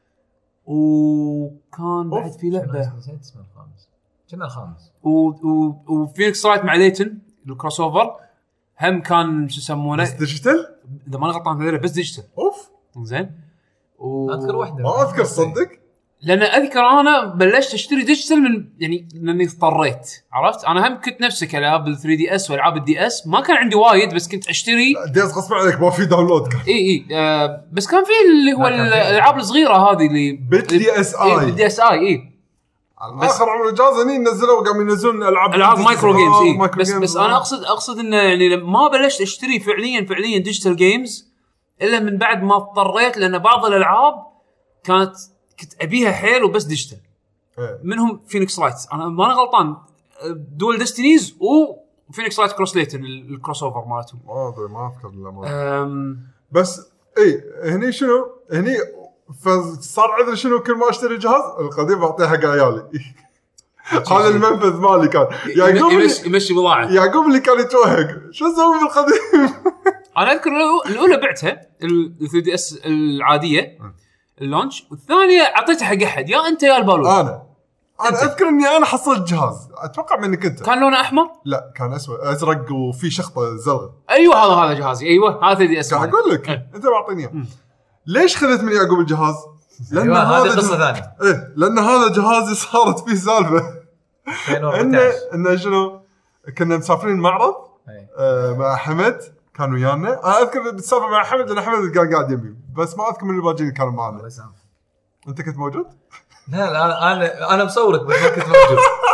وكان بعد في لعبه نسيت اسم الخامس. كنا الخامس. و... و... وفينيكس رايت مع ليتن الكروس اوفر هم كان شو يسمونه بس ديجيتال؟ اذا ماني غلطان هذول بس ديجيتال. اوف زين و... اذكر واحده ما اذكر صدق. لان اذكر انا بلشت اشتري ديجيتال من يعني لاني اضطريت. عرفت انا هم كنت نفسك العاب ال ثري دي اس والعاب الدي اس ما كان عندي وايد بس كنت اشتري. ديز غصب عليك ما في داونلود كان. اي اي آه بس كان في اللي هو لا، كان في. الالعاب الصغيره هذه اللي بت دي اس اي. بالدي اس اي اي على اخر عمر الجهاز هني نزلوا وقاموا ينزلون العاب العاب مايكرو جيمز اي مايكرو بس جيمز. بس انا اقصد اقصد انه يعني لما ما بلشت اشتري فعليا فعليا ديجيتال جيمز الا من بعد ما اضطريت، لان بعض الالعاب كانت كنت ابيها حيل وبس ديجيتال. إيه. منهم فينيكس رايت انا ما انا غلطان دول ديستنيز وفينيكس رايت كروس ليتن الكروس اوفر مالتهم. ما ادري ما اذكر الامر. أم... بس اي هني شنو هني فصار عذر شنو كل ما اشتري جهاز القديم بعطيه حق عيالي. هذا المنفذ مالي كان. يعقوب اللي- يمشي يمشي بضاعه. يعقوب اللي كان يتوهق شو اسوي بالقديم. انا اذكر الأولى- الاولى بعتها ال ثري دي اس العاديه اللونش، والثانيه اعطيتها حق احد يا انت يا البالون. انا انا اذكر اني انا حصلت جهاز اتوقع منك انت. كان لونه احمر. لا كان اسود ازرق وفي شخطه زرقاء. ايوه هذا هذا جهازي. ايوه هذا ثري دي اس. قاعد اقول لك إيه. انت معطيني اياه. ليش خذت من يعقوب الجهاز؟ لان أيوة، هذه هذا قصة جه- ثانية. ايه لان هذا جهازي صارت فيه سالفه. ألفين انه وأربعة عشر. انه شنو كنا مسافرين معرض إيه. آه مع حمد كان ويانا. انا اذكر بتسافر مع حمد لان حمد كان قاعد يمي بس ما اذكر من الباجين اللي كانوا معنا. انت كنت موجود؟ لا لا انا انا انا مصورك بس ما كنت موجود.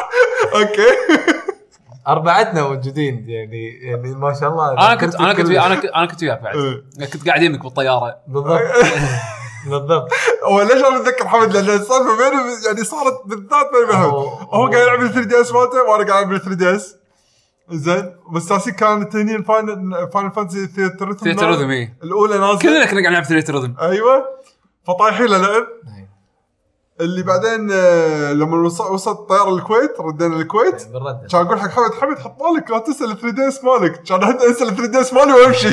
اوكي. اربعتنا موجودين يعني يعني ما شاء الله. انا كنت انا كنت كل- ويا- انا كنت انا كنت وياك بعد. إيه. كنت قاعد يمك بالطياره. بالضبط. بالضبط. هو ليش انا اتذكر حمد لان السالفه بيني يعني صارت بالذات بيني وبين حمد. أوه. هو قاعد يلعب ثري دي اس مالته وانا قاعد العب ثري دي اس. زين بس تاسي كانت هني الفاينل فاينل فانتسي ثياتر ثياتر ريذم ايه الاولى نازله. كلنا كنا قاعد نلعب ثياتر ريذم. ايوه فطايحين له لعب. إيه. اللي بعدين آه، لما وص- وصلت طياره الكويت ردينا الكويت بالرد. كان اقول حق حمد حمد حط بالك لا تنسى ال ثري دي اس مالك. كان انسى ال ثري دي اس مالي وامشي.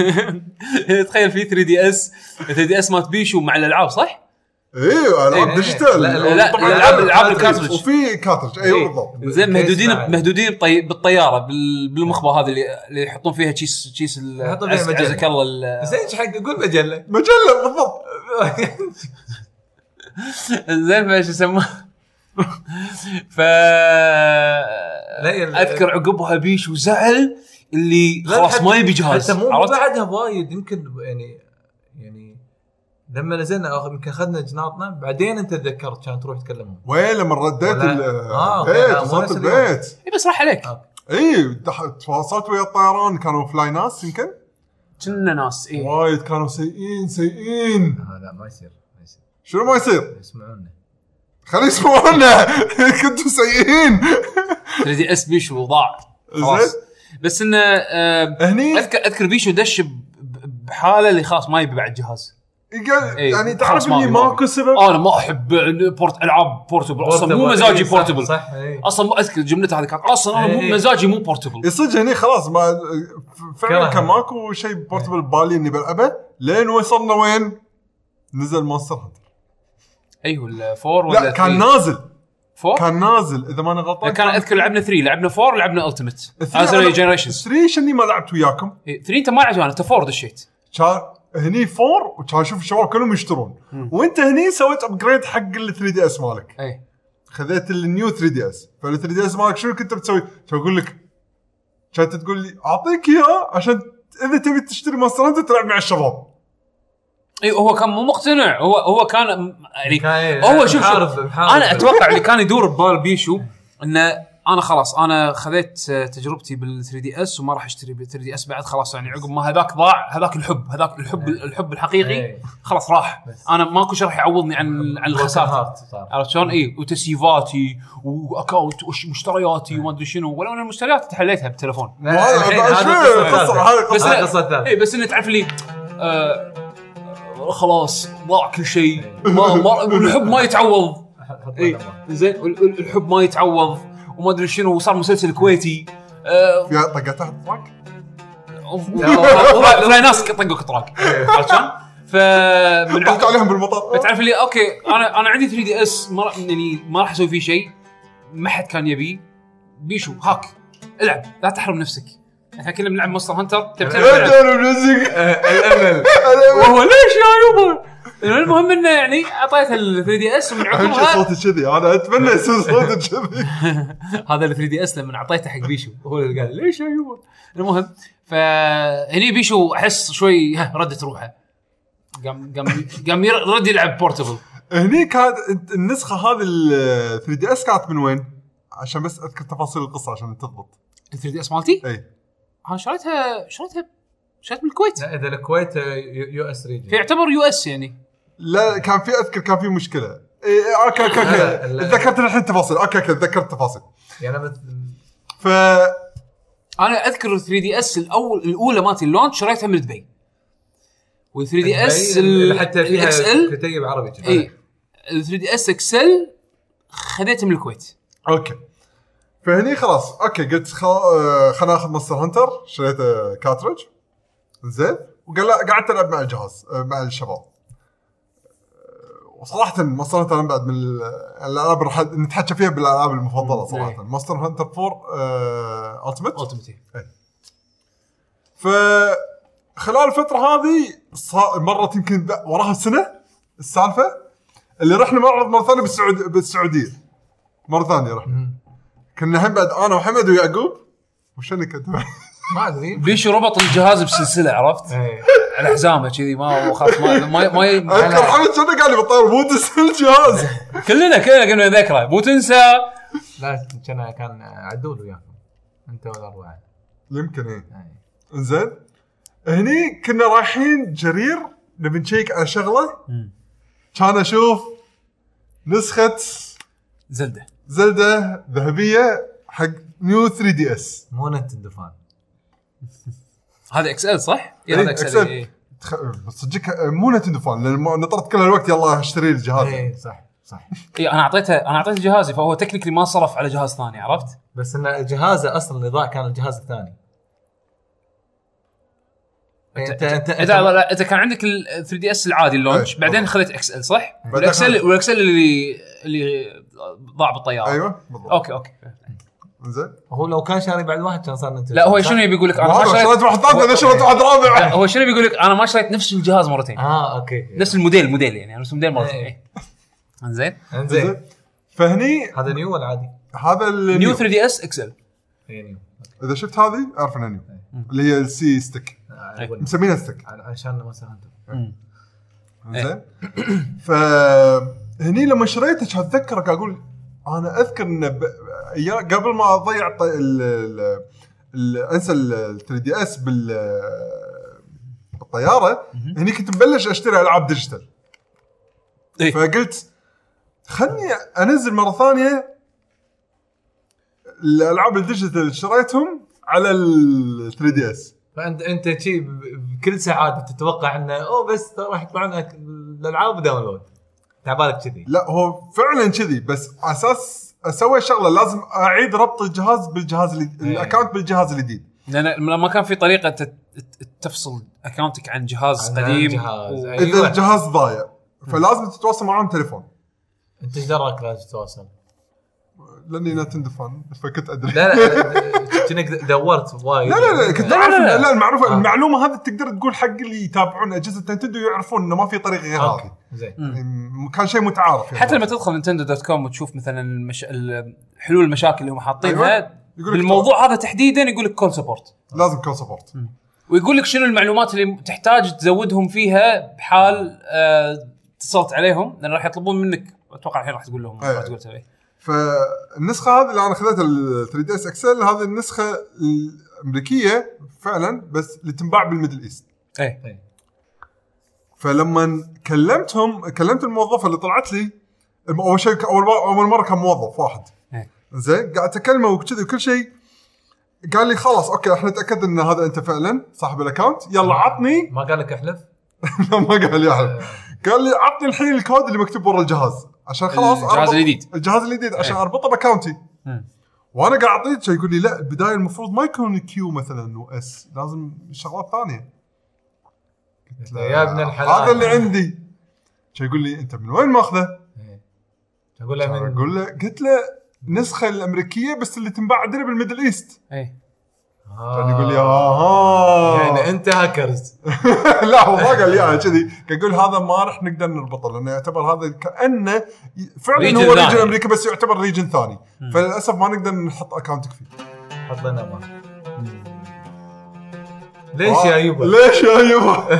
تخيل في ثري دي اس ثري دي اس مات بيشو مع الالعاب صح؟ ايوه العاب إيه. ديجيتال. لا، لا، لا، طبعاً الألعاب- الألعاب الكارتريج. وفي كارتريج ايوه بالضبط. زين كيس مهدودين مع- مهدودين بطي... بالطياره بال... بالمخبه هذه اللي اللي يحطون فيها تشيس تشيس ال... يحطون فيها عز- مجلة. عزك الله ال... بس ايش حق قول مجله. مجله بالضبط. زين فايش يسموه. ف لا، ال- اذكر عقبها بيشو زعل اللي خلاص ما يبي جهاز. حتى مو عرفت؟ بعدها وايد يمكن يعني يعني لما نزلنا آخر- يمكن اخذنا جناطنا بعدين انت تذكرت كان تروح تكلمهم. وين لما رديت ولا- ال- آه، أوكي، البيت لا، مو وصلت نفس اليوم. البيت. اي بس راح عليك. آه. اي دح- تواصلت ويا الطيران كانوا فلاي ناس يمكن كنا ناس اي وايد كانوا سيئين سيئين. آه لا ما يصير ما يصير شنو ما يصير يسمعونا. خلي يسمعونا. كنتوا سيئين. ثري دي اس بيشو ضاع خلاص. زين بس انه آه هني اذكر اذكر بيشو دش ب- ب- بحاله اللي خلاص ما يبي بعد جهاز. يقال- إيه، يعني خلاص تعرف ما اللي أبي، ما ماكو أبي. سبب. انا ما احب بورت العاب بورتبل اصلا مو مزاجي إيه، صح- بورتبل صح إيه. اصلا مو اذكر جملته هذه كانت اصلا انا مو إيه. مزاجي مو بورتبل. يصير هني خلاص ما فعلا كره. كان ماكو شيء بورتبل ببالي اني بلعبه لين وصلنا وين نزل مونستر هانتر. ايوه الفور ولا لا كان three؟ نازل فور كان نازل اذا ماني غلطان. كان اذكر لعبنا ثري لعبنا فور لعبنا التيمت three ازري أنا- جنريشنز. three شني ما لعبت وياكم. ثري انت ما عجبني انت فور دشيت. كان هني فور وكان اشوف الشباب كلهم يشترون وانت هني سويت ابجريد حق ال ثري دي اس مالك. اي خذيت النيو ثري دي اس فال ثري دي اس مالك شنو كنت بتسوي؟ كان اقول لك كانت تقول لي اعطيك اياه عشان اذا تبي تشتري مونستر هانتر تلعب مع الشباب. اي هو كان مو مقتنع هو هو كان يعني كان هو شوف, محارب- شوف محارب. انا اتوقع اللي كان يدور ببال بيشو انه انا خلاص انا خذيت تجربتي بال ثري دي اس وما راح اشتري بال ثري دي اس بعد خلاص يعني عقب ما هذاك ضاع هذاك الحب هذاك الحب الحب الحقيقي إيه. خلاص راح انا ماكو شيء راح يعوضني عن عن الخساره عرفت شلون اي وتسييفاتي واكونت ومشترياتي وما ادري شنو ولا انا المشتريات تحليتها بالتليفون بس قصة اي بس انه تعرف لي آه خلاص ضاع كل شيء ما, ما الحب ما يتعوض اي زين الحب ما يتعوض وما ادري شنو وصار مسلسل كويتي آه في طقتها طق لا ناس طقوا كطراق عرفت شلون فمن ضحك عليهم بالمطار تعرف لي اوكي انا انا عندي ثري دي اس ما يعني ما راح اسوي فيه شيء ما حد كان يبي بيشو هاك العب لا تحرم نفسك احنا كنا بنلعب مونستر هانتر تبي تحرم نفسك الامل وهو ليش يا يوبا المهم انه يعني اعطيته ال ثري دي اس ومن اهم شيء عقبها صوتي كذي انا اتمنى يصير صوتي كذي هذا ال ثري دي اس لما اعطيته حق بيشو هو اللي قال ليش يا يوبا المهم فهني بيشو احس شوي ها ردت روحه قام قام قام يرد يلعب بورتبل هني كانت النسخه هذه ال ثري دي اس كانت من وين عشان بس اذكر تفاصيل القصه عشان تضبط ال ثري دي اس مالتي اي انا شريتها شريتها شريت من الكويت لا اذا الكويت يو اس ريجن فيعتبر يو اس يعني لا كان في اذكر كان في مشكله اي اوكي اوكي اوكي تذكرت الحين التفاصيل اوكي اوكي تذكرت التفاصيل يعني انا ف انا اذكر ثري دي اس الاول الاولى مالتي اللونش شريتها من دبي وال ثري دي اس اللي حتى فيها الاكس ال كتيب عربي اي ال ثري دي اس اكسل خذيته من الكويت اوكي فهني خلاص اوكي قلت خلنا ناخذ مونستر هانتر شريت كاترج زين وقال قعدت العب مع الجهاز مع الشباب وصراحه مونستر هانتر بعد من الالعاب راح نتحكى فيها بالالعاب المفضله صراحه مونستر هانتر فور التيمت التيمت ف خلال الفتره هذه مرت يمكن وراها سنه السالفه اللي رحنا معرض مره ثانيه بالسعود بالسعوديه مره ثانيه رحنا كنا هم بعد انا وحمد ويعقوب وشنو كنت ما ادري بيشو ربط الجهاز بسلسله عرفت على حزامه كذي ما خلاص ما ما ما اذكر حمد شنو قال لي بالطير مو تنسى الجهاز كلنا كلنا قلنا ذكرى مو تنسى لا كان كان عدول وياكم انت والاربعه يمكن ايه انزين هني كنا رايحين جرير نبي نشيك على شغله كان اشوف نسخه زلده زلده ذهبيه حق نيو ثري دي اس مو نينتندو فان هذا اكس ال صح؟ إيه هذا اكس ال تخ... صدقك مو نينتندو فان لان نطرت كل الوقت يلا اشتري الجهاز اي صح صح اي انا اعطيته انا اعطيته جهازي فهو تكنيكلي ما صرف على جهاز ثاني عرفت بس ان جهازه اصلا اللي ضاع كان الجهاز الثاني انت انت اذا انت كان عندك ال ثري دي اس العادي اللونش بعدين خذيت اكس ال صح والاكس ال والاكس ال اللي اللي ضاع بالطياره ايوه بالضبط اوكي اوكي زين هو لو كان شاري بعد واحد كان صار نينتندو لا هو شنو يبي يقول لك انا ما شريت واحد ثاني انا شريت واحد رابع هو شنو بيقول لك انا ما شريت نفس الجهاز مرتين اه اوكي نفس الموديل موديل يعني نفس الموديل مرتين زين زين فهني هذا نيو ولا عادي هذا نيو ثري دي اس اكسل نيو اذا شفت هذه اعرف انها نيو اللي هي السي ستيك مسمينها ستيك عشان مثلا زين ف هني لما شريته اتذكر اقول انا اذكر ان ب... قبل ما اضيع ال ال ال انسى ال ثري دي اس بال بالطياره هني كنت مبلش اشتري العاب ديجيتال إيه؟ فقلت خلني انزل مره ثانيه الالعاب الديجيتال اللي شريتهم على ال ثري دي اس فانت انت شيء بكل سعاده تتوقع انه او بس راح يطلعون لك الالعاب داونلود تعبالك كذي لا هو فعلا كذي بس اساس اسوي شغله لازم اعيد ربط الجهاز بالجهاز اللي الاكونت بالجهاز الجديد لان ما كان في طريقه تفصل اكونتك عن جهاز عن قديم جهاز. و... أيوة. اذا الجهاز ضايع فلازم تتواصل معهم تليفون انت ايش دراك لازم تتواصل لاني نينتندو فان فكنت ادري لا لا كنك دورت وايد لا لا لا كنت اعرف لا, لا المعروف آه. المعلومه هذه تقدر تقول حق اللي يتابعون اجهزه نينتندو يعرفون انه ما في طريقه غير هذه زين كان شيء متعارف يعني حتى لما تدخل نينتندو دوت كوم وتشوف مثلا المش... حلول المشاكل اللي هم حاطينها أيوة. بالموضوع هذا تحديدا يقول لك كول سبورت لازم كول سبورت ويقول لك شنو المعلومات اللي تحتاج تزودهم فيها بحال آه اتصلت عليهم، لان راح يطلبون منك. اتوقع الحين راح تقول لهم أيه. راح تقول تبي. فالنسخه هذه اللي انا اخذتها ال ثري دي اس اكسل هذه النسخه الامريكيه فعلا، بس اللي تنباع بالميدل ايست. اي فلما كلمتهم كلمت الموظفه اللي طلعت لي اول شيء، اول اول مره كان موظف واحد اي زين، قاعد اكلمه وكذا وكل شيء، قال لي خلاص اوكي احنا تاكدنا ان هذا انت فعلا صاحب الاكونت، يلا عطني. ما قال لك احلف؟ ما قال لي احلف، قال لي عطني الحين الكود اللي مكتوب ورا الجهاز عشان خلاص الجهاز الجديد الجهاز الجديد عشان اربطه باكونتي. وانا قاعد اعطيه شيء يقول لي لا البدايه المفروض ما يكون كيو مثلا واس، لازم شغلات ثانيه. يا ابن الحلال هذا اللي عندي. شو يقول لي انت من وين ماخذه؟ اقول له من اقول له قلت له نسخه الامريكيه بس اللي تنباع عندنا بالميدل ايست. اي كان يقول لي اها يعني انت هاكرز. لا هو ما قال لي انا كذي، يقول هذا ما راح نقدر نربطه لانه يعتبر هذا كانه فعلا هو ريجن امريكا بس يعتبر ريجن ثاني، فللاسف ما نقدر نحط اكونتك فيه. حط لنا ما ليش يا يبا ليش يا يبا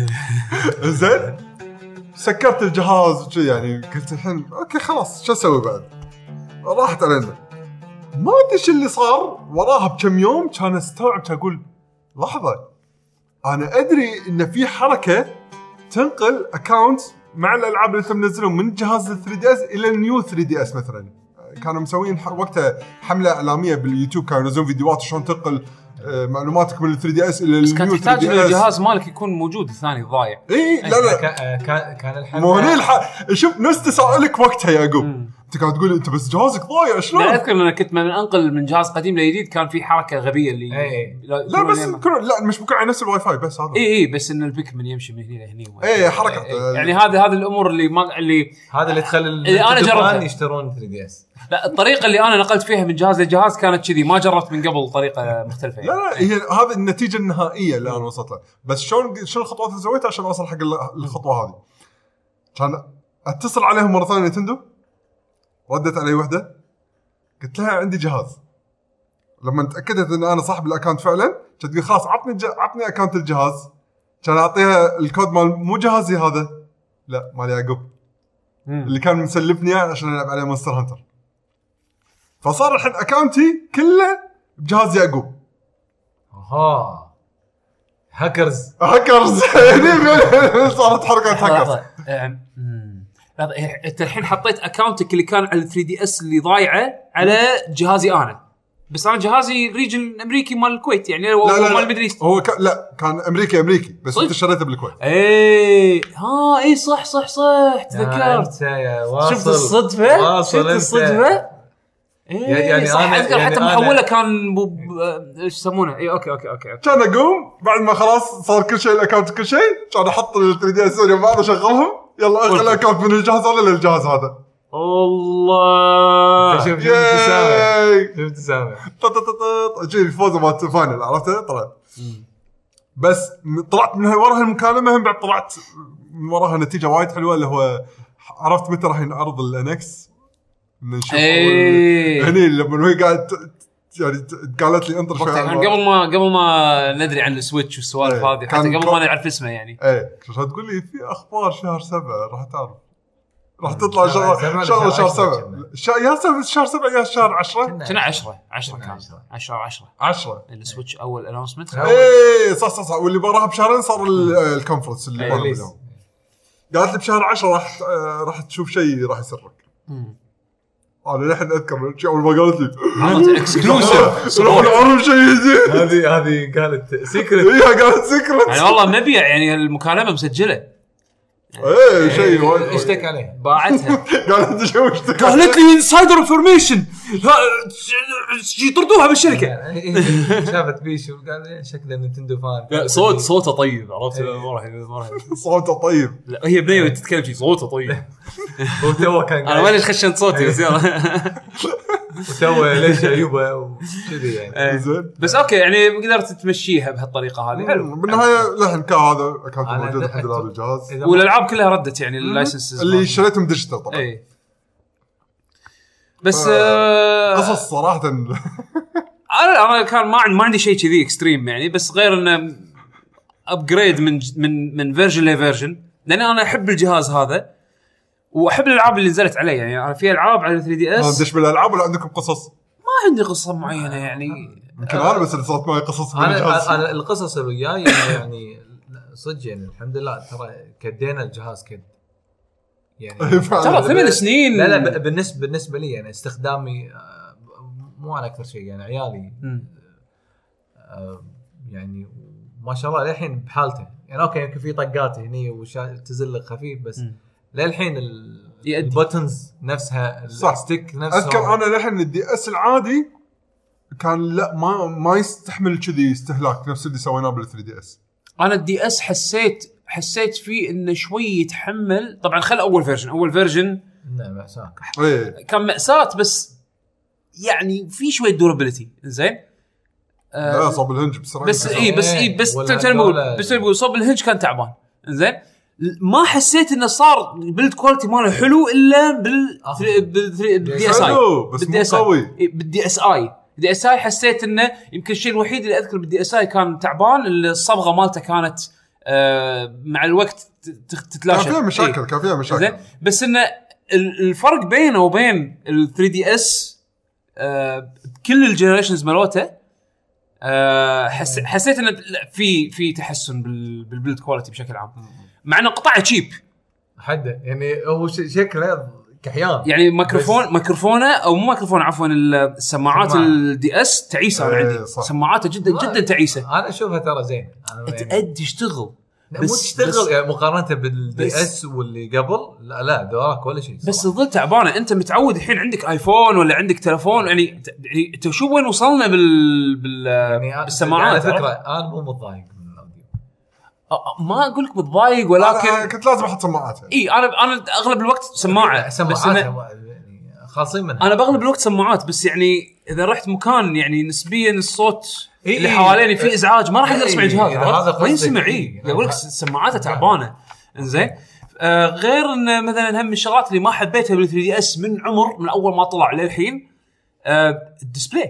زين سكرت الجهاز وشي، يعني قلت الحين اوكي خلاص شو اسوي بعد؟ راحت علينا. ما ادري شو اللي صار وراها بكم يوم، كان استوعب اقول لحظه انا ادري ان في حركه تنقل اكاونت مع الالعاب اللي انت منزلهم من جهاز ثري دي اس الى النيو ثري دي اس مثلا. كانوا مسوين وقتها حمله اعلاميه باليوتيوب، كانوا ينزلون فيديوهات شلون تنقل معلوماتك من ثري دي اس الى النيو ثري دي اس. كان تحتاج الجهاز مالك يكون موجود الثاني ضايع. اي لا لا كان كان الحل مو هني الح... شوف نفس تساؤلك وقتها يا يعقوب، انت قاعد تقول انت بس جهازك ضايع شلون؟ لا اذكر انا كنت من انقل من جهاز قديم لجديد كان في حركه غبيه اللي أي. لا, لا بس كل... لا مش ممكن على نفس الواي فاي بس هذا. اي اي بس ان البيك من يمشي من هنا لهني. اي حركه أي. يعني هذه هذه الامور اللي ما اللي هذا اللي تخلي اللي انا جربت يشترون ثري دي اس. لا الطريقه اللي انا نقلت فيها من جهاز لجهاز كانت كذي، ما جربت من قبل طريقه مختلفه يعني. لا لا هي هذه النتيجه النهائيه اللي انا وصلت لها، بس شلون شنو الخطوات اللي سويتها عشان اوصل حق الخطوه هذه؟ كان اتصل عليهم مره ثانيه نينتندو، ردت علي وحده قلت لها عندي جهاز. لما تاكدت ان انا صاحب الاكونت فعلا كنت تقول خلاص عطني ج... عطني اكونت الجهاز، كان اعطيها الكود مال مو جهازي هذا، لا مال يعقوب اللي كان مسلفني يعني عشان العب عليه مونستر هانتر. فصار الحين اكونتي كله بجهاز يعقوب. اها هاكرز هاكرز صارت حركه هاكرز. لا انت الحين حطيت اكاونتك اللي كان على ثري دي اس اللي ضايعه على جهازي انا، بس انا جهازي ريجن امريكي مال الكويت يعني مال المدريس. هو ك... لا كان امريكي امريكي بس انت شريته بالكويت. اي ها اي صح صح صح تذكرت. شفت الصدفه شفت الصدفه إيه يعني انا اذكر حتى محوله كان بو... ايش يسمونه. اي اوكي اوكي اوكي كان اقوم بعد ما خلاص صار كل شيء الاكونت كل شيء، كان احط ال ثري دي اس جنب بعض اشغلهم، يلا اخذ الاكونت من الجهاز هذا للجهاز هذا. الله شوف شوف ابتسامه شوف ابتسامه اجي الفوز مالت الفاينل عرفته طلع. بس طلعت من وراها المكالمه هم بعد طلعت من وراها نتيجه وايد حلوه اللي هو عرفت متى راح ينعرض الانكس نشوف. ايه. هني لما هي قاعد يعني قالت لي انطر شوي قبل ما قبل ما ندري عن السويتش والسوالف هذه حتى قبل ما نعرف اسمه يعني. ايه شو تقول لي في اخبار شهر سبعة راح تعرف راح تطلع شهر شهر شهر سبعة يا سبعة شهر سبعة يا شهر عشرة كنا عشرة عشرة كان عشرة عشرة عشرة السويتش اول اناونسمنت. ايه صح صح صح واللي وراها بشهرين صار الكونفرنس اللي وراها اليوم. قالت لي بشهر عشرة راح راح تشوف شيء راح يسرك. انا الحين اذكر اول ما قالت لي عرض اكسكلوسيف راح نعرف شيء جديد. هذه هذه قالت سيكريت. هي قالت سيكريت يعني والله مبيع يعني المكالمه مسجله. ايه شيء وايد اشتك عليه باعتها. قالت شو اشتك قالت لي انسايدر انفورميشن يطردوها بالشركه. شافت بيشو قال شكله نينتندو فان. صوت صوته طيب عرفت مره صوته طيب. لا هي بنيه تتكلم شيء صوته طيب. هو تو كان انا ماني خشنت صوتي بس يلا وتو ليش ايوبا وكذي يعني. زين بس اوكي يعني قدرت تمشيها بهالطريقه هذه. حلو بالنهايه لحن كان هذا كان موجود الحمد لله بالجهاز والالعاب كلها ردت يعني اللايسنسز اللي شريتهم ديجيتال طبعا. اي بس آه قصص صراحه انا انا كان ما ما عندي شيء كذي اكستريم يعني، بس غير انه ابجريد من من من فيرجن لفيرجن، لان انا احب الجهاز هذا واحب الالعاب اللي نزلت عليه. يعني انا في العاب على ثري دي اس دش بالالعاب ولا عندكم قصص؟ ما عندي قصه معينه يعني. يمكن انا بس اللي صارت معي قصص انا انا القصص اللي وياي يعني صدق يعني الحمد لله ترى كدينا الجهاز كد يعني ترى ثمان سنين. لا لا بالنسبه بالنسبه لي يعني استخدامي مو على اكثر شيء يعني عيالي يعني ما شاء الله للحين بحالته يعني. اوكي يمكن في طقات هني وتزلق خفيف بس للحين البوتنز نفسها الستيك نفسها. اذكر انا للحين الدي اس العادي كان لا ما ما يستحمل كذي استهلاك نفس اللي سويناه بال ثري دي اس. انا الدي اس حسيت حسيت فيه انه شوي يتحمل. طبعا خل اول فيرجن اول فيرجن نعم مأساة ايه كان مأساة بس يعني في شويه دورابيلتي زين. آه لا صوب الهنج بسرعه بس اي بس اي بس تقول بس تقول صوب الهنج كان تعبان زين. ما حسيت انه صار بيلد كواليتي ماله حلو الا بال بالدي اس اي بالدي اس اي بالدي اس اي دي اس اي حسيت انه يمكن الشيء الوحيد اللي اذكر بالدي اس اي كان تعبان. الصبغه مالته كانت آه مع الوقت تتلاشى كان فيها مشاكل كان فيها مشاكل بس انه الفرق بينه وبين ال ثري دي اس آه كل الجنريشنز مالته آه حس حسيت انه في في تحسن بالبيلد كواليتي بشكل عام مع انه قطعه تشيب حده يعني هو شكله كحيان يعني ميكروفون ميكروفونه او مو ميكروفون عفوا السماعات الدي اس تعيسه. انا عندي سماعاته جدا جدا تعيسه. انا اشوفها ترى زين تأدي تشتغل بس مو تشتغل يعني مقارنه بالدي اس واللي قبل لا لا دورك ولا شيء بس تظل تعبانه. انت متعود الحين عندك ايفون ولا عندك تلفون يعني يعني انت شو وين وصلنا بال, بال... يعني بالسماعات. على فكره انا مو متضايق من الاوديو ما اقول لك متضايق ولكن أنا كنت لازم احط سماعات. اي انا انا اغلب الوقت سماعه بس أنا خالصين منها. انا بغلب الوقت سماعات بس يعني اذا رحت مكان يعني نسبيا الصوت إيه اللي حواليني فيه ازعاج ما راح اقدر اسمع الجهاز. هذا ما يسمع. اي اقول لك سماعاته تعبانه انزين. آه غير ان مثلا هم من الشغلات اللي ما حبيتها بال ثري دي اس من عمر من اول ما طلع للحين آه الديسبلاي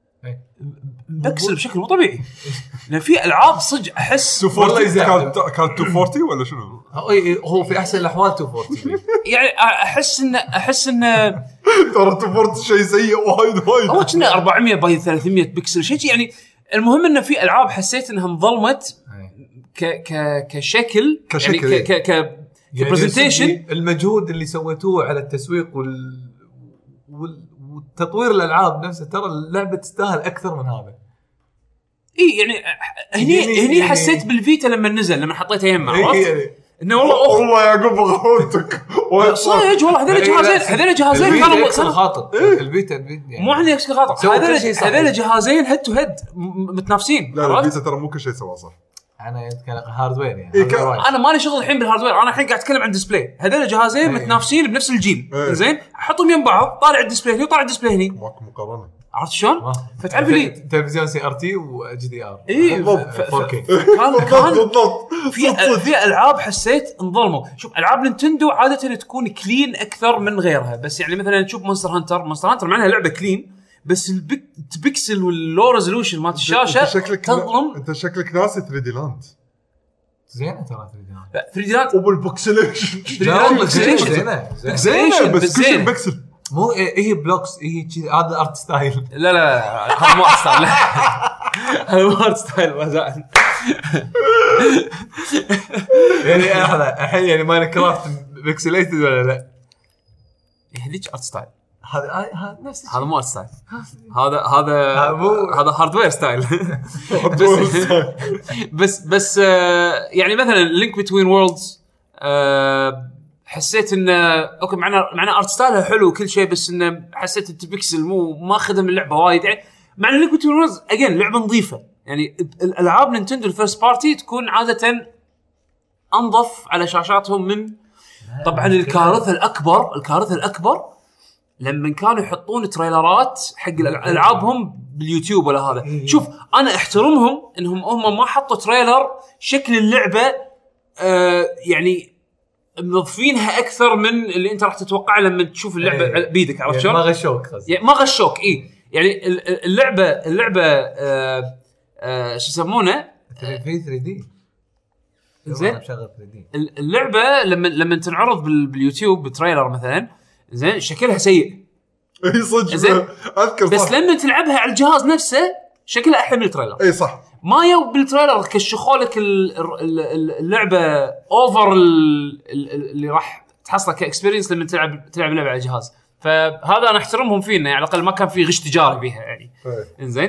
بكسل بشكل مو طبيعي. لان في العاب صدق احس والله كان كان مئتين وأربعين ولا شنو هو في احسن الاحوال مئتين وأربعين يعني احس ان احس ان ترى مئتين وأربعين شيء سيء وايد وايد. هو كنا أربعمية باي ثلاثمية بكسل شيء يعني. المهم انه في العاب حسيت انها انظلمت ك ك كشكل كشكل يعني ك ك كبرزنتيشن. المجهود اللي سويتوه على التسويق وال والتطوير الالعاب نفسها ترى اللعبه تستاهل اكثر من هذا. اي يعني هني يعني هني حسيت يعني بالفيتا لما نزل لما حطيته يمه عرفت يعني انه والله والله يا يعقوب غلطتك صدق والله هذول جهازين هذول جهازين كانوا خاطر الفيتا مو عندي اكس خاطر هذول هذول جهازين هيد تو هيد متنافسين. لا الفيتا ترى مو كل شيء سوا صح. انا اتكلم هاردوير يعني إيه انا مالي شغل الحين بالهاردوير. انا الحين قاعد اتكلم عن ديسبلاي. هذول جهازين أيه. متنافسين بنفس الجيل أيه. زين حطهم يم بعض طالع الديسبلاي هنا وطالع الديسبلاي هنا ماكو مقارنه. عرفت شلون فتعرف لي تلفزيون سي ار تي واتش دي ار اي فور كي كان كان في في العاب حسيت انظلموا. شوف العاب نينتندو عاده تكون كلين اكثر من غيرها بس يعني مثلا تشوف مونستر هانتر مونستر هانتر معناها لعبه كلين بس البيكسل واللو ريزولوشن مالت الشاشه تظلم. انت شكلك ناسي ثري دي لاند زين ترى ثري دي لاند ثري دي لاند وبالبوكسليشن زينه زينه بس كل بيكسل مو هي بلوكس هي هذا ارت ستايل. لا لا هذا مو ارت ستايل هذا مو ارت ستايل وزعل يعني احنا الحين يعني ماين كرافت بيكسليتد ولا لا هذيك ارت ستايل. هذا هذا نفس هذا مو ارت ستايل هذا هذا هذا هاردوير ستايل بس بس يعني مثلا لينك بتوين وورلدز حسيت انه اوكي معنا معنا ارت ستايلها حلو وكل شيء بس انه حسيت البيكسل مو ما خدم اللعبه وايد يعني. مع لينك بتوين وورلدز اجين لعبه نظيفه يعني. الالعاب نينتندو الفيرست بارتي تكون عاده انظف على شاشاتهم من طبعا الكارثه الاكبر الكارثه الاكبر لما كانوا يحطون تريلرات حق العابهم باليوتيوب ولا هذا. شوف انا احترمهم انهم هم ما حطوا تريلر شكل اللعبه آه يعني منظفينها اكثر من اللي انت راح تتوقع لما تشوف اللعبه أيه. بيدك عرفت شلون يعني ما غشوك يعني ما غشوك اي يعني اللعبه اللعبه آه آه شو يسمونه في ثري دي زين شغل ثري دي. اللعبه لما لما تنعرض بال... باليوتيوب بتريلر مثلا زين شكلها سيء اي صدق زين اذكر بس صح. لما تلعبها على الجهاز نفسه شكلها احلى من التريلر. اي صح ما يو بالتريلر كشخوا لك اللعبه اوفر اللي راح تحصله كاكسبيرينس لما تلعب تلعب لعبه على الجهاز. فهذا انا احترمهم فينا يعني على الاقل ما كان في غش تجاري بيها يعني. انزين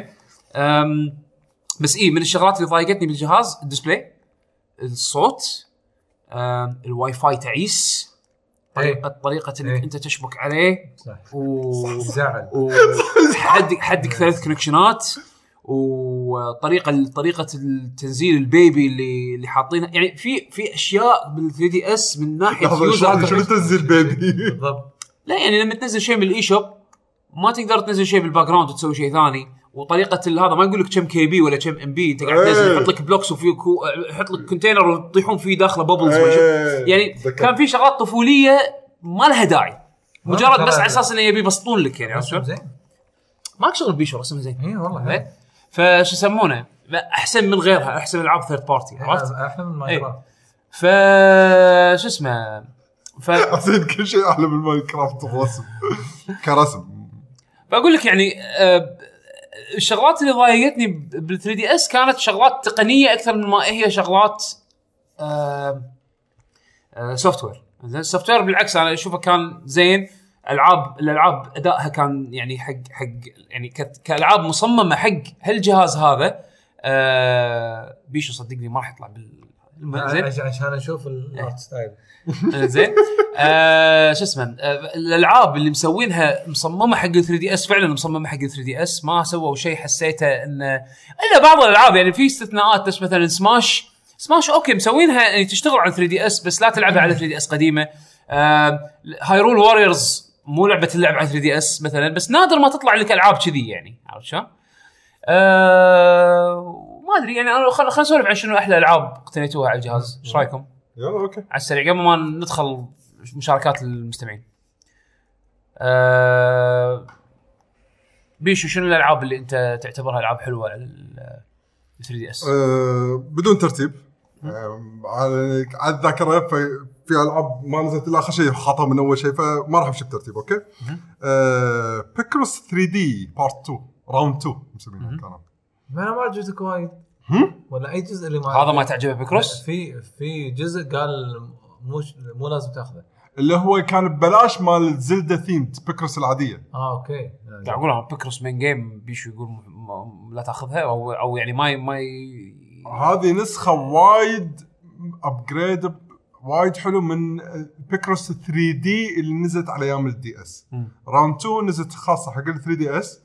بس ايه من الشغلات اللي ضايقتني بالجهاز الديسبلاي الصوت الواي فاي تعيس طريقه طريقه انك انت تشبك عليه وزعل وحد حدك ثلاث كونكشنات وطريقه طريقه التنزيل البيبي اللي اللي حاطينها يعني في في اشياء بال ثري دي اس من ناحيه يوزر شنو تنزل بيبي بالضبط. لا يعني لما تنزل شيء من الاي شوب ما تقدر تنزل شيء بالباك جراوند وتسوي شيء ثاني وطريقه هذا ما يقول لك كم كي بي ولا كم ام بي انت قاعد تنزل يحط لك بلوكس وفي يحط لك كونتينر ويطيحون فيه داخله بابلز يعني كان في شغلات طفوليه ما لها داعي مجرد بس على اساس انه يبي يبسطون لك يعني عرفت زين ماك شغل بيشو رسمه زين اي والله فشو يسمونه احسن من غيرها احسن العاب ثيرد بارتي عرفت احسن من ماينكرافت ف شو اسمه ف اصير كل شيء احلى من ماينكرافت الرسم كرسم. بقول لك يعني أه الشغلات اللي ضايقتني بال ثري دي اس كانت شغلات تقنيه اكثر من ما هي شغلات أه أه سوفت وير. زين السوفت وير بالعكس انا اشوفه كان زين العاب الالعاب ادائها كان يعني حق حق يعني كالعاب مصممه حق هالجهاز هذا أه بيشو صدقني ما راح يطلع بال زين عشان اشوف الارت ستايل زين آه شو اسمه آه الالعاب اللي مسوينها مصممه حق ثري دي اس فعلا مصممه حق ثري دي اس ما سووا شيء حسيته انه الا بعض الالعاب يعني في استثناءات بس مثلا سماش سماش اوكي مسوينها يعني تشتغل على ثري دي اس بس لا تلعبها على ثري دي اس قديمه. آه هايرول واريورز مو لعبه اللعب على ثري دي اس مثلا بس نادر ما تطلع لك العاب كذي يعني عرفت شلون آه ما ادري يعني انا خل خلينا نسولف عن شنو احلى العاب اقتنيتوها على الجهاز ايش رايكم يلا اوكي على السريع قبل ما ندخل مشاركات المستمعين. أه... بيشو شنو الالعاب اللي انت تعتبرها العاب حلوه على ال ثري دي اس؟ أه بدون ترتيب أه على على الذاكره في في العاب ما نزلت الا اخر شيء خاطر من اول شيء فما راح امشي بترتيب اوكي. أه بيكروس ثري دي بارت تو راوند تو مسمينه كانوا ما ما عجبتك وايد ولا اي جزء اللي ما هذا ما تعجبه بيكروس؟ في في جزء قال مو مو لازم تاخذه اللي هو كان ببلاش مال زلدا ثيمت بيكروس العاديه. اه اوكي قاعد اقول انا بيكروس من جيم بيشو يقول لا تاخذها او او يعني ما ما ي... هذه نسخه وايد ابجريد وايد حلو من بيكروس ثري دي اللي نزلت على ايام الدي اس. راوند تو نزلت خاصه حق ال ثري دي اس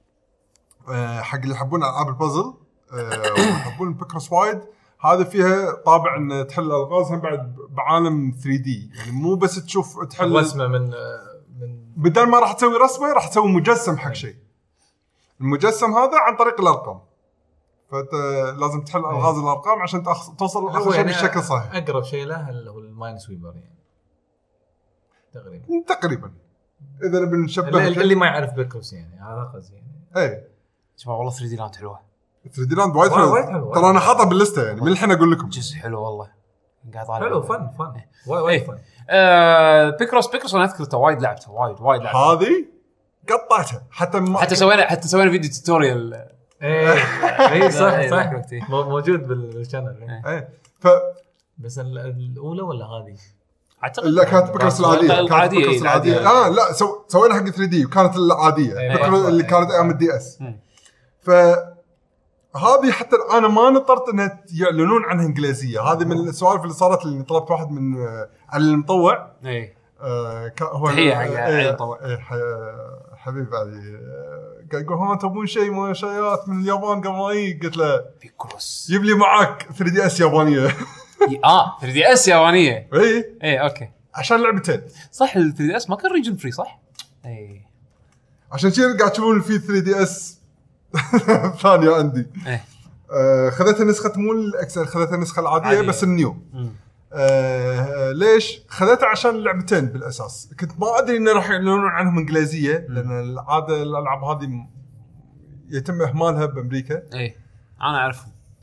حق اللي يحبون العاب البازل ويحبون بيكروس وايد. هذا فيها طابع ان تحل الغاز هم بعد بعالم ثري دي يعني مو بس تشوف تحل رسمه من من بدل ما راح تسوي رسمه راح تسوي مجسم حق شيء. المجسم هذا عن طريق الارقام فانت لازم تحل الغاز الارقام عشان توصل لاخر شيء بالشكل الصحيح. اقرب شيء له اللي هو الماينس ويبر يعني تقريبا تقريبا اذا بنشبه اللي, اللي ما يعرف بيكروس يعني هذا قصدي يعني. اي شوف والله ثري دي لاند حلوه ثري دي لاند وايد حلو ترى انا حاطه باللسته يعني من الحين اقول لكم جزء حلو والله قاعد طالع حلو فن فن وايد فن. آه بيكروس بيكروس انا اذكرته وايد لعبته وايد وايد لعبته هذه قطعتها حتى ما حتى سوينا حتى سوينا فيديو توتوريال ايه اي صح صح موجود بالشانل ايه ف بس الاولى ولا هذه اعتقد لا كانت بيكروس العاديه العاديه كانت العاديه اه لا سو... سوينا حق ثري دي وكانت العاديه بيكروس اللي كانت ايام الدي اس. ف هذه حتى انا ما نطرت انها يعلنون عنها انجليزيه. هذه من السوالف اللي صارت اللي طلبت واحد من على المطوع اي آه هو تحيه حق علي المطوع حبيب علي قاعد يقول ها تبون شيء ما شيات من اليابان قبل ما يجي قلت له بيكروس جيب لي معك ثري دي اس يابانيه. اه ثري دي اس يابانيه اي اي اوكي عشان لعبتين صح. ال ثري دي اس ما كان ريجن فري صح اي عشان شي قاعد تشوفون في ثري دي اس ثانيه عندي ايه آه خذيتها نسخه مو الاكسل خذيتها النسخه العاديه عادية. بس النيو آه ليش خذيتها عشان اللعبتين بالاساس كنت ما ادري انه راح يعلنون عنهم انجليزيه لان العاده الالعاب هذه يتم اهمالها بامريكا. اي انا اعرفهم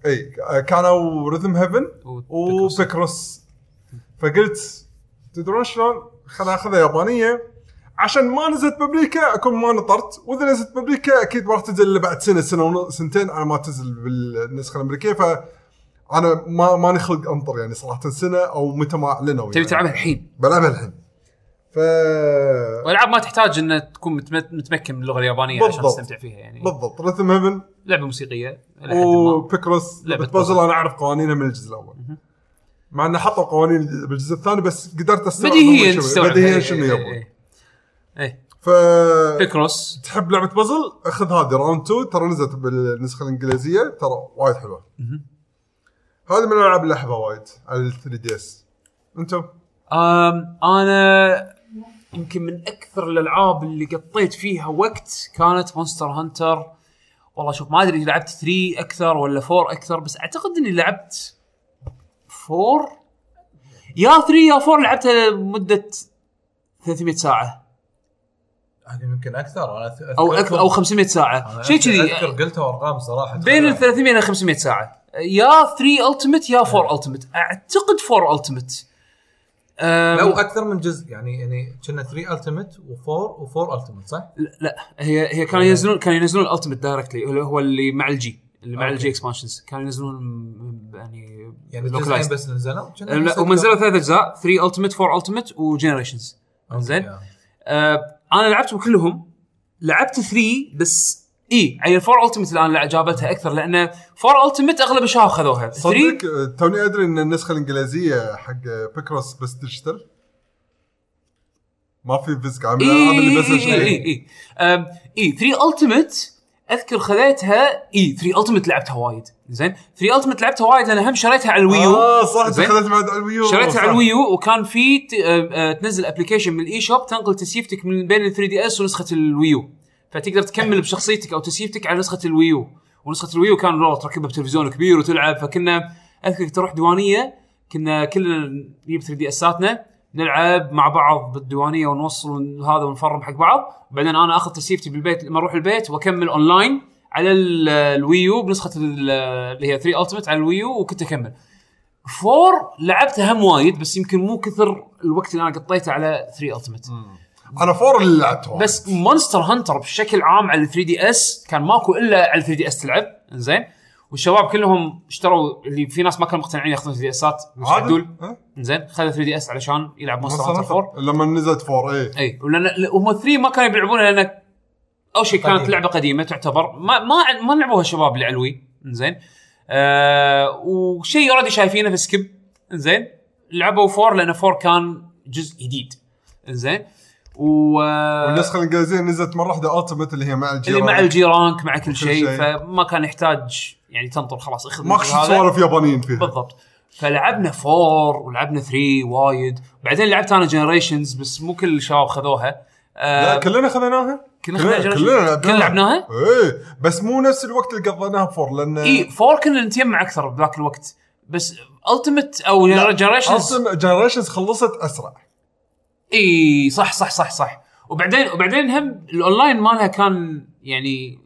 اي كانوا ريثم هيفن وبيكروس. فقلت تدرون شلون خلنا ناخذها يابانيه عشان ما نزلت بامريكا اكون ما نطرت، واذا نزلت بامريكا اكيد ما راح تنزل الا بعد سنه سنه وسنتين على ما تنزل بالنسخه الامريكيه. فانا ما ما نخلق انطر يعني صراحه سنه او متى ما اعلنوا. تبي تلعبها الحين؟ بلعبها الحين. ف والعاب ما تحتاج ان تكون متمكن من اللغه اليابانيه بالضبط. عشان تستمتع فيها يعني. بالضبط. ريثم هيفن لعبه موسيقيه الى حد ما، ما. وبيكروس لعبه بازل انا اعرف قوانينها من الجزء الاول، مع انه حطوا قوانين بالجزء الثاني بس قدرت استوعب بديهيا تستوعب بديهيا شنو يبون. ايه ف بيكروس تحب لعبه بازل اخذ هذه راوند اثنين، ترى نزلت بالنسخه الانجليزيه ترى وايد حلوه. هذه من الالعاب اللي احبها وايد على ثري دي اس. انتم؟ أم انا يمكن من اكثر الالعاب اللي قطيت فيها وقت كانت مونستر هانتر. والله شوف ما ادري لعبت ثري اكثر ولا فور اكثر، بس اعتقد اني لعبت فور يا ثري يا فور. لعبتها مده ثلاثمية ساعه يعني يمكن اكثر. انا او اكثر او خمسمية ساعه شيء كذي. اذكر قلتها ارقام صراحه بين ال ثلاثمية الى خمسمية ساعه. يا ثري التيمت يا فور التيمت. اعتقد فور التيمت لو اكثر من جزء يعني يعني كنا ثري التيمت وفور وفور التيمت صح؟ لا هي هي كانوا ينزلون كانوا ينزلون الالتيمت دايركتلي هو اللي مع الجي اللي مع الجي اكسبانشنز كانوا ينزلون يعني يعني جزئين بس نزلوا. لا ومنزلوا ثلاث اجزاء ثري التيمت فور التيمت وجنريشنز. زين آه انا لعبتهم كلهم. لعبت ثري بس اي على فور التيمت الان جابتها اكثر لان فور التيمت اغلب الشباب خذوها. صدق توني ادري ان النسخه الانجليزيه حق بيكروس بس ديجيتال ما في فيزيك عامل العاب اللي بس اي اي اي اي ثري التيمت اذكر خذيتها. اي ثري التيمت لعبتها وايد. زين ثري التيمت لعبتها وايد لان هم شريتها على الويو. اه صح دخلت بعد على الويو. شريتها على الويو وكان في تنزل ابلكيشن من الاي شوب تنقل تسييفتك من بين ثري دي اس ونسخه الويو، فتقدر تكمل بشخصيتك او تسييفتك على نسخه الويو. ونسخه الويو كان روح تركبها بتلفزيون كبير وتلعب. فكنا اذكر تروح ديوانيه كنا كلنا نجيب ثري دي اساتنا نلعب مع بعض بالديوانيه ونوصل هذا ونفرم حق بعض. بعدين انا اخذ تسييفتي بالبيت لما اروح البيت واكمل اونلاين على الويو بنسخه اللي هي ثري التيمت على الويو وكنت اكمل. فور لعبتها هم وايد بس يمكن مو كثر الوقت اللي انا قطيته على ثري التيمت. انا فور اللي لعبته بس مونستر هانتر بشكل عام على ثري دي اس كان ماكو الا على ثري دي اس تلعب. زين والشباب كلهم اشتروا اللي في ناس ما كانوا مقتنعين ياخذون ثري دي اسات عدول. زين خذ ثري دي اس علشان يلعب مونستر هانتر فور لما نزلت فور. اي اي ولان هم ثري ما كانوا يلعبونها لان اول شيء كانت لعبه قديمه تعتبر ما ما ما لعبوها الشباب اللي علوي. زين آه وشيء اوريدي شايفينه في سكيب. زين لعبوا فور لان فور كان جزء جديد. زين و... والنسخه الانجليزيه نزلت مره واحده التيمت اللي هي مع الجيران اللي مع الجيران مع كل شيء. فما كان يحتاج يعني تنطر خلاص اخذ ما خشيت سوالف يابانيين فيها بالضبط. فلعبنا فور ولعبنا ثري وايد. بعدين لعبت انا جنريشنز بس مو كل الشباب خذوها. آه لا كلنا خذيناها كلنا خذينا كلنا كلنا لعبناها. ايه بس مو نفس الوقت اللي قضيناها فور لان اي فور كنا نتيمع اكثر بذاك الوقت. بس التيمت او جنريشنز جنريشنز خلصت اسرع. اي صح صح صح صح. وبعدين وبعدين هم الاونلاين مالها كان يعني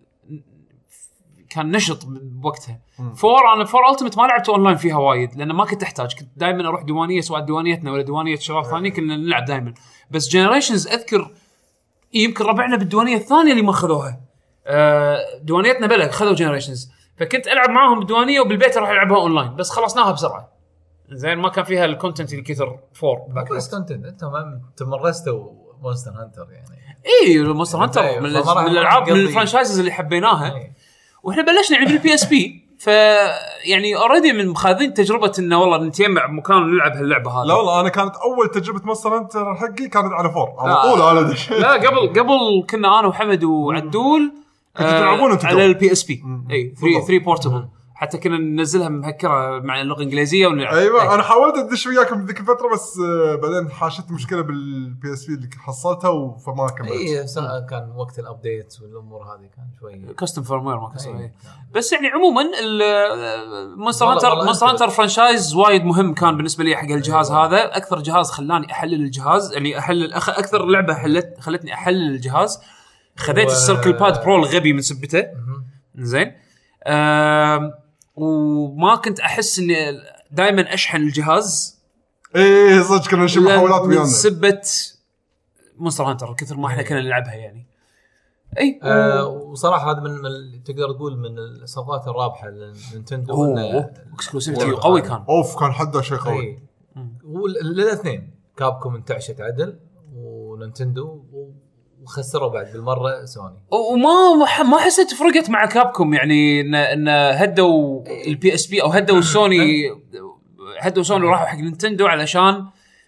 كان نشط بوقتها. فور انا فور التيمت ما لعبت اونلاين فيها وايد لان ما كنت احتاج. كنت دائما اروح ديوانيه سواء ديوانيتنا ولا ديوانيه شباب ثانيين كنا نلعب دائما. بس جنريشنز اذكر يمكن ربعنا بالديوانيه الثانيه اللي ما خذوها. أه ديوانيتنا بلا خذوا جنريشنز فكنت العب معاهم بالديوانيه وبالبيت اروح العبها اونلاين بس خلصناها بسرعه. زين ما كان فيها الكونتنت اللي كثر فور باك بس كونتنت انت ما تمرستوا مونستر هانتر يعني. اي مونستر هانتر من, من الالعاب من الفرانشايزز اللي حبيناها. أي. واحنا بلشنا يعني بالبي اس بي ف يعني اوريدي من مخاذين تجربه انه والله نتجمع بمكان ونلعب هاللعبه هذه. لا والله انا كانت اول تجربه مونستر هانتر حقي كانت على فور على طول على دش. لا قبل قبل كنا انا وحمد وعدول آه على البي اس بي. اي ثري ثري بورتبل حتى كنا ننزلها مهكره مع اللغه الانجليزيه ونلعب. ايوه أي. انا حاولت ادش وياكم بذيك الفتره بس بعدين حاشت مشكله بالبي اس بي اللي حصلتها فما كملت. اي كان وقت الابديت والامور هذه كان شوي كاستم فيرموير ما كسر. بس يعني عموما مونستر هانتر مونستر هانتر فرانشايز وايد مهم كان بالنسبه لي حق الجهاز هذا. اكثر جهاز خلاني احلل الجهاز يعني احلل اكثر لعبه حلت خلتني احلل الجهاز. خذيت و... السيركل باد برو الغبي من سبته. زين وما كنت احس اني دائما اشحن الجهاز. ايه صدق كنا نشوف محاولات ويانا سبه مونستر هانتر كثر ما احنا كنا نلعبها يعني. اي آه وصراحه هذا من, من تقدر تقول من الصفقات الرابحه للنينتندو انه اكسكلوسيفيتي قوي كان. اوف كان حده شيء قوي. والاثنين كابكوم انتعشت عدل ونينتندو وخسروا بعد بالمره سوني. وما ما حسيت فرقت مع كابكوم يعني ان ان هدوا البي اس بي او هدوا سوني هدوا سوني وراحوا حق نينتندو علشان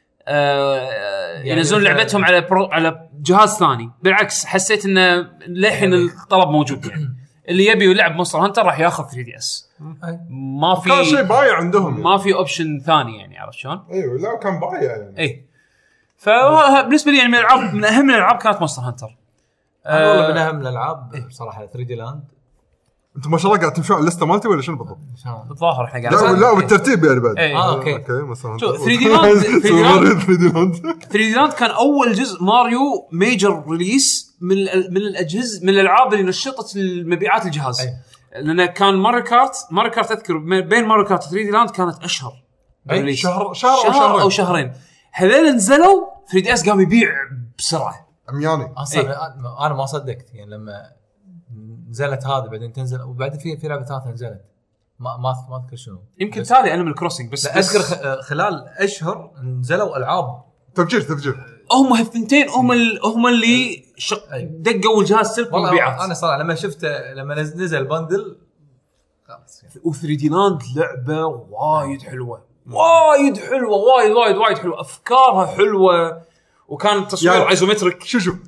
آه ينزلون يعني لعبتهم على برو على جهاز ثاني. بالعكس حسيت انه للحين الطلب موجود يعني اللي يبي يلعب مونستر هانتر راح ياخذ ثري دي اس. ما في كان شيء بايع عندهم يعني. ما في اوبشن ثاني يعني عرفت شلون؟ ايوه لا كان بايع يعني. اي فبالنسبه لي يعني من الالعاب من اهم الالعاب كانت مونستر هانتر. أه والله من اهم الالعاب بصراحه ثري دي لاند. انتم ما شاء الله قاعد تمشون على اللسته مالتي ولا شنو بالضبط؟ بالظاهر احنا قاعد لا لا بالترتيب يعني بعد. اه اوكي اوكي مثلا ثري دي لاند ثري دي لاند ثري دي لاند كان اول جزء ماريو ميجر ريليس من من الاجهزه من الالعاب اللي نشطت المبيعات الجهاز. لأن كان ماريو كارت ماريو كارت أذكر بين ماريو كارت ثري دي لاند كانت أشهر أي شهر شهر, شهر, شهر أو, أو شهرين. هذول نزلوا ثري دي إس قام يبيع بسرعة أمياني. أصلاً أيه؟ أنا ما صدقت يعني لما نزلت هذا بعدين تنزل وبعدين في في لعبة ثالثة نزلت ما ما ما أذكر شنو. يمكن تالي أنا من الكروسنج بس, بس أذكر خلال أشهر نزلوا ألعاب تفجير تفجير. هم هالثنتين هم هم اللي شق دقوا الجهاز سلك مبيعات. أنا صراحة لما شفته لما نزل بندل خلاص يعني. وثري دي لاند لعبة وايد حلوة وايد حلوة وايد وايد وايد حلوة أفكارها حلوة وكان تصوير يعني ايزومتريك. شو شو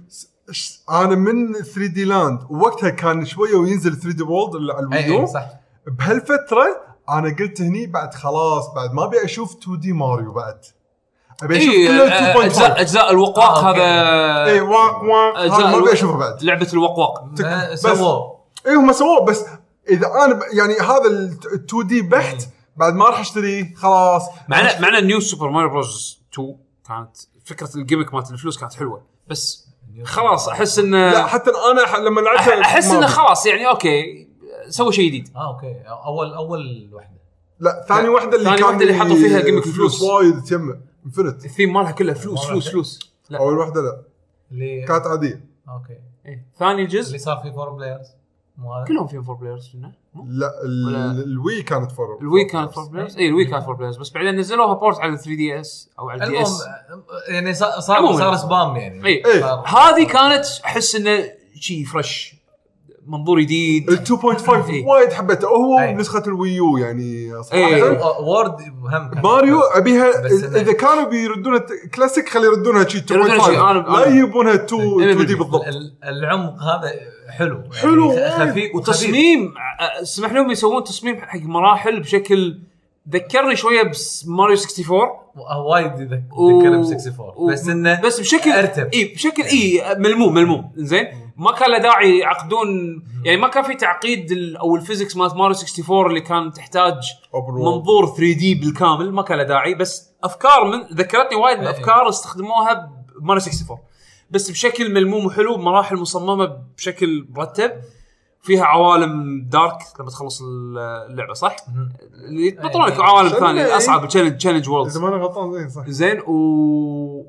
انا من ثري دي لاند ووقتها كان شويه وينزل ثري دي وورلد اللي على الويو صح. بهالفتره انا قلت هني بعد خلاص بعد ما ابي اشوف تو دي ماريو بعد ابي اشوف إيه كل اجزاء اجزاء الوقواق. آه هذا اي واق واق هذا ما ابي اشوفه بعد لعبه الوقواق سووه. اي هم سووه بس اذا انا يعني هذا التو دي بحت بعد ما راح اشتري خلاص. معنا معنا نيو سوبر ماريو بروز تو كانت فكره الجيمك مالت الفلوس كانت حلوه بس خلاص احس انه لا حتى انا لما لعبتها احس انه خلاص يعني اوكي سوي شيء جديد. اه اوكي اول اول وحده لا ثاني وحده اللي كان اللي حطوا فيها جيمك الفلوس وايد تجمع انفنت الثيم مالها كلها فلوس فلوس فلوس. لا اول وحده لا اللي كانت عاديه. اوكي إيه. ثاني جزء اللي صار فيه فور بلايرز مو هذا كلهم فيهم فور بلايرز لا الوي كانت فور الوي كانت فور بلايرز. اي الوي كانت فور بلايرز بس بعدين نزلوها بورت على ثري دي اس او على الدي اس يعني صار صار سبام يعني. اي هذه كانت احس انه شيء فريش منظور جديد. ال تو بوينت فايف وايد حبيته هو نسخه الويو يعني صراحه وورد هم ماريو ابيها اذا كانوا بيردونها كلاسيك خلي يردونها شيء تو بوينت فايف لا يجيبونها تو دي بالضبط. العمق هذا حلو حلو يعني خفيف وتصميم سمح لهم يسوون تصميم حق مراحل بشكل ذكرني شويه بماريو سكستي فور وايد ذكرني ب سكستي فور و... بس انه بس بشكل ارتب اي بشكل اي ملموم ملموم زين ما كان له داعي يعقدون يعني ما كان في تعقيد ال... او الفيزكس مال ماريو سكستي فور اللي كان تحتاج منظور ثري دي بالكامل ما كان له داعي بس افكار من ذكرتني وايد بافكار استخدموها بماريو سكستي فور بس بشكل ملموم وحلو مراحل مصممه بشكل مرتب فيها عوالم دارك لما تخلص اللعبه صح اللي يطلعون لك عوالم ثانيه اصعب تشالنج تشالنج وورلد اذا ما انا غلطان زين صح زين و...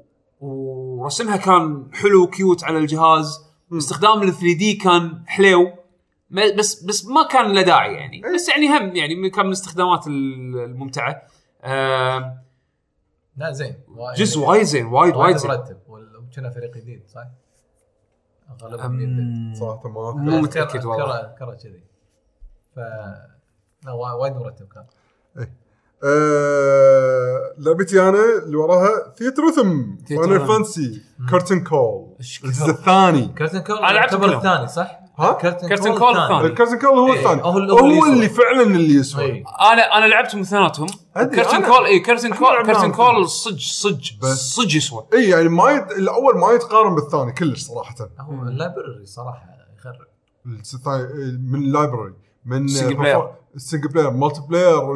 ورسمها كان حلو كيوت على الجهاز استخدام ال ثري دي كان حلو بس بس ما كان له داعي يعني بس يعني هم يعني كان من الاستخدامات الممتعه آه... لا زين جزء وايد زين وايد وايد مرتب وكنا فريق جديد صح غالبا جديد صراحه ما مو متاكد والله كره كذي ف لا وايد مرتب كان. اي أه... لعبتي انا اللي وراها ثيتروثم فاينل فانسي كارتن كول الجزء الثاني. كارتن كول يعتبر الثاني صح ها كارتن كول الثاني كارتن كول هو الثاني هو اللي فعلا اللي يسوى. انا انا لعبت من ثناتهم كارتن كول اي كارتن كول كارتن كول صج صج صج يسوى اي يعني ما يد... الاول ما يتقارن بالثاني كلش صراحه. هو اللايبرري صراحه يخرب الثاني من اللايبرري من السنجل بلاير السنجل بلاير مالتي بلاير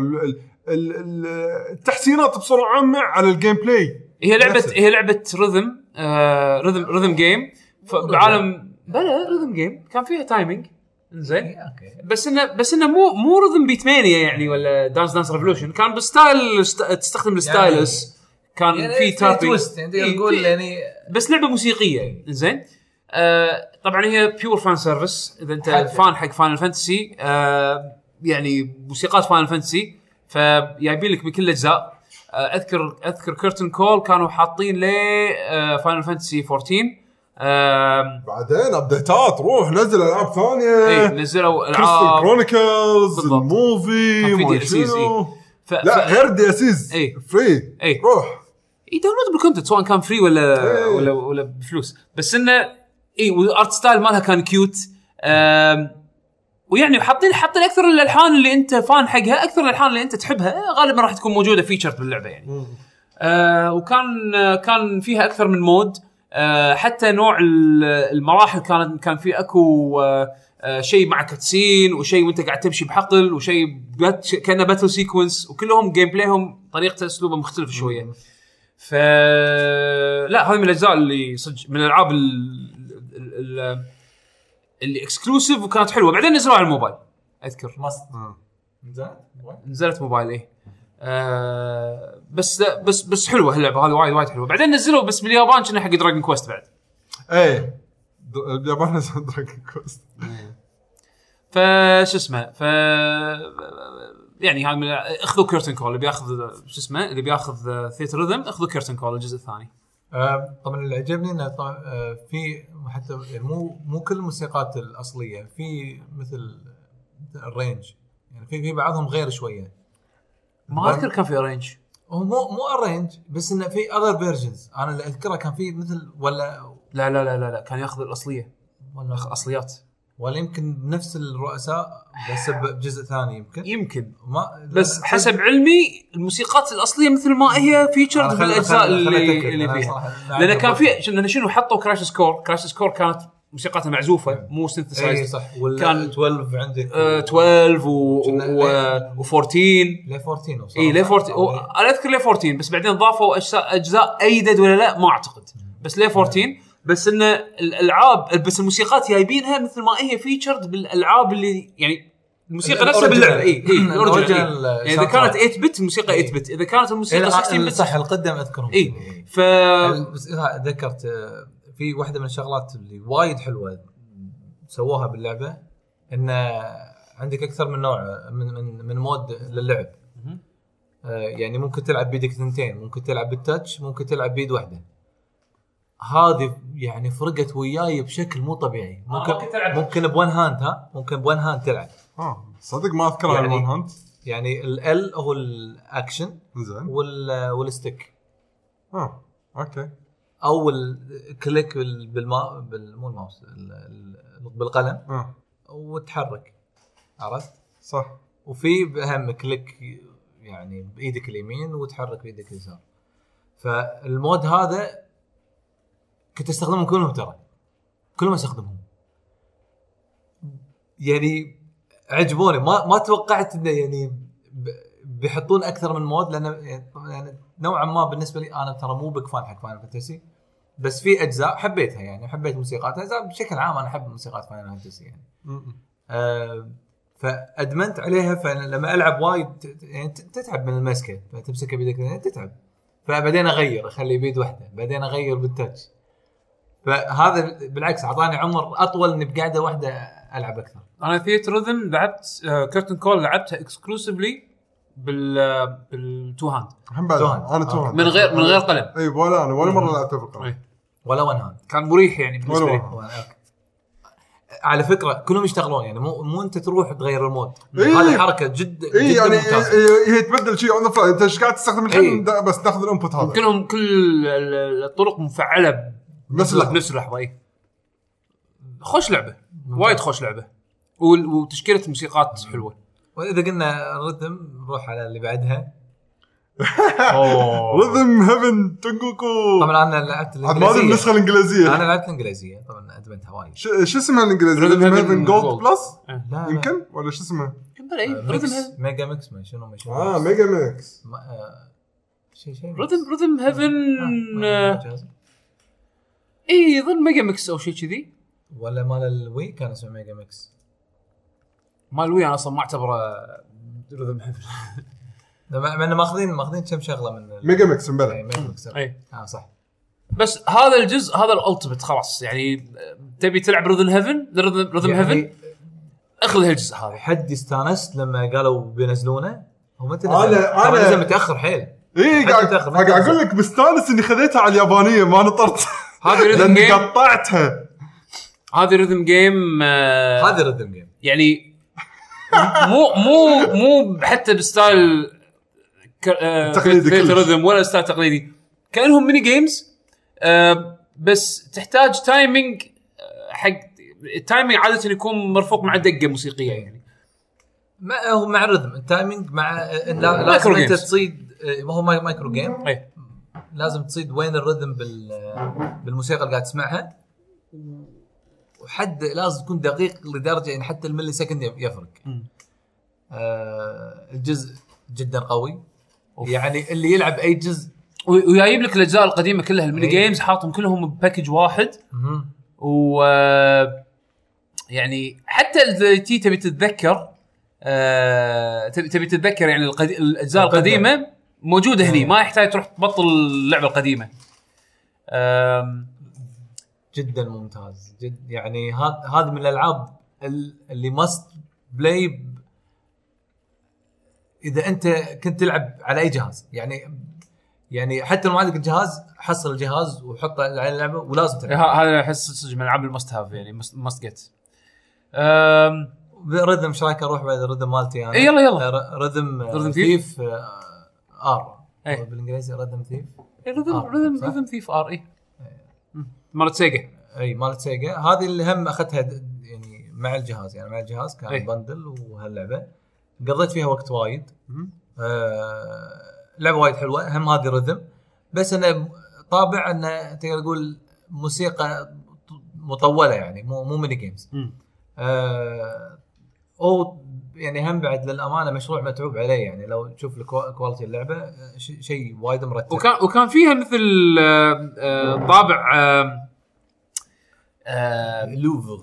التحسينات بصوره عامه على الجيم بلاي. هي لعبه هي لعبه رhythm آه رhythm رhythm جيم بعالم بلا رhythm جيم كان فيها تايمينج زين اوكي بس انه بس انه مو مو رذم بيتمانيا يعني ولا دانس دانس ريفولوشن كان بالستايل است... تستخدم الستايلس كان يعني في تابي تويست يعني تقول يعني بس لعبه موسيقيه زين آه طبعا هي بيور فان سيرفيس اذا انت حلو. فان حق فاينل فانتسي آه يعني موسيقات فاينل فانتسي فجايبين لك بكل الاجزاء آه اذكر اذكر كيرتن كول كانوا حاطين ل آه فاينل فانتسي أربعتاشر آه بعدين ابديتات روح نزل العاب ثانيه اي نزلوا كريستال العاب كرونيكلز بالضبط. الموفي كان في ما دي إل سيز شنو. إيه. ف... لا ف... غير دي اسيز إيه. فري إيه. روح اي داونلود بالكونتنت سواء كان فري ولا إيه. ولا ولا بفلوس بس انه اي والارت ستايل مالها كان كيوت آم... ويعني حاطين حاطين اكثر الالحان اللي انت فان حقها اكثر الالحان اللي انت تحبها غالبا راح تكون موجوده فيتشر باللعبه يعني آه وكان آه كان فيها اكثر من مود آه حتى نوع المراحل كان كان في اكو آه آه شيء مع كاتسين وشيء وانت قاعد تمشي بحقل وشيء بات كانه باتل سيكونس وكلهم جيم بلايهم طريقته اسلوبه مختلف شويه ف لا هذه من الاجزاء اللي صدق من الالعاب ال اللي اكسكلوسيف وكانت حلوه بعدين نزلوها على الموبايل اذكر ماست زين نزلت موبايل ايه آه بس بس بس حلوه اللعبه هذه وايد وايد حلوه بعدين نزلوا بس باليابان كنا حق دراجون كويست بعد ايه اليابان نزل دراجون كويست فش اسمه ف يعني هاي من اخذوا كيرتن كول اللي بياخذ شو اسمه اللي بياخذ ثيتر ريذم اخذوا كيرتن كول الجزء الثاني آه طبعا اللي عجبني انه آه في حتى يعني مو مو كل الموسيقات الاصليه في مثل الرينج يعني في في بعضهم غير شويه ما اذكر كان في رينج هو مو مو الرينج بس انه في اذر فيرجنز انا اللي اذكره كان في مثل ولا لا لا لا لا, لا. كان ياخذ الاصليه ولا اصليات ولا يمكن بنفس الرؤساء بس بجزء ثاني يمكن يمكن ما بس حسب علمي الموسيقات الاصليه مثل ما هي فيتشرد بالاجزاء اللي اللي فيها لان كان في لان شنو حطوا كراش سكور كراش سكور كانت موسيقاتها معزوفه مو سينثسايزد اي صح كان اثناشر عندك آه اثناشر و و14 ل أربعتاشر وصار اي ل أربعتاشر انا اذكر ل أربعتاشر بس بعدين ضافوا اجزاء اجزاء ايدد ولا لا ما اعتقد بس ل أربعتاشر بس ان الالعاب بس الموسيقات جايبينها مثل ما هي فيتشرد بالالعاب اللي يعني الموسيقى نفسها باللعبه اي اي الاوريجينال يعني اذا كانت ثمانية بت الموسيقى ثمانية بت اذا كانت الموسيقى ستة عشر بت صح القدم اذكرهم اي ف بس ذكرت في واحده من الشغلات اللي وايد حلوه سووها باللعبه ان عندك اكثر من نوع من من, من مود للعب يعني ممكن تلعب بيدك اثنتين ممكن تلعب بالتاتش ممكن تلعب بيد واحده هذه يعني فرقت وياي بشكل مو طبيعي ممكن آه ممكن بون هاند ها ممكن بون هاند تلعب اه صدق ما اذكر يعني الون هاند يعني ال هو الاكشن زين وال والستيك اه اوكي او الكليك بالما بالمو الماوس بالقلم اه وتحرك عرفت صح وفي اهم كليك يعني بايدك اليمين وتحرك بايدك اليسار فالمود هذا كنت استخدمهم كلهم ترى كلهم استخدمهم يعني عجبوني ما ما توقعت انه يعني بيحطون اكثر من مود لان يعني نوعا ما بالنسبه لي انا ترى مو بيك فان حق فاينل فانتسي بس في اجزاء حبيتها يعني حبيت موسيقاتها بشكل عام انا احب موسيقات فاينل فانتسي يعني آه فادمنت عليها فلما العب وايد يعني تتعب من المسكه فتمسكها بيدك يعني تتعب فبعدين اغير اخلي بيد واحده بعدين اغير بالتاتش فهذا بالعكس اعطاني عمر اطول اني بقعده واحده العب اكثر انا ثيتر ريذم لعبت كيرتن كول لعبتها اكسكلوسيفلي بال بالتو هاند انا تو هاند من غير من غير قلم اي ولا انا ولا مره لعبتها بالقلم ولا ون هاند كان مريح يعني بالنسبه لي على فكره كلهم يشتغلون يعني مو مو انت تروح تغير المود إيه هذه حركه جد إيه جدا يعني ممتازه هي تبدل شيء اون ذا انت قاعد تستخدم الحين إيه بس تاخذ الانبوت هذا كلهم كل الطرق مفعله بنفس نفس اللحظه اي خوش لعبه وايد خوش لعبه وتشكيله الموسيقات حلوه واذا قلنا الريتم نروح على اللي بعدها ريذم هيفن تنكوكو طبعا انا لعبت الانجليزيه هذه النسخه الانجليزيه انا لعبت الانجليزيه طبعا ادمنت هواي شو اسمها الانجليزيه ريذم هيفن جولد بلس لا يمكن ولا شو اسمها ريذم ميجا ميكس ما شنو ما شنو اه ميجا ميكس شيء شيء ريذم ريذم هيفن اي يظل ميجا ميكس او شيء كذي ولا مال الوي كان اسمه ميجا ميكس مال وي انا اصلا ما اعتبره رذم هيفن. لما انه ماخذين ماخذين كم شغله من ميجا ميكس مبلغ. اي ميجا ميكس اي اه صح. بس هذا الجزء هذا الالتيميت خلاص يعني تبي تلعب رذم هيفن رذم رذم يعني هيفن اخذ هالجزء هذا. حد استانست لما قالوا بينزلونه هم انت أنا- أنا- نزل متاخر حيل. اي حد قاعد يتأخر، ما قاعد ينزل. اقول لك مستانس اني خذيتها على اليابانيه ما نطرت هذه رذم لاني جيم قطعتها. هذه رذم جيم آه هذا ريذم جيم يعني مو مو مو حتى بستايل آه تقليدي كلش. رذم ولا ستايل تقليدي كانهم ميني جيمز آه بس تحتاج تايمينج حق التايمينج عاده يكون مرفوق مع دقه موسيقيه يعني مع هو مع الرذم التايمينج مع لا لازم مايكرو انت جيمز. تصيد ما هو ماي- مايكرو جيم اي لازم تصيد وين الرذم بال بالموسيقى اللي قاعد تسمعها وحد لازم تكون دقيق لدرجه ان حتى الملي سكند يفرق. آه الجزء جدا قوي أوف. يعني اللي يلعب اي جزء ويجيب لك الاجزاء القديمه كلها الميني أي. جيمز حاطهم كلهم بباكج واحد مم. و يعني حتى اذا تي تبي تتذكر آه، تبي تبي تتذكر يعني القدي... الاجزاء القديمة. القديمه موجوده هني أي. ما يحتاج تروح تبطل اللعبه القديمه. آم، جدا ممتاز جد يعني هذا هذا من الالعاب ال- اللي ماست بلاي اذا انت كنت تلعب على اي جهاز يعني يعني حتى لو ما عندك الجهاز حصل الجهاز وحطه على اللعبه ولازم تلعب. ه- هذا احس صدق من العاب المست هاف يعني مست جيت. رذم شرايك اروح بعد الرذم مالتي انا إيه يلا يلا. ر- رذم رذم ثيف ار إيه. بالانجليزي رذم ثيف رذم آر، رذم صح؟ رذم ثيف ار اي مالت سيجا. اي مالت سيجا هذه اللي هم اخذتها د- يعني مع الجهاز يعني مع الجهاز كان أي. بندل وهاللعبه قضيت فيها وقت وايد. مم. آه لعبه وايد حلوه هم هذه رذم بس انا طابع انه تقدر تقول موسيقى مطوله يعني مو مو ميني جيمز. مم. آه او يعني هم بعد للامانه مشروع متعوب عليه يعني لو تشوف الكوا- كواليتي اللعبه ش- شيء وايد مرتب. وكان وكان فيها مثل آه، آه، طابع آه، آه، لوفر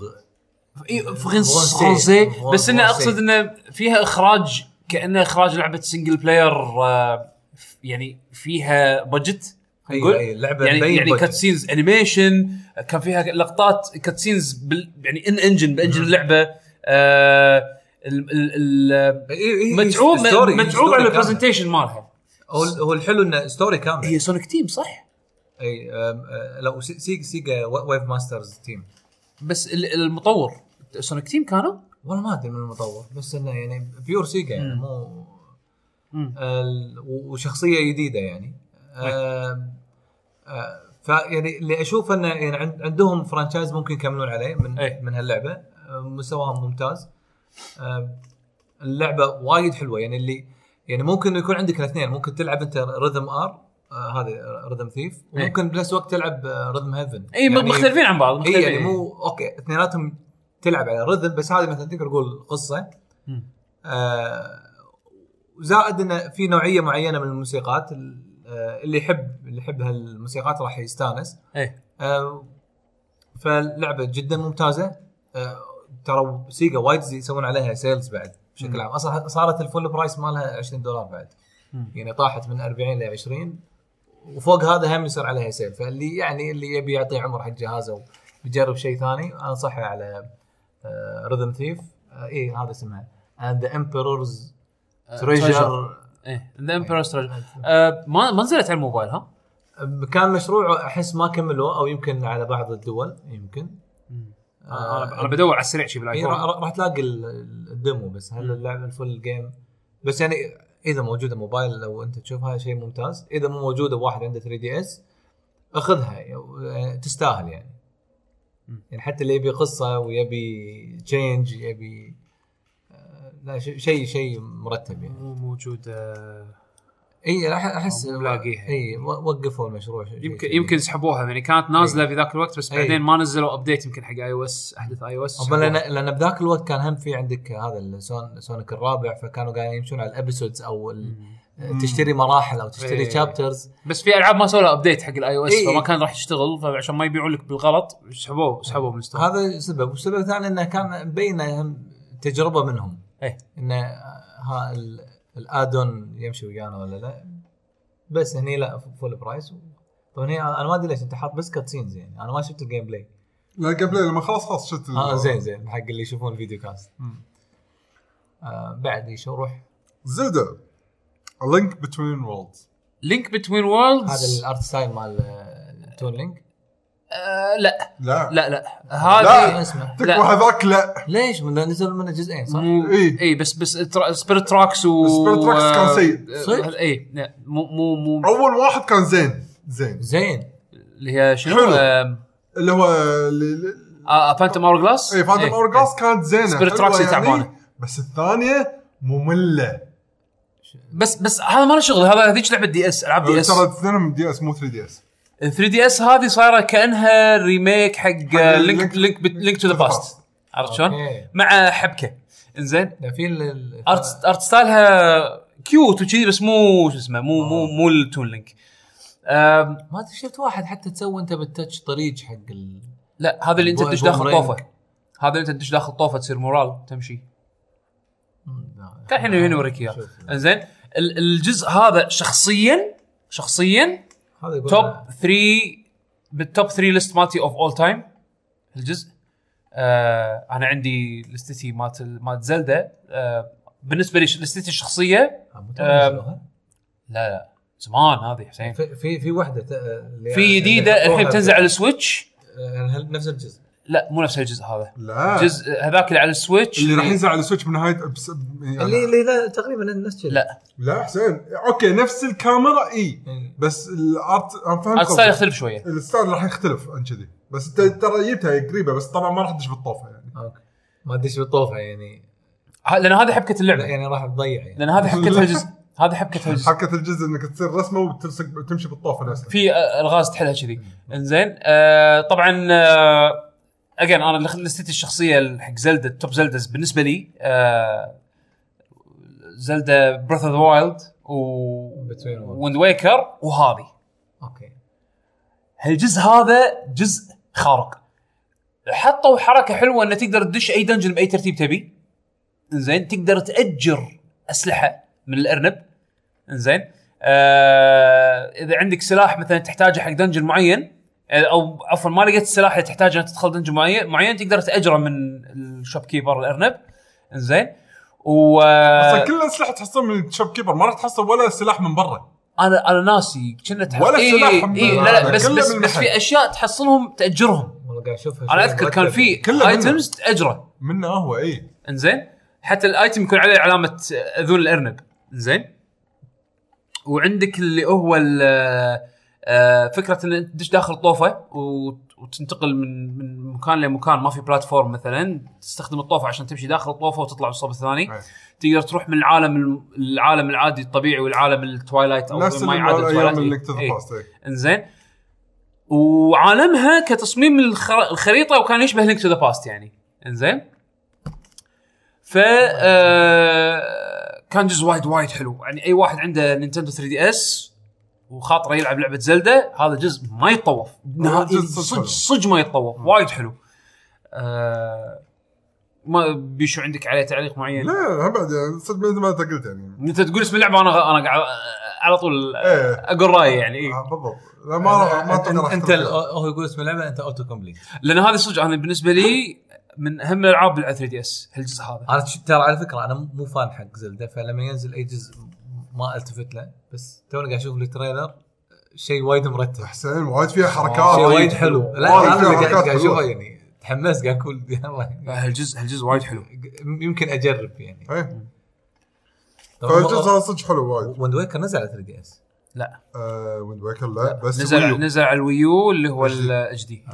فرنسي فرنسي. بس انه فرنسي. اقصد انه فيها اخراج كانه اخراج لعبه سنجل بلاير آه، يعني فيها بادجت نقول اي لعبه يعني مبين يعني بادجت. كاتسينز انيميشن كان فيها لقطات كاتسينز بال يعني ان انجن بانجن اللعبه آه ال ال ال إيه إيه متعوب ستوري- متعوب ستوري على كاملة. البرزنتيشن مالها. هو هو الحلو انه ستوري كامل. هي سونيك تيم صح اي آم، آه، لو سي- سيجا سيجا ويف ماسترز تيم بس ال- المطور سونيك تيم كانوا والله ما ادري من المطور بس انه يعني بيور سيجا يعني مو مم. ال- وشخصيه جديده يعني. آم، آه، فيعني اللي اشوف انه يعني عند- عندهم فرانشايز ممكن يكملون عليه من أي. من هاللعبه. آه، مستواهم ممتاز. آم، اللعبه وايد حلوه يعني اللي يعني ممكن يكون عندك الاثنين ممكن تلعب انت رhythm ار آه هذه رhythm ثيف وممكن بنفس الوقت تلعب رhythm هيفن. اي يعني مختلفين عن بعض اي مختلفين يعني مو اوكي اثنيناتهم تلعب على رhythm بس هذه مثلا تقدر تقول قصه. آه زائد انه في نوعيه معينه من الموسيقات آه اللي يحب اللي يحب هالموسيقات راح يستانس. اي آه فاللعبه جدا ممتازه. آه ترى سيجا وايد يسوون عليها سيلز بعد بشكل عام اصلا صارت الفول برايس مالها عشرين دولار بعد. مم. يعني طاحت من أربعين ل عشرين وفوق هذا هم يصير عليها سيل فاللي يعني اللي يبي يعطي عمر حق جهازه ويجرب شيء ثاني انصحه على رhythm ثيف. اي هذا اسمها and the emperor's treasure. ايه the emperor's treasure ما ما نزلت على الموبايل ها كان مشروع احس ما كملوه او يمكن على بعض الدول يمكن. انا انا بدور على السريع شيء بالايفون راح تلاقي الديمو بس هل اللعبه الفول جيم بس يعني اذا موجوده موبايل لو انت تشوفها شيء ممتاز. اذا مو موجوده واحد عنده ثري دي اس اخذها يعني تستاهل يعني. يعني حتى اللي يبي قصه ويبي تشينج يبي لا شيء شيء مرتب يعني مو موجود. اي راح احس ملاقيها اي وقفوا المشروع يمكن يمكن سحبوها يعني كانت نازله في ذاك الوقت بس بعدين ما نزلوا ابديت يمكن حق اي او اس احدث اي او اس لان لان بذاك الوقت كان هم في عندك هذا السون سونيك الرابع فكانوا قاعدين يمشون على الابيسودز او تشتري مراحل او تشتري شابترز بس في العاب ما سووا ابديت حق الاي او اس فما كان راح يشتغل فعشان ما يبيعوا لك بالغلط سحبوه سحبوه من الستور. هذا سبب والسبب الثاني انه كان مبين تجربه منهم ايه انه ها الادون يمشي ويانا ولا لا، بس هني لا فول برايس. طبعا هي انا ما ادري ليش انت حاط بس كاتسينز، يعني انا ما شفت الجيم بلاي. لا قبل لما خلاص خلاص شفت اه زين زين حق اللي يشوفون الفيديو كاست. آه بعد ايش نروح زلدا لينك بتوين وورلدز. لينك بتوين وورلدز هذا الارت ستايل مال تون لينك. آه لا لا لا لا لا هذه اسمه تكفى هذاك لا ليش من نزل منه جزئين صح؟ مو إيه. اي بس بس ترا... سبيريت تراكس و سبيريت تراكس كان سيء. صدق؟ اي لا مو مو مو اول واحد كان زين زين زين اللي هي شنو حلو. آه... اللي هو اللي آه فانتوم اور جلاس. اي فانتوم اور جلاس كانت زينه سبيريت حلوة تراكس يعني، تعبانه. بس الثانيه ممله. بس بس هذا ما له شغل، هذا هذيك لعبه دي اس، العاب دي اس. ترى اثنينهم دي اس مو ثري دي اس. ثري دي اس هذه صايره كانها ريميك حق لينك Link- لينك لينك تو ذا to the باست، past. عرفت شلون؟ أوكي. مع حبكه انزين. ده في ال ارت ارت ستايلها كيوت وكذي، بس مو شو اسمه مو مو مو التون لينك. أم، ما ادري شفت واحد حتى تسوي انت بالتاتش طريق حق ال... لا هذا اللي انت بو- تدش داخل بومرينج. طوفه، هذا اللي انت تدش داخل طوفه تصير مورال تمشي. مم، لا. كان الحين هنا اوريك اياه. شوف. انزين ال- الجزء هذا شخصيا شخصيا هذا يقول توب ثري بالتوب ثري ليست مالتي اوف اول تايم الجزء. آه انا عندي لستي مالت مالت زلدا. آه بالنسبه لي لستي الشخصيه آه. لا لا زمان هذه حسين. في في في وحده ت... اللي- في جديده اللي الحين يحطوها بتنزل ب- على السويتش. آه، هل- نفس الجزء. لا مو نفس الجزء هذا، لا جزء هذاك اللي على السويتش اللي راح ينزل على السويتش بنهايه بس يعني اللي اللي لا تقريبا نفس الشيء. لا لا حسين اوكي نفس الكاميرا اي مم. بس الارت انا فهمت الستايل قصدك. يختلف شويه. الستايل راح يختلف عن كذي، بس انت ترى جبتها قريبه، بس طبعا ما راح تدش بالطوفه يعني. اوكي ما ادري شو بالطوفه يعني. ه- لان هذه حبكه لا اللعبه، يعني راح تضيع يعني. لان هذه حبكتها الجزء، هذه حبكتها الجزء. حركه الجزء انك تصير رسمه وتلصق تمشي بالطوفه نفسها. في آه، الغاز تحلها كذي. انزين آه طبعا آه اجين انا لستي الشخصيه حق زلدا توب زلداز بالنسبه لي آه زلدا بريث اوف ذا وايلد و Between Worlds. ويند ويكر وهذه. اوكي هالجزء هذا جزء خارق. حطوا حركه حلوه انه تقدر تدش اي دنجن باي ترتيب تبي. انزين تقدر تاجر اسلحه من الارنب. انزين آه اذا عندك سلاح مثلا تحتاجه حق دنجن معين، او عفوا ما لقيت السلاح اللي تحتاجه انك تدخل دنجن معين معين تقدر تاجره من الشوب كيبر الارنب. انزين و اصلا كل الاسلحه تحصل من الشوب كيبر، ما راح تحصل ولا سلاح من برا. انا انا ناسي كنا تحصل ولا إيه سلاح من- إيه لا لا هذا بس كله بس, من بس المحل. في اشياء تحصلهم تاجرهم. والله قاعد اشوفها. انا اذكر كان في كله ايتمز تاجره. منه هو اي انزين حتى الايتم يكون عليه علامه اذون الارنب. انزين وعندك اللي هو ال- آه، فكره ان انت تدش داخل طوفه وتنتقل من من مكان لمكان ما في بلاتفورم، مثلا تستخدم الطوفه عشان تمشي داخل الطوفه وتطلع بالصوب الثاني. أي. تقدر تروح من العالم العالم العادي الطبيعي والعالم التوايلايت او نفس ما يعادل الايام التوايلايت. اللي تذكر إيه. باست. انزين وعالمها كتصميم الخر... الخريطه وكان يشبه لينك تو ذا باست يعني. انزين ف آه... كان جزء وايد وايد حلو يعني. اي واحد عنده نينتندو ثري دي اس وخاطره يلعب لعبه زلدا هذا جزء ما يتطوف نهائي، جزء صدق صج صج ما يتطوف وايد حلو. آه... ما بيشو عندك عليه تعليق معين؟ لا بعد صدق مثل ما انت قلت يعني. انت تقول اسم اللعبه انا انا قاعد على طول إيه. اقول رايي يعني. إيه؟ آه بالضبط. لا ما راح ما انت, راح انت تختلف. ال- هو يقول اسم اللعبه انت اوتو كومبليت. لان هذه صدق انا بالنسبه لي من اهم الالعاب على ثري دي اس هالجزء هذا. انا ش- ترى على فكره انا مو فان حق زلدا، فلما ينزل اي جزء ما التفت له، بس توني قاعد اشوف التريلر شيء وايد مرتب، حسين وايد فيها حركات. شيء وايد حلو. لا وايد انا فيها اللي قاعد حركات قاعد اشوفه حلوة. يعني تحمست قاعد اقول يلا هالجزء هالجزء وايد حلو. يمكن اجرب يعني. ايه طب فالجزء هو- هذا صدق حلو وايد. ويند ويكر نزل على ثري دي اس. لا آه ويند ويكر لا بس نزل ويو. نزل على الويو اللي هو الاتش دي.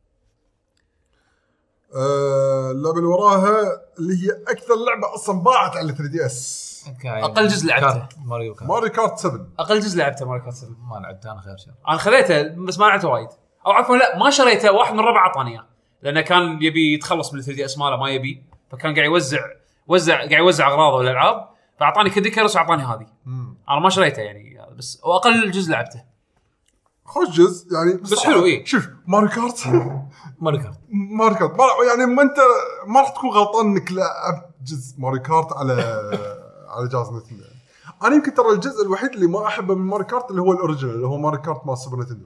آه اللعبه اللي وراها اللي هي اكثر لعبه اصلا باعت على ثري دي اس، أقل جزء لعبته. كارت- ماريو كارت. ماريو كارت سبعة. اقل جزء لعبته ماريو كارت سبعة. ما لعبته انا خير شر. انا خذيته بس ما لعبته وايد، او عفوا لا ما شريته، واحد من الربع اعطاني اياه لانه كان يبي يتخلص من ثري دي اس ماله ما يبي، فكان قاعد يوزع وزع قاعد يوزع اغراضه والالعاب، فاعطاني كديكرس واعطاني هذه. مم. انا ما شريته يعني بس واقل جزء لعبته. خوش جزء يعني بس حلو. إيه شوف ماريو كارت ماريو كارت ماريو كارت يعني ما انت ما راح تكون غلطان انك لعبت جزء ماريو كارت على على جهاز نتندو. انا يمكن ترى الجزء الوحيد اللي ما احبه من ماريو كارت اللي هو الاوريجينال اللي هو ماريو كارت مال سوبر نتندو.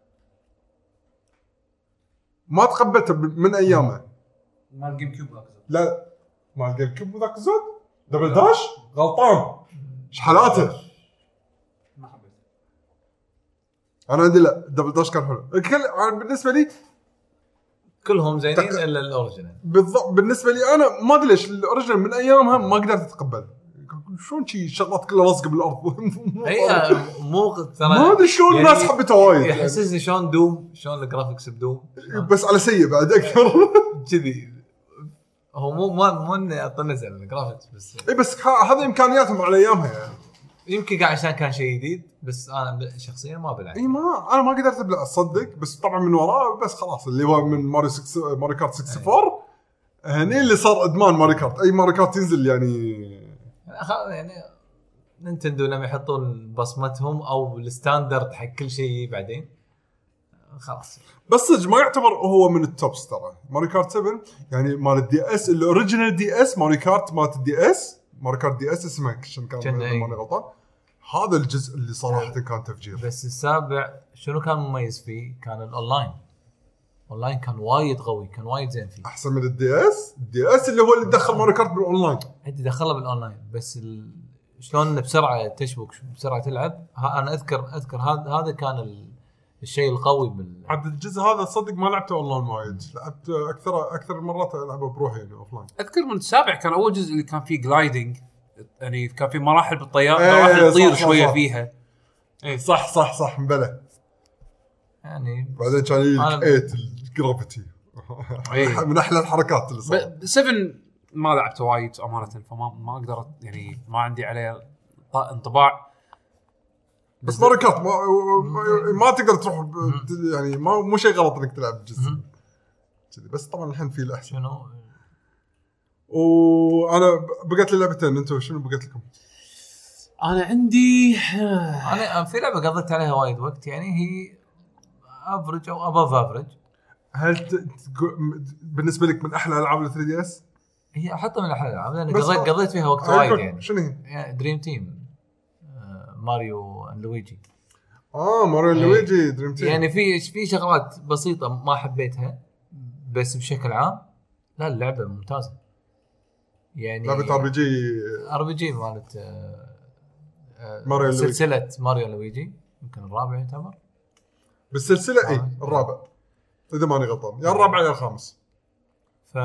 ما تقبلته من ايامه. مال جيم كيوب ذاك. لا مال جيم كيوب ذاك زود دبل داش غلطان. ايش حالاته؟ ما حبيت. انا عندي لا دبل داش كان حلو. كل بالنسبه لي كلهم زينين تق... الا الاوريجينال. بالضبط بالنسبه لي انا ما ادري ليش الاوريجينال من ايامها ما قدرت اتقبل. شلون شي شغلات كلها لصق بالارض. هي مو ترى ما ادري شلون الناس يعني حبتها وايد. يحسسني شلون دوم شلون الجرافيكس بدوم بس على سيء بعد اكثر كذي. هو مو ما مو اني اطنز على الجرافيكس بس اي بس هذا امكانياتهم على ايامها يعني. يمكن قاعد عشان كان شيء جديد بس انا شخصيا ما بلعب. اي ما انا ما قدرت ابلع اصدق بس طبعا من وراه بس خلاص اللي هو من ماريو ستة ماريو كارت ستة وستين هني اللي صار ادمان ماريو كارت. اي ماريو كارت ينزل يعني يعني نينتندو لما يحطون بصمتهم او الستاندرد حق كل شيء بعدين خلاص. بس صدق ما يعتبر هو من التوبس ترى ماريو كارت سبعة يعني مال الدي اس الاوريجينال دي اس ماريو كارت مال الدي اس ماريو كارت دي اس اسمه عشان كان ماني غلطان. هذا الجزء اللي صراحه كان تفجير. بس السابع شنو كان مميز فيه؟ كان الاونلاين. اونلاين كان وايد قوي كان وايد زين فيه احسن من الدي اس. الدي اس اللي هو اللي دخل ماريو كارت بالاونلاين. انت دخله بالاونلاين بس ال... شلون بسرعه تشبك بسرعه تلعب. ها انا اذكر اذكر هذا هذا كان ال... الشيء القوي بال عاد الجزء هذا صدق ما لعبته اونلاين وايد. لعبت اكثر اكثر مرات العبه بروحي يعني اوفلاين. اذكر من السابع كان اول جزء اللي كان فيه جلايدنج يعني كان في مراحل بالطياره ايه مراحل تطير صح شويه صح فيها. اي صح صح صح مبلى يعني بعدين كان لقيت الجرافيتي من احلى الحركات اللي صارت. سبعة ما لعبته وايد امانه فما ما اقدر يعني ما عندي عليه انطباع. بس ماريو كارت ما, ما تقدر تروح يعني ما مو شيء غلط انك تلعب جزء كذي. بس طبعا الحين في الاحسن شنو. وانا بقيت لي لعبتين. انتم شنو بقيت لكم؟ انا عندي انا في لعبه قضيت عليها وايد وقت يعني هي افريج او اباف افريج. هل ت... بالنسبه لك من احلى العاب ال ثري دي اس؟ هي احطها من احلى الالعاب لان قضيت قضيت فيها وقت وايد يعني. شنو هي؟ يعني دريم تيم آه ماريو اند لويجي. اه ماريو اند لويجي دريم تيم. يعني في في شغلات بسيطه ما حبيتها بس بشكل عام لا اللعبه ممتازه يعني. لعبه ار بي جي ار بي جي مالت آه آه ماريو سلسله ماريو لويجي يمكن الرابع يعتبر بالسلسله. اي الرابع اذا ماني غلطان يا الرابع يا الخامس. ف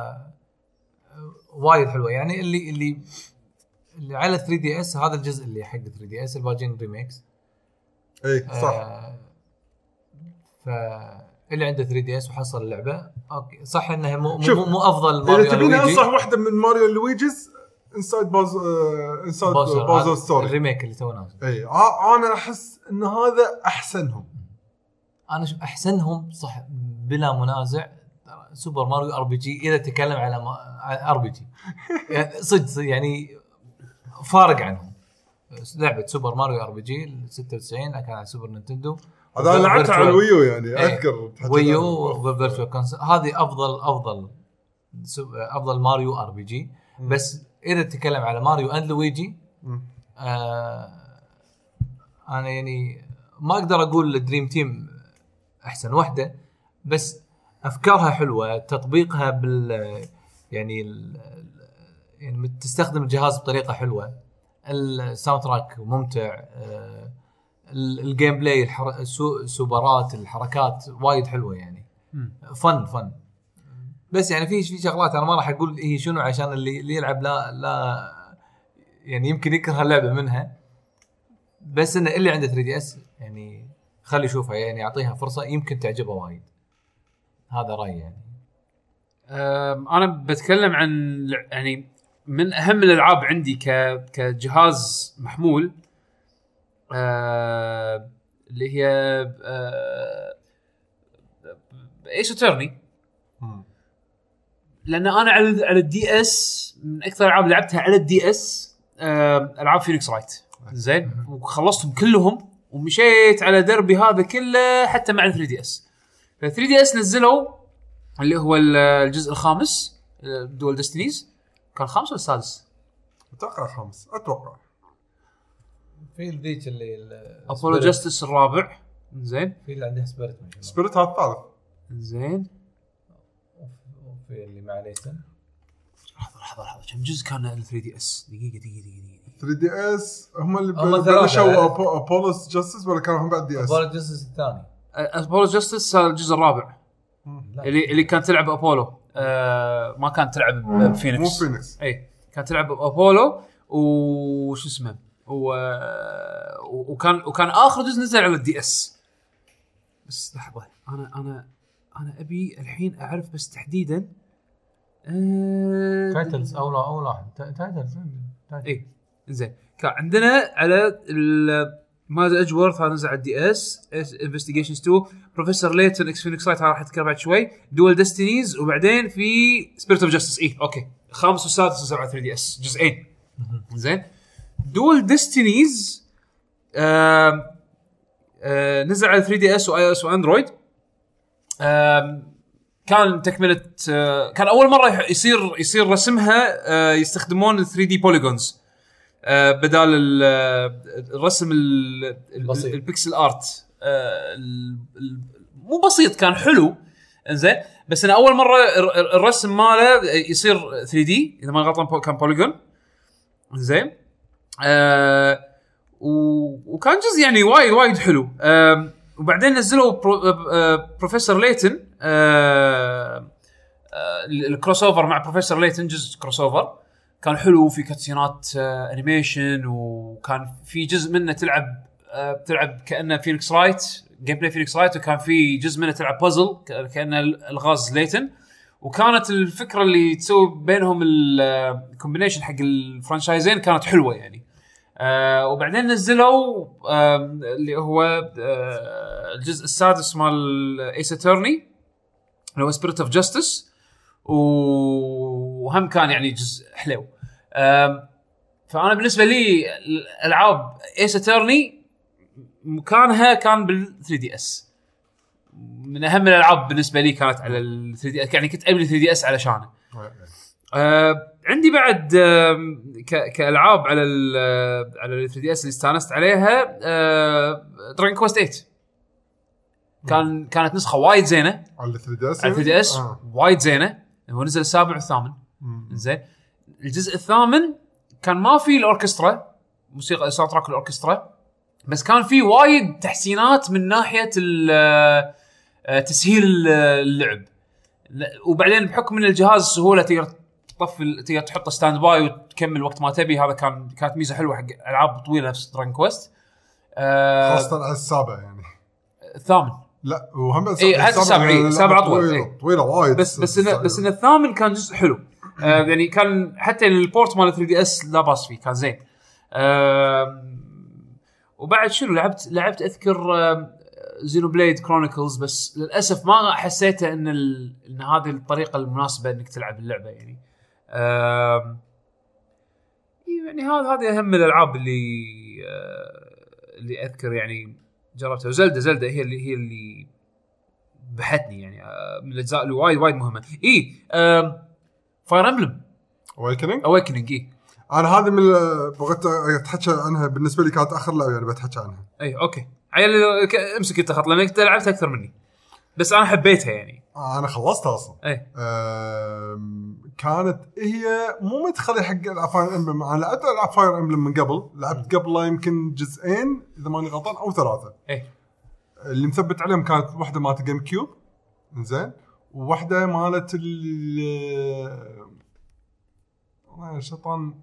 وايد حلوه يعني اللي اللي اللي على ثري دي اس هذا الجزء اللي حق ثري دي اس الباجين ريميكس. اي صح. آه ف اللي عنده ثري دي اس وحصل اللعبه اوكي صح انها مو مو, مو افضل ماريو لويجي. تبيني انصح واحده من ماريو لويجيز انسايد باز انسايد بازر ستوري الريميك اللي تو نازل. اي آه انا احس ان هذا احسنهم. انا شوف احسنهم صح بلا منازع سوبر ماريو ار بي جي اذا تكلم على ار بي جي يعني صدق يعني فارق عنهم. لعبه سوبر ماريو ار بي جي ستة وتسعين كان على سوبر نينتندو. هذا لعبتها على الويو يعني اذكر ويو وفيرتشوال كونسول. هذه افضل افضل افضل ماريو ار بي جي. بس اذا تتكلم على ماريو اند لويجي آه انا يعني ما اقدر اقول الدريم تيم احسن وحده بس افكارها حلوه تطبيقها بال يعني ال... يعني تستخدم الجهاز بطريقه حلوه. الساوند تراك ممتع. آه الجيم بلاي الحر... السوبرات الحركات وايد حلوه يعني فن فن. بس يعني في في شغلات انا ما راح اقول هي شنو عشان اللي اللي يلعب لا لا يعني يمكن يكره اللعبه منها. بس ان اللي عنده ثري دي اس يعني خلي يشوفها يعني يعطيها فرصه يمكن تعجبه وايد. هذا رايي يعني. انا بتكلم عن يعني من اهم الالعاب عندي ك كجهاز محمول آه اللي هي آه ايش ترني. لان انا على على الدي اس من اكثر الالعاب لعبتها على الدي اس آه العاب فينيكس رايت زين وخلصتهم كلهم ومشيت على دربي هذا كله حتى مع ثري دي اس. ف ثري دي اس نزلوا اللي هو الجزء الخامس دول ديستنيز، كان خامس ولا السادس؟ اتوقع خامس اتوقع. في الذيك اللي ابولو جاستس الرابع. زين. في اللي عندها سبيريت سبيريت هذا الثالث. زين. وفي اللي مع ليتن. لحظه لحظه لحظه كم جزء كان ال ثري دي اس؟ دقيقه دقيقه دقيقه. ثري دي اس هم اللي هم بلشوا ابولو جاستس ولا كانوا هم بعد دي اس؟ ابولو جاستس الثاني. ابولو جاستس الجزء الرابع اللي اللي كانت تلعب ابولو. آه ما كانت تلعب بفينيكس. مو فينيكس. اي كانت تلعب بابولو وش اسمه و... وكان وكان اخر جزء نزل على الدي اس. بس لحظه انا انا انا ابي الحين اعرف بس تحديدا أه... تايتلز اول اول واحد تايتلز. اي زين. كان عندنا على ماذا اجورث هذا نزل على الدي اس. انفستيجيشنز تو بروفيسور ليتون اكس فينيكس رايت راح اذكر بعد شوي. دول ديستنيز وبعدين في سبيريت اوف جاستس. اي اوكي الخامس والسادس نزل على ثري دي اس جزئين. زين. دول ديستنيز آه آه نزل على ثري دي اس واي او اس واندرويد. آه كان تكمله آه كان اول مره يصير يصير رسمها آه يستخدمون ثري دي بوليجونز آه بدال الرسم البيكسل ارت. آه مو بسيط كان حلو. انزين بس انا اول مره الرسم ماله يصير ثري دي اذا ما غلطان كان بوليجون. زين. آه وكان جزء يعني وايد وايد حلو. آه وبعدين نزلوا برو آه بروفيسور ليتن آه آه الكروس اوفر مع بروفيسور ليتن. جزء كروس اوفر كان حلو في كاتسينات آه انيميشن وكان في جزء منه تلعب آه تلعب كأنه فينيكس رايت جيم بلاي فينيكس رايت وكان في جزء منه تلعب بازل كأنه الغاز ليتن. وكانت الفكره اللي تسوي بينهم الكومبينيشن حق الفرانشايزين كانت حلوه يعني. آه وبعدين نزلوا آه اللي هو آه الجزء السادس مال ايس اترني اللي هو سبيريت اوف جاستس وهم كان يعني جزء حلو. آه فانا بالنسبه لي الالعاب ايس اترني مكانها كان بال ثري دي اس من اهم الالعاب بالنسبه لي كانت على ال ثري دي اس يعني كنت ابي ثري دي اس علشانه. آه عندي بعد آه كالعاب على ال على ال ثري دي اس اللي استانست عليها آه دراجون كويست ثمانية كان كانت نسخه وايد زينه على ثري دي اس على ثري دي اس آه. وايد زينه. هو نزل السابع والثامن. زين. الجزء الثامن كان ما فيه الاوركسترا موسيقى ساوند تراك الاوركسترا بس كان فيه وايد تحسينات من ناحيه تسهيل اللعب. وبعدين بحكم من الجهاز السهوله تقدر تطفي تقدر تحط ستاند باي وتكمل وقت ما تبي. هذا كان كانت ميزه حلوه حق العاب طويله نفس دراجون كويست أه خاصه على السابع يعني الثامن. لا وهم اي السابع سابع اطول طويله, طويلة وايد بس بس إن بس ان الثامن كان جزء حلو. أه يعني كان حتى البورت مال ثري دي اس لا باس فيه كان زين. أه وبعد شنو لعبت لعبت اذكر زينو بليد كرونيكلز بس للاسف ما حسيته ان ال... ان هذه الطريقه المناسبه انك تلعب اللعبه يعني. آه... يعني هذا هذه اهم الالعاب اللي آه... اللي اذكر يعني جربتها. وزلدة زلدة هي اللي هي اللي بحتني يعني آه... من الاجزاء اللي وايد وايد مهمه. اي آه... فاير امبلم اويكنينج اويكنينج اي انا هذه من بغيت اتحكى عنها بالنسبه لي كانت اخر لعبه يعني بتحكى عنها. اي اوكي عيل امسك انت خط لانك لعبتها اكثر مني بس انا حبيتها يعني. آه انا خلصتها اصلا. اي كانت هي مو مدخلي حق الفاير امبلم. انا لعبت العاب فاير امبلم من قبل لعبت قبل يمكن جزئين اذا ماني غلطان او ثلاثه. اي اللي مثبت عليهم كانت واحده مالت جيم كيوب زين وواحده مالت ال والله شيطان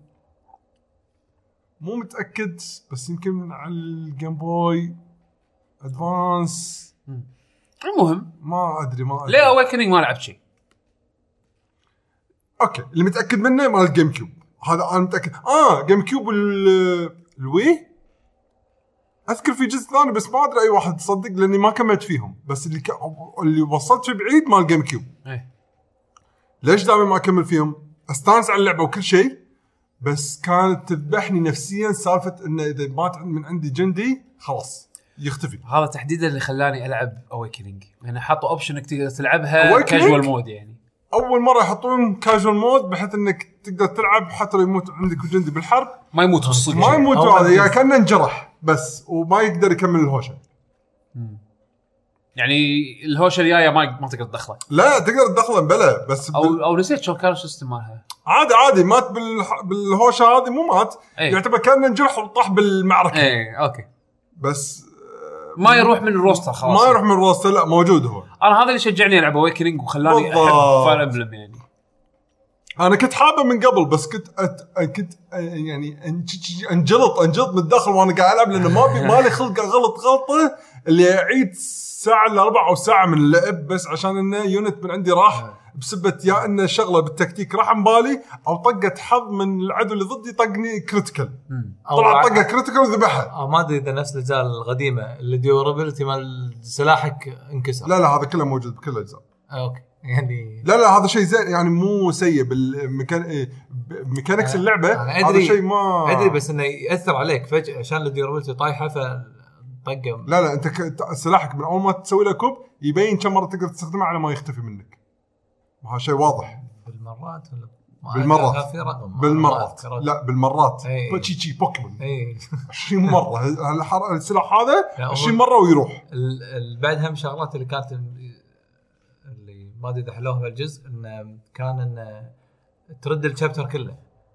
مو متأكد بس يمكن على الجيم بوي ادفانس. المهم ما ادري ما ادري ليه اويكنينج ما لعبت شيء. اوكي اللي متأكد منه مال الجيم كيوب هذا انا متأكد. اه جيم كيوب الوي اذكر في جزء ثاني بس ما ادري اي واحد تصدق لاني ما كملت فيهم بس اللي ك... اللي وصلت في بعيد مال الجيم كيوب. ايه ليش دائما ما اكمل فيهم؟ استانس على اللعبه وكل شيء بس كانت تذبحني نفسيا سالفه انه اذا مات من عندي جندي خلاص يختفي. هذا تحديدا اللي خلاني العب اويكننج، يعني حطوا اوبشن انك تقدر تلعبها كاجوال مود. يعني اول مره يحطون كاجوال مود بحيث انك تقدر تلعب حتى لو يموت عندك جندي بالحرب ما يموت بالصدق، ما يموت هذا يعني كانه انجرح بس وما يقدر يكمل الهوشه. يعني الهوشه الجايه ما ما تقدر تدخله. لا تقدر تدخله بلا بس او بال... او نسيت شو كان السيستم مالها. عادي عادي مات بالح... بالهوشه هذه مو مات أي. يعتبر كانه انجرح وطاح بالمعركه. اي اوكي بس ما يروح من الروستر خلاص، ما يروح من الروستر لا موجود هو. انا هذا اللي شجعني العب اويكننج وخلاني احب فاير امبلم. يعني انا كنت حابه من قبل بس كنت أت... كنت يعني انجلط انجلط من الداخل وانا قاعد العب لانه ما بي... ما لي خلق غلط غلطه اللي اعيد ساعه الا ربع او ساعه من اللعب بس عشان انه يونت من عندي راح بسبه يا انه شغله بالتكتيك راح مبالي او طقه حظ من العدو اللي ضدي طقني كريتيكال طلع طقه كريتيكال وذبحها. اه ما ادري اذا نفس الاجزاء القديمه اللي ديورابيلتي مال سلاحك انكسر. لا لا هذا كله موجود بكل الاجزاء. آه اوكي يعني لا لا هذا شيء زين يعني مو سيء بالميكان ميكانكس اللعبه. هذا شيء ما ادري بس انه ياثر عليك فجاه عشان الديورابيلتي طايحه ف طقه. لا لا انت سلاحك من اول ما تسوي له كوب يبين كم مره تقدر تستخدمه على ما يختفي منك. وهذا شيء واضح. بالمرات ولا بالمرات في رقم بالمرات لا بالمرات شي شي بوكيمون اي عشرين مره السلاح هذا عشرين مره ويروح. بعد هم شغلات اللي كانت اللي ما ادري اذا حلوها بالجزء انه كان انه ترد الشابتر كله.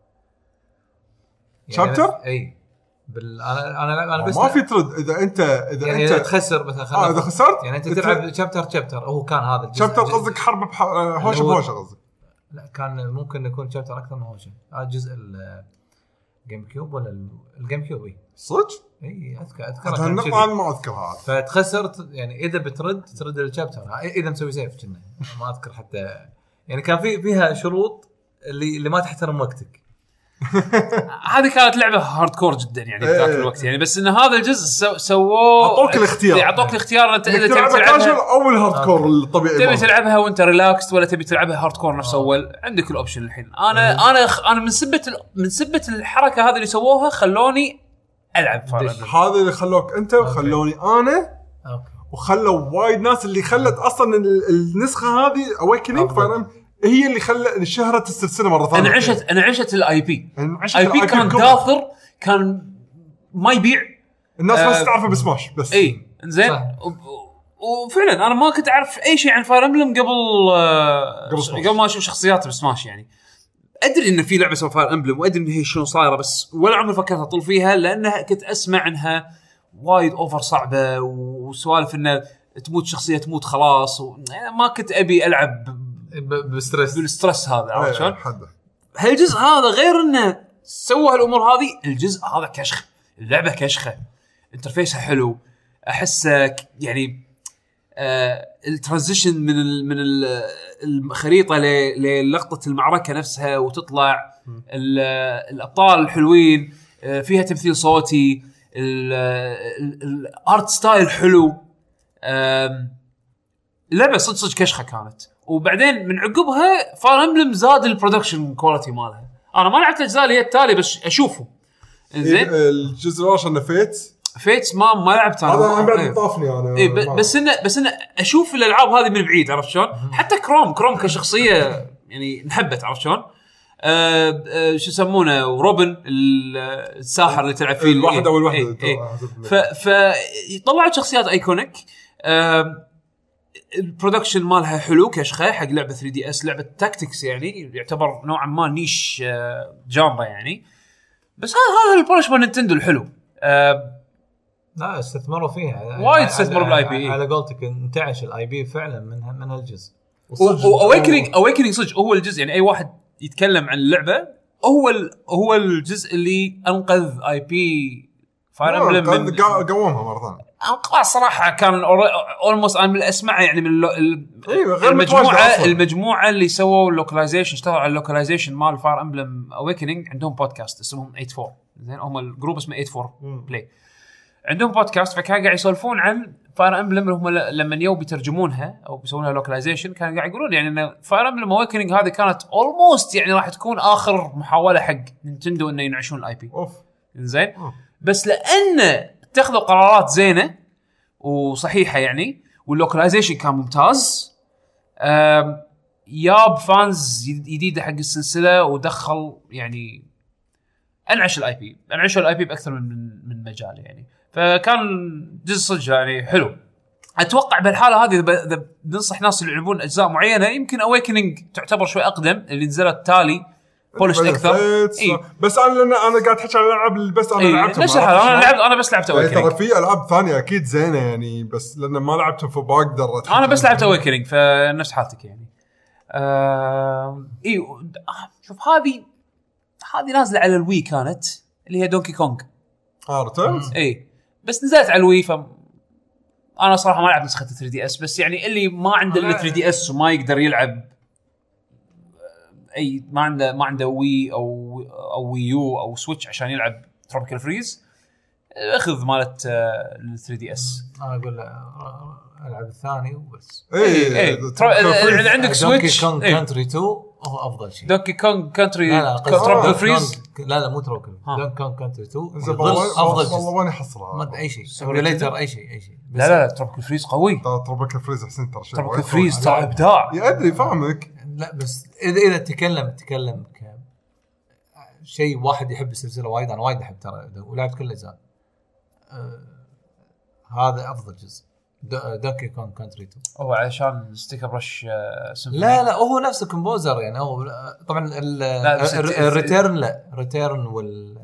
شابتر اي بال انا انا انا بس ما في ترد اذا انت اذا يعني انت تخسر مثلا اه اذا خسرت يعني انت تلعب شابتر شابتر هو كان هذا الجزء شابتر قصدك حرب بح... هوشه بهوشه قصدك. لا كان ممكن يكون شابتر اكثر من هوشه. هذا جزء الجيم كيوب ولا الجيم كيوب اي صدق اي اذكر اذكر النقطه ما اذكرها. فتخسرت يعني اذا بترد ترد الشابتر اذا مسوي سيف كنا ما اذكر حتى يعني كان في فيها شروط اللي اللي ما تحترم وقتك. هذه كانت لعبه هارد كور جدا يعني بذاك الوقت يعني بس ان هذا الجزء سو سووه اعطوك الاختيار اعطوك الاختيار انت اذا تبي تلعبها او الهارد كور الطبيعي تبي تلعبها وانت ريلاكس ولا تبي تلعبها هارد كور نفس اول. عندك الاوبشن الحين. انا انا انا من سبه من سبه الحركه هذه اللي سووها خلوني العب فاير. هذا اللي خلوك انت وخلوني انا اوكي وخلوا وايد ناس اللي خلت اصلا النسخه هذه اويكنينج فاير هي اللي خلى شهرت السلسله مره ثانيه. انا عشت انا عشت الاي بي اي بي كان داثر كان ما يبيع الناس بس آه تعرفه بسماش بس اي زين وفعلا انا ما كنت اعرف اي شيء عن فاير امبلم قبل آه قبل, قبل ما اشوف شخصيات بسماش. يعني ادري ان في لعبه اسمها فاير امبلم وادري ان هي شلون صايره بس ولا عمري فكرت اطول فيها لانها كنت اسمع عنها وايد اوفر صعبه وسوالف انه تموت شخصيه تموت خلاص ما كنت ابي العب بالستريس بالستريس هذا. عرفت شلون؟ هالجزء هذا غير انه سوى هالامور هذه الجزء هذا كشخ. اللعبه كشخه انترفيسها حلو احس يعني آه الترانزيشن من ال من ال الخريطه للقطه المعركه نفسها وتطلع الابطال الحلوين آه فيها تمثيل صوتي الارت ستايل حلو. آه اللعبه صدق صدق كشخه كانت. وبعدين من عقبها فاير امبلم زاد البرودكشن كواليتي مالها. انا ما لعبت الاجزاء اللي هي التالي بس اشوفه زين. الجزء الاول انه فيت فيت ما ما لعبت انا. هذا بعد طافني انا إيه بس انه بس انه اشوف الالعاب هذه من بعيد. عرفت شلون؟ حتى كروم كروم كشخصيه يعني نحبت. عرفت شلون؟ أه أه شو يسمونه وروبن الساحر اللي تلعب فيه الواحده والواحده إيه إيه فطلعت شخصيات ايكونيك. أه البرودكشن مالها حلو كشخه حق لعبه ثري دي اس لعبه تاكتكس يعني يعتبر نوعا ما نيش جانرا يعني. بس هذا هذا البولش مال نينتندو الحلو. أه لا استثمروا فيها وايد استثمروا بالاي بي. على قولتك انتعش الاي بي فعلا من من هالجزء. واويكنينج اويكنينج صدق هو الجزء يعني اي واحد يتكلم عن اللعبه هو هو الجزء اللي انقذ اي بي فاير امبلم من قومها مره ثانيه. انقاذ صراحه كان اولموست انا من الاسمع يعني من أيوة المجموعه المجموعه اللي سووا اللوكلايزيشن اشتغلوا على اللوكلايزيشن مال فاير امبلم اويكنينج عندهم بودكاست اسمهم ثمانية وثمانين زين هم الجروب اسمه ثمانية وثمانين بلاي عندهم بودكاست فكان قاعد يسولفون عن فاير امبلم هم لما يو بيترجمونها او بيسوونها لوكلايزيشن كانوا قاعد يقولون يعني ان فاير امبلم اويكنينج هذه كانت اولموست يعني راح تكون اخر محاوله حق نينتندو انه ينعشون الاي بي. اوف زين بس لان اتخذوا قرارات زينه وصحيحه يعني، واللوكلايزيشن كان ممتاز. ياب فانز جديده حق السلسله ودخل يعني انعش الاي بي انعش الاي بي باكثر من من مجال يعني، فكان جزء صدق يعني حلو. اتوقع بالحاله هذه اذا بننصح ناس اللي يلعبون اجزاء معينه يمكن اويكننج تعتبر شوي اقدم اللي نزلت تالي بولش اكثر. إيه؟ بس انا انا انا قاعد احكي عن الالعاب اللي بس انا إيه؟ لعبتها. نفس الحال انا لعبت انا بس لعبت اويكننج يعني ترى في العاب ثانيه اكيد زينه يعني، بس لان ما لعبتهم فبقدر انا بس لعبت اويكننج فنفس حالتك يعني. آه... اي شوف هذه هذه نازله على الوي كانت اللي هي دونكي كونغ ارتلز. اي بس نزلت على الوي. ف انا صراحه ما لعبت نسخه ثري دي اس، بس يعني اللي ما عنده ال ثري دي اس وما يقدر يلعب اي ما عنده ما عنده وي او او وي يو او سويتش عشان يلعب تروبيكال فريز اخذ مالت ال ثري دي اس. انا اقول العب الثاني وبس. اي اي اذا عندك سويتش دونكي كونغ كانتري تو هو افضل شيء. دونكي كونغ كانتري تروبيكال فريز لا لا مو تروبيكال دونكي كونغ كانتري تو افضل شيء. والله وين حصرها ما اي شيء سيميوليتر اي شيء اي شيء. لا لا تروبيكال فريز قوي. تروبيكال فريز احسن ترى شيء. تروبيكال فريز ترى ابداع. ادري فاهمك. لا بس اذا اذا تكلم تكلم ك شيء واحد يحب السلسله وايد، انا وايد احب ترى ولعبت كل الاجزاء. أه هذا افضل جزء دونكي كونغ كانتري تو. هو علشان ستيكر برش سيمفوني. لا لا هو نفس الكومبوزر يعني. هو طبعا الريتيرن لا ريتيرن وال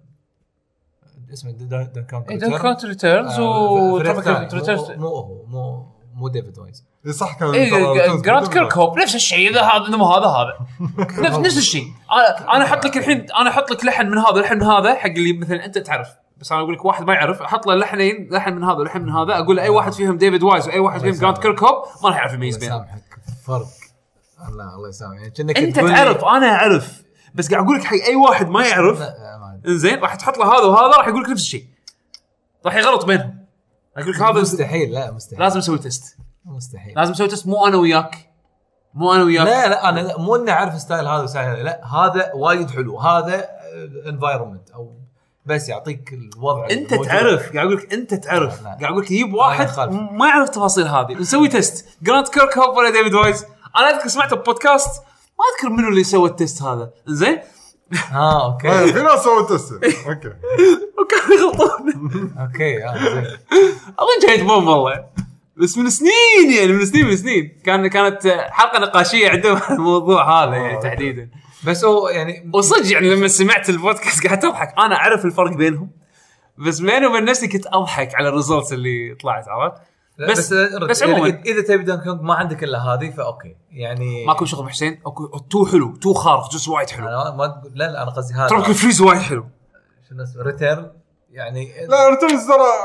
اسمه دونكي كونغ كانتري ريتيرنز وتروبيكال ريتيرنز. مو هو مو مو ديفيد وايز. صح كان جراند كيركوب نفس الشيء. اذا هذا مو هذا هذا نفس نفس الشيء. انا انا احط لك الحين انا احط لك لحن من هذا لحن من هذا حق اللي مثلا انت تعرف، بس انا اقول لك واحد ما يعرف احط له لحنين لحن من هذا ولحن من هذا اقول له اي واحد فيهم ديفيد وايز واي واحد فيهم جراند كيركوب ما راح يعرف يميز بينهم. سامحك فرق. الله الله يسامحك كأنك انت تعرف انا اعرف، بس قاعد اقول لك حق اي واحد ما يعرف زين راح تحط له هذا وهذا راح يقول لك نفس الشيء، راح يغلط بينهم. اقول لك هذا مستحيل. لا مستحيل لازم نسوي تيست. مستحيل لازم نسوي تيست مو انا وياك مو انا وياك لا لا انا مو اني اعرف ستايل هذا وستايل هذا. لا هذا وايد حلو. هذا انفايرمنت او بس يعطيك الوضع انت الموجود. تعرف قاعد اقول لك انت تعرف قاعد اقول لك يجيب واحد ما يعرف التفاصيل هذه نسوي تيست جراند كيركوب ولا ديفيد وايز. انا اذكر سمعته ببودكاست ما اذكر منو اللي سوى التيست هذا زين. اه اوكي في ناس سووا تيست اوكي وكان غلطان اوكي اه زين اظن جايت بوم والله بس من سنين يعني من سنين من سنين كان كانت حلقه نقاشيه عندهم الموضوع هذا يعني تحديدا. بس هو يعني وصدق يعني لما سمعت البودكاست قاعد اضحك. انا اعرف الفرق بينهم بس بيني وبين نفسي كنت اضحك على الريزلتس اللي طلعت عرفت. بس بس عموما اذا تبي دونكي كونغ ما عندك الا هذه فاوكي يعني ماكو شغل بحسين. اوكي تو حلو تو خارق جزء وايد حلو. انا ما لا لا انا قصدي هذا ترى فريز وايد حلو. شنو اسمه ريتيرن يعني. لا ريتيرنز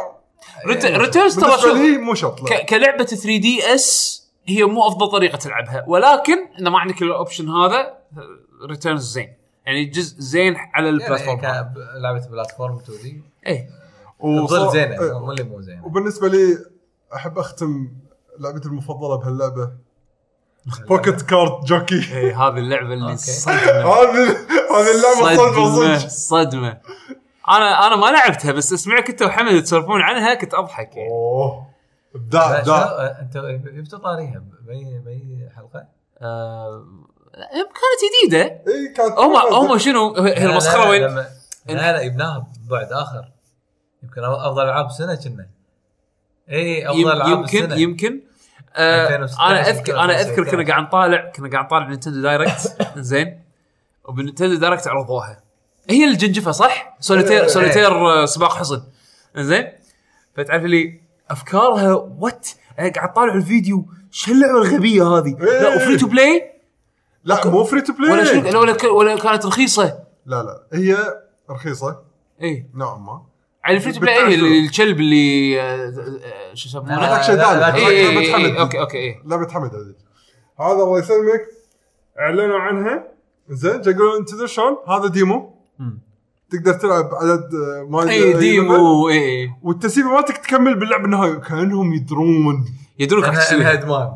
ترى ريتيرنز ترى شو مو شرط كلعبه ثري دي اس هي مو افضل طريقه تلعبها، ولكن اذا ما عندك الاوبشن هذا ريتيرنز زين يعني جزء زين على البلاتفورم. يعني لعبه بلاتفورم تو دي ايه وظل زينه مو اللي مو زين. وبالنسبه لي احب اختم لعبتي المفضله بهاللعبه بوكيت كارت جوكي. اي هذه اللعبه اللي صدمه. هذه هذه اللعبه صدمه صدمه. انا انا ما لعبتها بس اسمعك انت وحمد تسولفون عنها كنت اضحك يعني. اوه ابداع ابداع. انت جبتوا طاريها باي باي حلقه؟ آه... كانت جديده. اي كانت هم هم شنو هي المسخره وين؟ لا لا يبناها ببعد اخر يمكن افضل العاب سنه كنا. اي افضل العاب يمكن السنه يمكن آه انا اذكر انا اذكر كنا قاعد نطالع كنا قاعد نطالع نينتندو دايركت زين وبنينتندو دايركت عرضوها هي الجنجفه صح سوليتير سوليتير سباق حصن زين فتعرف لي افكارها وات قاعد طالع الفيديو شو اللعبه الغبيه هذه لا فري تو بلاي لا مو فري تو بلاي ولا شو ولا ولا كانت رخيصه لا لا هي رخيصه اي نوعا ما على الفري تو بلاي الكلب اللي شو يسمونه هذاك شيء ثاني لعبه حمد اوكي اوكي لعبه حمد هذه هذا الله يسلمك اعلنوا عنها زين يقولون انت تدري شلون هذا ديمو تقدر تلعب عدد ما اي ديمو اي والتسييفه مالتك تكمل باللعب النهائي كانهم يدرون يدرون انها ادمان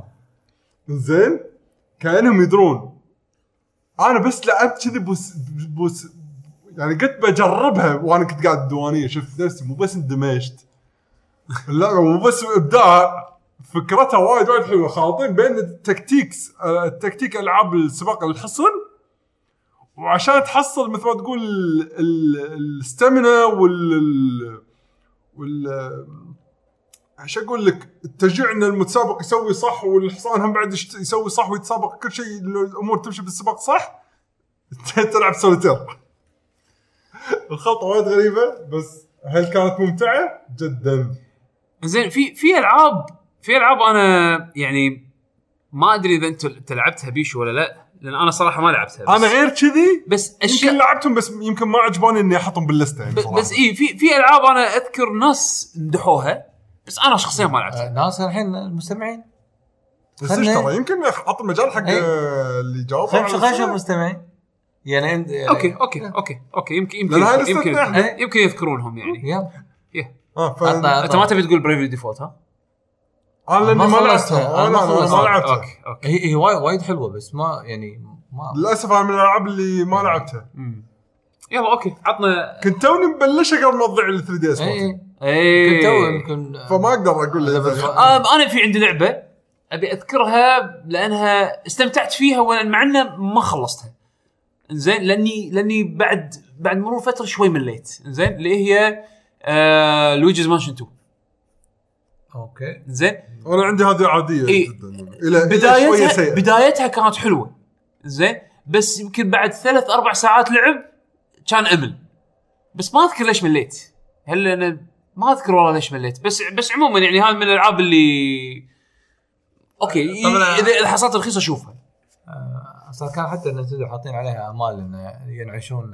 زين كانهم يدرون انا بس لعبت كذي بس بس يعني قلت بجربها وانا كنت قاعد الديوانيه شفت نفسي مو بس اندمجت اللعبه مو بس ابداع، فكرتها وايد وايد حلوه، خالطين بين التكتيكس التكتيك العاب السباق الحصن، وعشان تحصل مثل ما تقول الستامينا وال وال ايش اقول لك، التشجيع ان المتسابق يسوي صح والحصان هم بعد يسوي صح ويتسابق، كل شيء الامور تمشي بالسباق صح. تلعب سوليتير. الخلطه وايد غريبه، بس هل كانت ممتعه جدا. زين في في العاب في العاب انا يعني ما ادري اذا انت لعبتها بيش ولا لا، لان انا صراحه ما لعبتها. بس انا غير كذي بس أشياء يمكن لعبتهم، بس يمكن ما عجباني اني احطهم باللسته يعني. بس اي في في العاب انا اذكر ناس مدحوها، بس انا شخصيا ما لعبتها. ناس الحين المستمعين بس ترى يمكن احط المجال حق اللي يجاوب. خلينا نشوف خلينا نشوف المستمعين يعني انت يعني اوكي اوكي اوكي اوكي يمكن يمكن يمكن, يمكن, يمكن يذكرونهم يعني. يلا يه اه انت ما تبي تقول بريفلي ديفولت ها؟ انا لاني ما لعبتها. انا ما لعبتها. اوكي اوكي هي هي وايد حلوه، بس ما يعني ما للاسف انا من الالعاب اللي ما لعبتها. يلا اوكي عطنا. كنت توني مبلشه قبل ما تضيع ال ثري دي اس. اي اي كنت تو يمكن فما اقدر اقول لك. آه انا في عندي لعبه ابي اذكرها لانها استمتعت فيها، وانا مع انه ما خلصتها. زين لاني لاني بعد بعد مرور فتره شوي مليت. زين اللي هي آه لويجيز مانشن تو. اوكي زين انا عندي هذه عاديه إيه. جدا الى بدايتها بدايتها كانت حلوه. زين بس يمكن بعد ثلاث اربع ساعات لعب كان امل، بس ما اذكر ليش مليت. هل انا ما اذكر والله ليش مليت، بس بس عموما يعني هذا من الالعاب اللي اوكي اذا حصلت رخيصه اشوفها. اصلا كان حتى نتندو حاطين عليها امال ان ينعشون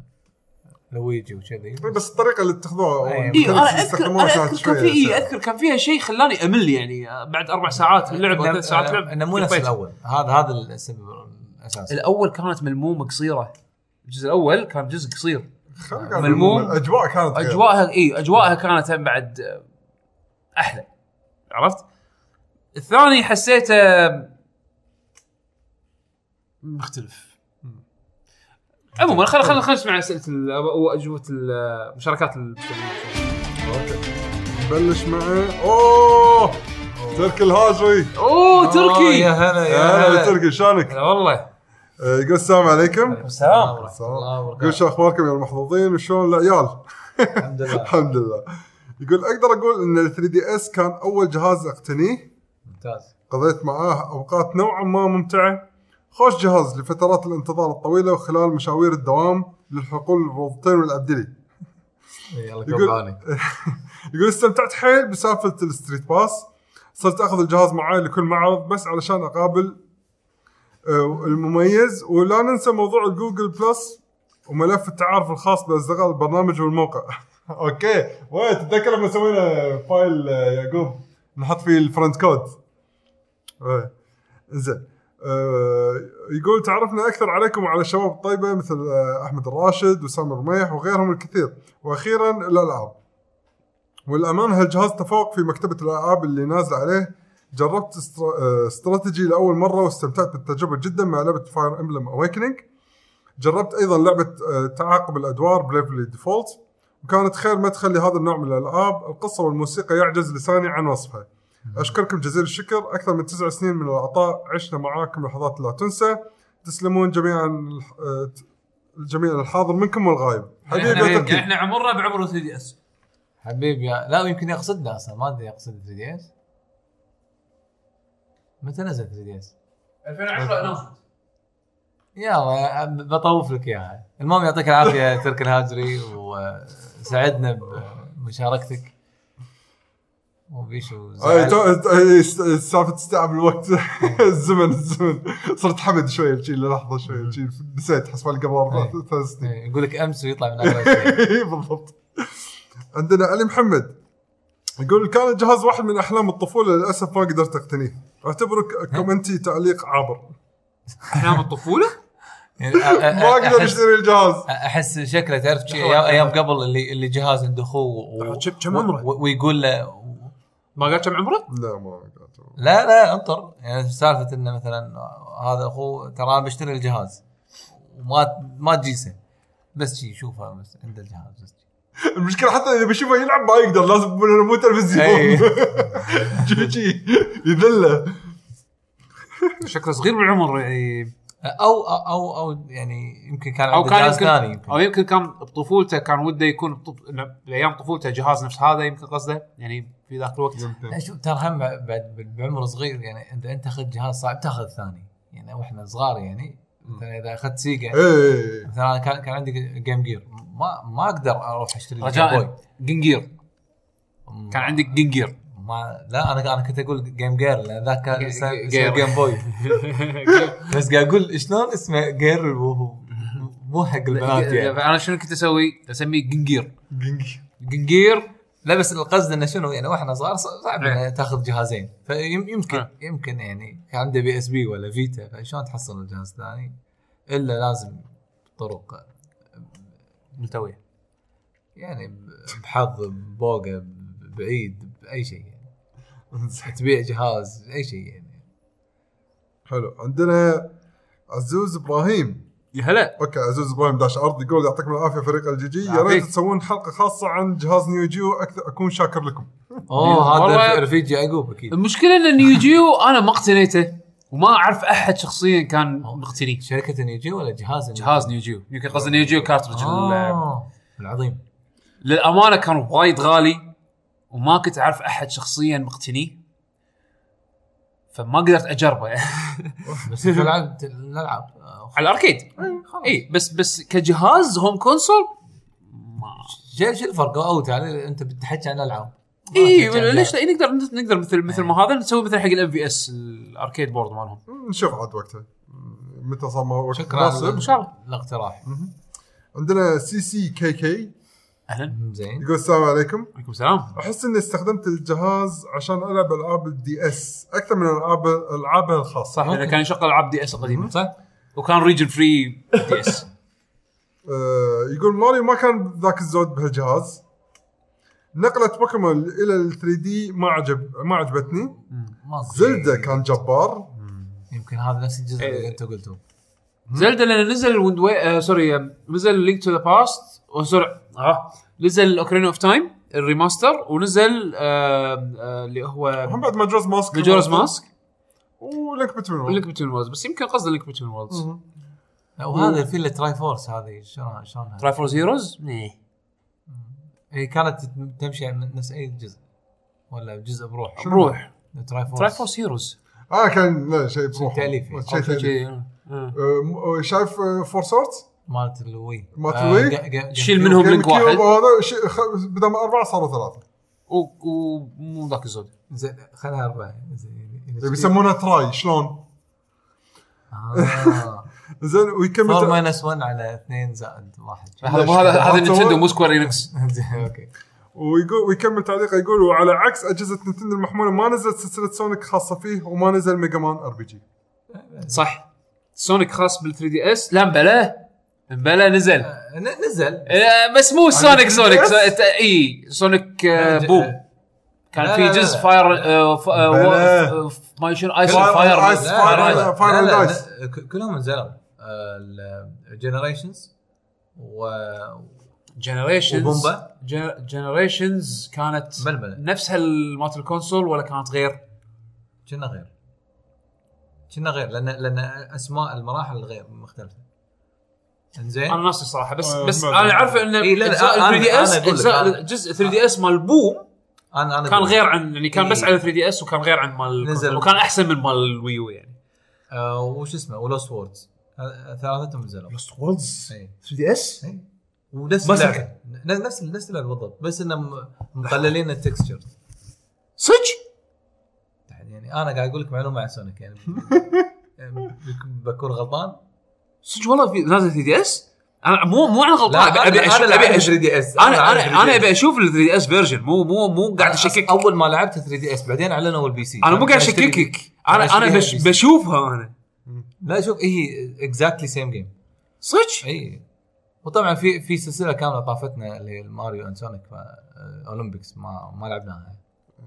لويجي وكذي، بس الطريقه اللي اتخذوها إيه انا اذكر أنا أذكر كان في إيه اذكر كان فيها شيء خلاني امل يعني بعد اربع ساعات من اللعب ثلاث ساعات لعب. انه مو نفس الاول، هذا هذا السبب الاساسي. الاول كانت ملمومه قصيره، الجزء الاول كان جزء قصير ملموم. الاجواء كانت اجواءها اي اجواءها كانت بعد احلى، عرفت. الثاني حسيته مختلف. عموما خلينا خلينا خلينا نسمع اسئله واجوبه المشاركات المستمعين. نبلش معه. اوه تركي الهاجري. اوه تركي يا هلا يا هلا تركي شلونك؟ هلا والله. يقول السلام عليكم. السلام. يقول شو اخباركم يا المحظوظين وشلون العيال؟ الحمد لله الحمد لله. يقول اقدر اقول ان ال ثري دي اس كان اول جهاز اقتنيه. ممتاز. قضيت معاه اوقات نوعا ما ممتعه. خوش جهاز لفترات الانتظار الطويله وخلال مشاوير الدوام للحقول الروضتين والعبدلي. يقول يقول استمتعت حيل بسالفه الستريت باس. صرت اخذ الجهاز معاي لكل معرض بس علشان اقابل المميز. ولا ننسى موضوع الجوجل بلس وملف التعارف الخاص باصدقاء البرنامج والموقع. اوكي وين تتذكر لما سوينا فايل يعقوب نحط فيه الفرونت كود. ايه زين. أه يقول تعرفنا اكثر عليكم وعلى الشباب الطيبه مثل احمد الراشد وسامر رميح وغيرهم الكثير. واخيرا الالعاب. والأمان هالجهاز تفوق في مكتبة الألعاب اللي نازل عليه. جربت استراتيجي لأول مرة واستمتعت بالتجربة جدا مع لعبة فاير امبلم اويكنينج. جربت أيضا لعبة تعاقب الأدوار بريفلي ديفولت وكانت خير مدخل لهذا النوع من الألعاب. القصة والموسيقى يعجز لساني عن وصفها. أشكركم جزيل الشكر. أكثر من تسع سنين من العطاء عشنا معاكم لحظات لا تنسى. تسلمون جميعا الجميع الحاضر منكم والغايب. حبيبي احنا عمرنا بعمر ثري دي اس حبيبي. لا يمكن يقصدنا اصلا ما ادري يقصد ثري دي اس. متى نزل ثري دي اس؟ ألفين وعشرة اناونسمنت. يلا بطوف لك اياها. المهم يعطيك العافيه ترك الهاجري وسعدنا بمشاركتك. وبيشو اي سالفه تستعب الوقت. الزمن الزمن صرت حمد شويه شيء للحظه شويه شيء نسيت حسب قبل اربع ثلاث سنين. يقول لك امس ويطلع من اول. بالضبط. عندنا علي محمد يقول كان الجهاز واحد من احلام الطفوله للاسف ما قدرت اقتنيه. اعتبره كومنتي تعليق عابر. احلام الطفوله ما اقدر اشتري الجهاز. احس شكله تعرف شيء ايام قبل اللي اللي جهاز عنده اخوه كم عمره ويقول له ما قال كم عمره. لا ما قال. لا لا انطر يعني سالفه انه مثلا هذا اخوه ترى انا بشتري الجهاز وما ما تجيسه بس شي شوفها بس عند الجهاز بس المشكله حتى اذا بشوفه يلعب ما يقدر، لازم مو تلفزيون جي جي يذله. شكله صغير بالعمر يعني، او او او يعني يمكن كان او عنده كان جهاز ثاني يمكن يمكن. او يمكن كان بطفولته كان وده يكون بطف... بايام طفولته جهاز نفس هذا، يمكن قصده يعني في ذاك الوقت. لا شوف ترى هم بعد بعمر صغير يعني انت انت اخذ جهاز صعب تاخذ ثاني يعني، واحنا صغار يعني مثلا اذا اخذت سيجا ايه مثلا أنا كان كان عندي جيم جير ما ما اقدر اروح اشتري رجاء جنجير كان عندك جنجير ما لا انا انا كنت اقول جيم جير لان ذاك كان اسمه جير. جيم بوي بس قاعد اقول شلون اسمه جير وهو مو حق البنات يعني. انا شنو كنت اسوي؟ اسميه جنجير جنجي جنجير. لا بس القصد انه شنو يعني واحنا صغار صعب إيه. إن تاخذ جهازين فيمكن آه. يمكن يعني كان عنده بي اس بي ولا فيتا فشلون تحصل الجهاز الثاني الا لازم طرق ملتويه يعني بحظ بوقه بعيد باي شيء يعني تبيع جهاز اي شيء يعني. حلو. عندنا عزوز ابراهيم. يا هلا. اوكي عزوز ابراهيم داش ارض يقول يعطيكم العافيه فريق الجي جي، يا ريت يعافيك. تسوون حلقه خاصه عن جهاز نيو جيو اكثر، اكون شاكر لكم. اوه والله- هذا رفيق يعقوب اكيد. المشكله ان نيوجيو انا ما اقتنيته وما اعرف احد شخصيا كان مقتني. شركه نيوجي ولا جهاز نيوجي؟ جهاز نيوجيو يمكن قصدي نيوجيو كارترج. آه. العظيم. للامانه كان وايد غالي وما كنت اعرف احد شخصيا مقتني فما قدرت اجربه. بس تلعب الالعاب على الاركيد اي بس بس كجهاز هوم كونسول ما شو شو الفرق او تعال انت بتحكي عن الالعاب اي ليش لا نقدر نقدر مثل مثل ما هذا نسوي مثل حق الام في اس الاركيد بورد مالهم. نشوف عاد وقتها متى صار وقت شكرا مناسب إن شاء الله. الاقتراح. عندنا سي سي كي كي اهلا زين. يقول السلام عليكم. عليكم السلام. احس اني استخدمت الجهاز عشان العب العاب الدي اس اكثر من العاب العابه الخاصه. صح اذا كان يشغل العاب دي اس قديمه صح. وكان ريجن فري دي اس. آه يقول ماريو ما كان ذاك الزود بهالجهاز. نقلة بوكيمون الى ال ثري دي ما عجب ما عجبتني. زلدا كان جبار. يمكن هذا نفس الجزء إيه. اللي انت قلته. زلدا لان نزل ويند وي... آه سوري نزل لينك تو ذا باست وسوري اه نزل اوكرين اوف تايم الريماستر ونزل آه آه اللي هو هم بعد ماجورز ماسك ماجورز ماسك ولينك بتوين لينك بتوين وورلدز بس يمكن قصد لينك بتوين وورلدز. وهذا في التراي فورس هذه شلون شلونها؟ تراي فور زيروز هي كانت تمشي من نفس اي جزء ولا جزء بروح؟ بروح تراي فورس. تراي فور هيروز اه كان لا شيء بروح تأليف. شيء تأليف. آه شايف فور سورتس مالت الوي مالت الوي؟ شيل منهم لينك واحد هذا شيء خ... بدل ما اربعه صاروا ثلاثه ومو ذاك الزود. زين خلها اربعه زين يسمونها تراي شلون؟ اه زين ويكمل أربعة ماينس واحد على اثنين زائد واحد. هذا هذا هذا نينتندو مو سكوير انكس. اوكي. ويقول ويكمل تعليقه يقول وعلى عكس اجهزه نينتندو المحموله ما نزلت سلسله سونيك خاصه فيه وما نزل ميجا مان ار بي جي. صح سونيك خاص بال ثري دي اس لا بلا بلا نزل نزل آه، بس مو سونيك سونيك اي سونيك آه، بوم كان لا في لا جزء لا. فاير آه، ف- آه، بلا. و- ف- ما شنو ايس فاير- فاير آيس فاير- فاير لا، لا، دايس. لا، ك- كلهم نزلوا الجنريشنز و جنريشنز وبومبا. جنريشنز كانت بلبلة. نفسها مالت الكونسول ولا كانت غير؟ كنا غير كنا غير لان لان اسماء المراحل غير مختلفه. انزين انا ناسي صراحه بس آه، بس ما انا عارف ان إيه، لا، لا، اجزاء أنا- ثري دي اس أنا أقول لك، اجزاء أنا- جزء ثري دي اس مال بوم انا انا كان أقول. غير عن يعني كان بس إيه. على ثري دي اس وكان غير عن مال نزل. الكونسول. وكان احسن من مال الويو يعني. آه وش اسمه ولوست ووردز ثلاثتهم نزلوا. لوست وورلدز إيه. ثري دي اس إيه. ونفس بس اللعبه ن- نفس نفس اللعبه بالضبط بس انه م- مقللين التكستشر. صدق يعني انا قاعد اقول لك معلومه عن سونيك يعني يعني بكون غلطان. صدق والله في نازل ثري دي اس انا مو مو عن غلطان لا ابي اشوف ابي اشوف ثري دي اس انا انا انا ابي اشوف ال ثري دي اس فيرجن مو مو مو قاعد اشكك. اول ما لعبت ثري دي اس بعدين اعلنوا البي سي. انا مو قاعد اشككك انا انا بش بشوفها انا لا شوف هي اكزاكتلي سيم جيم صدق. اي وطبعا في في سلسله كامله طافتنا اللي هي ماريو اند سونيك اولمبيكس ما ما لعبناها.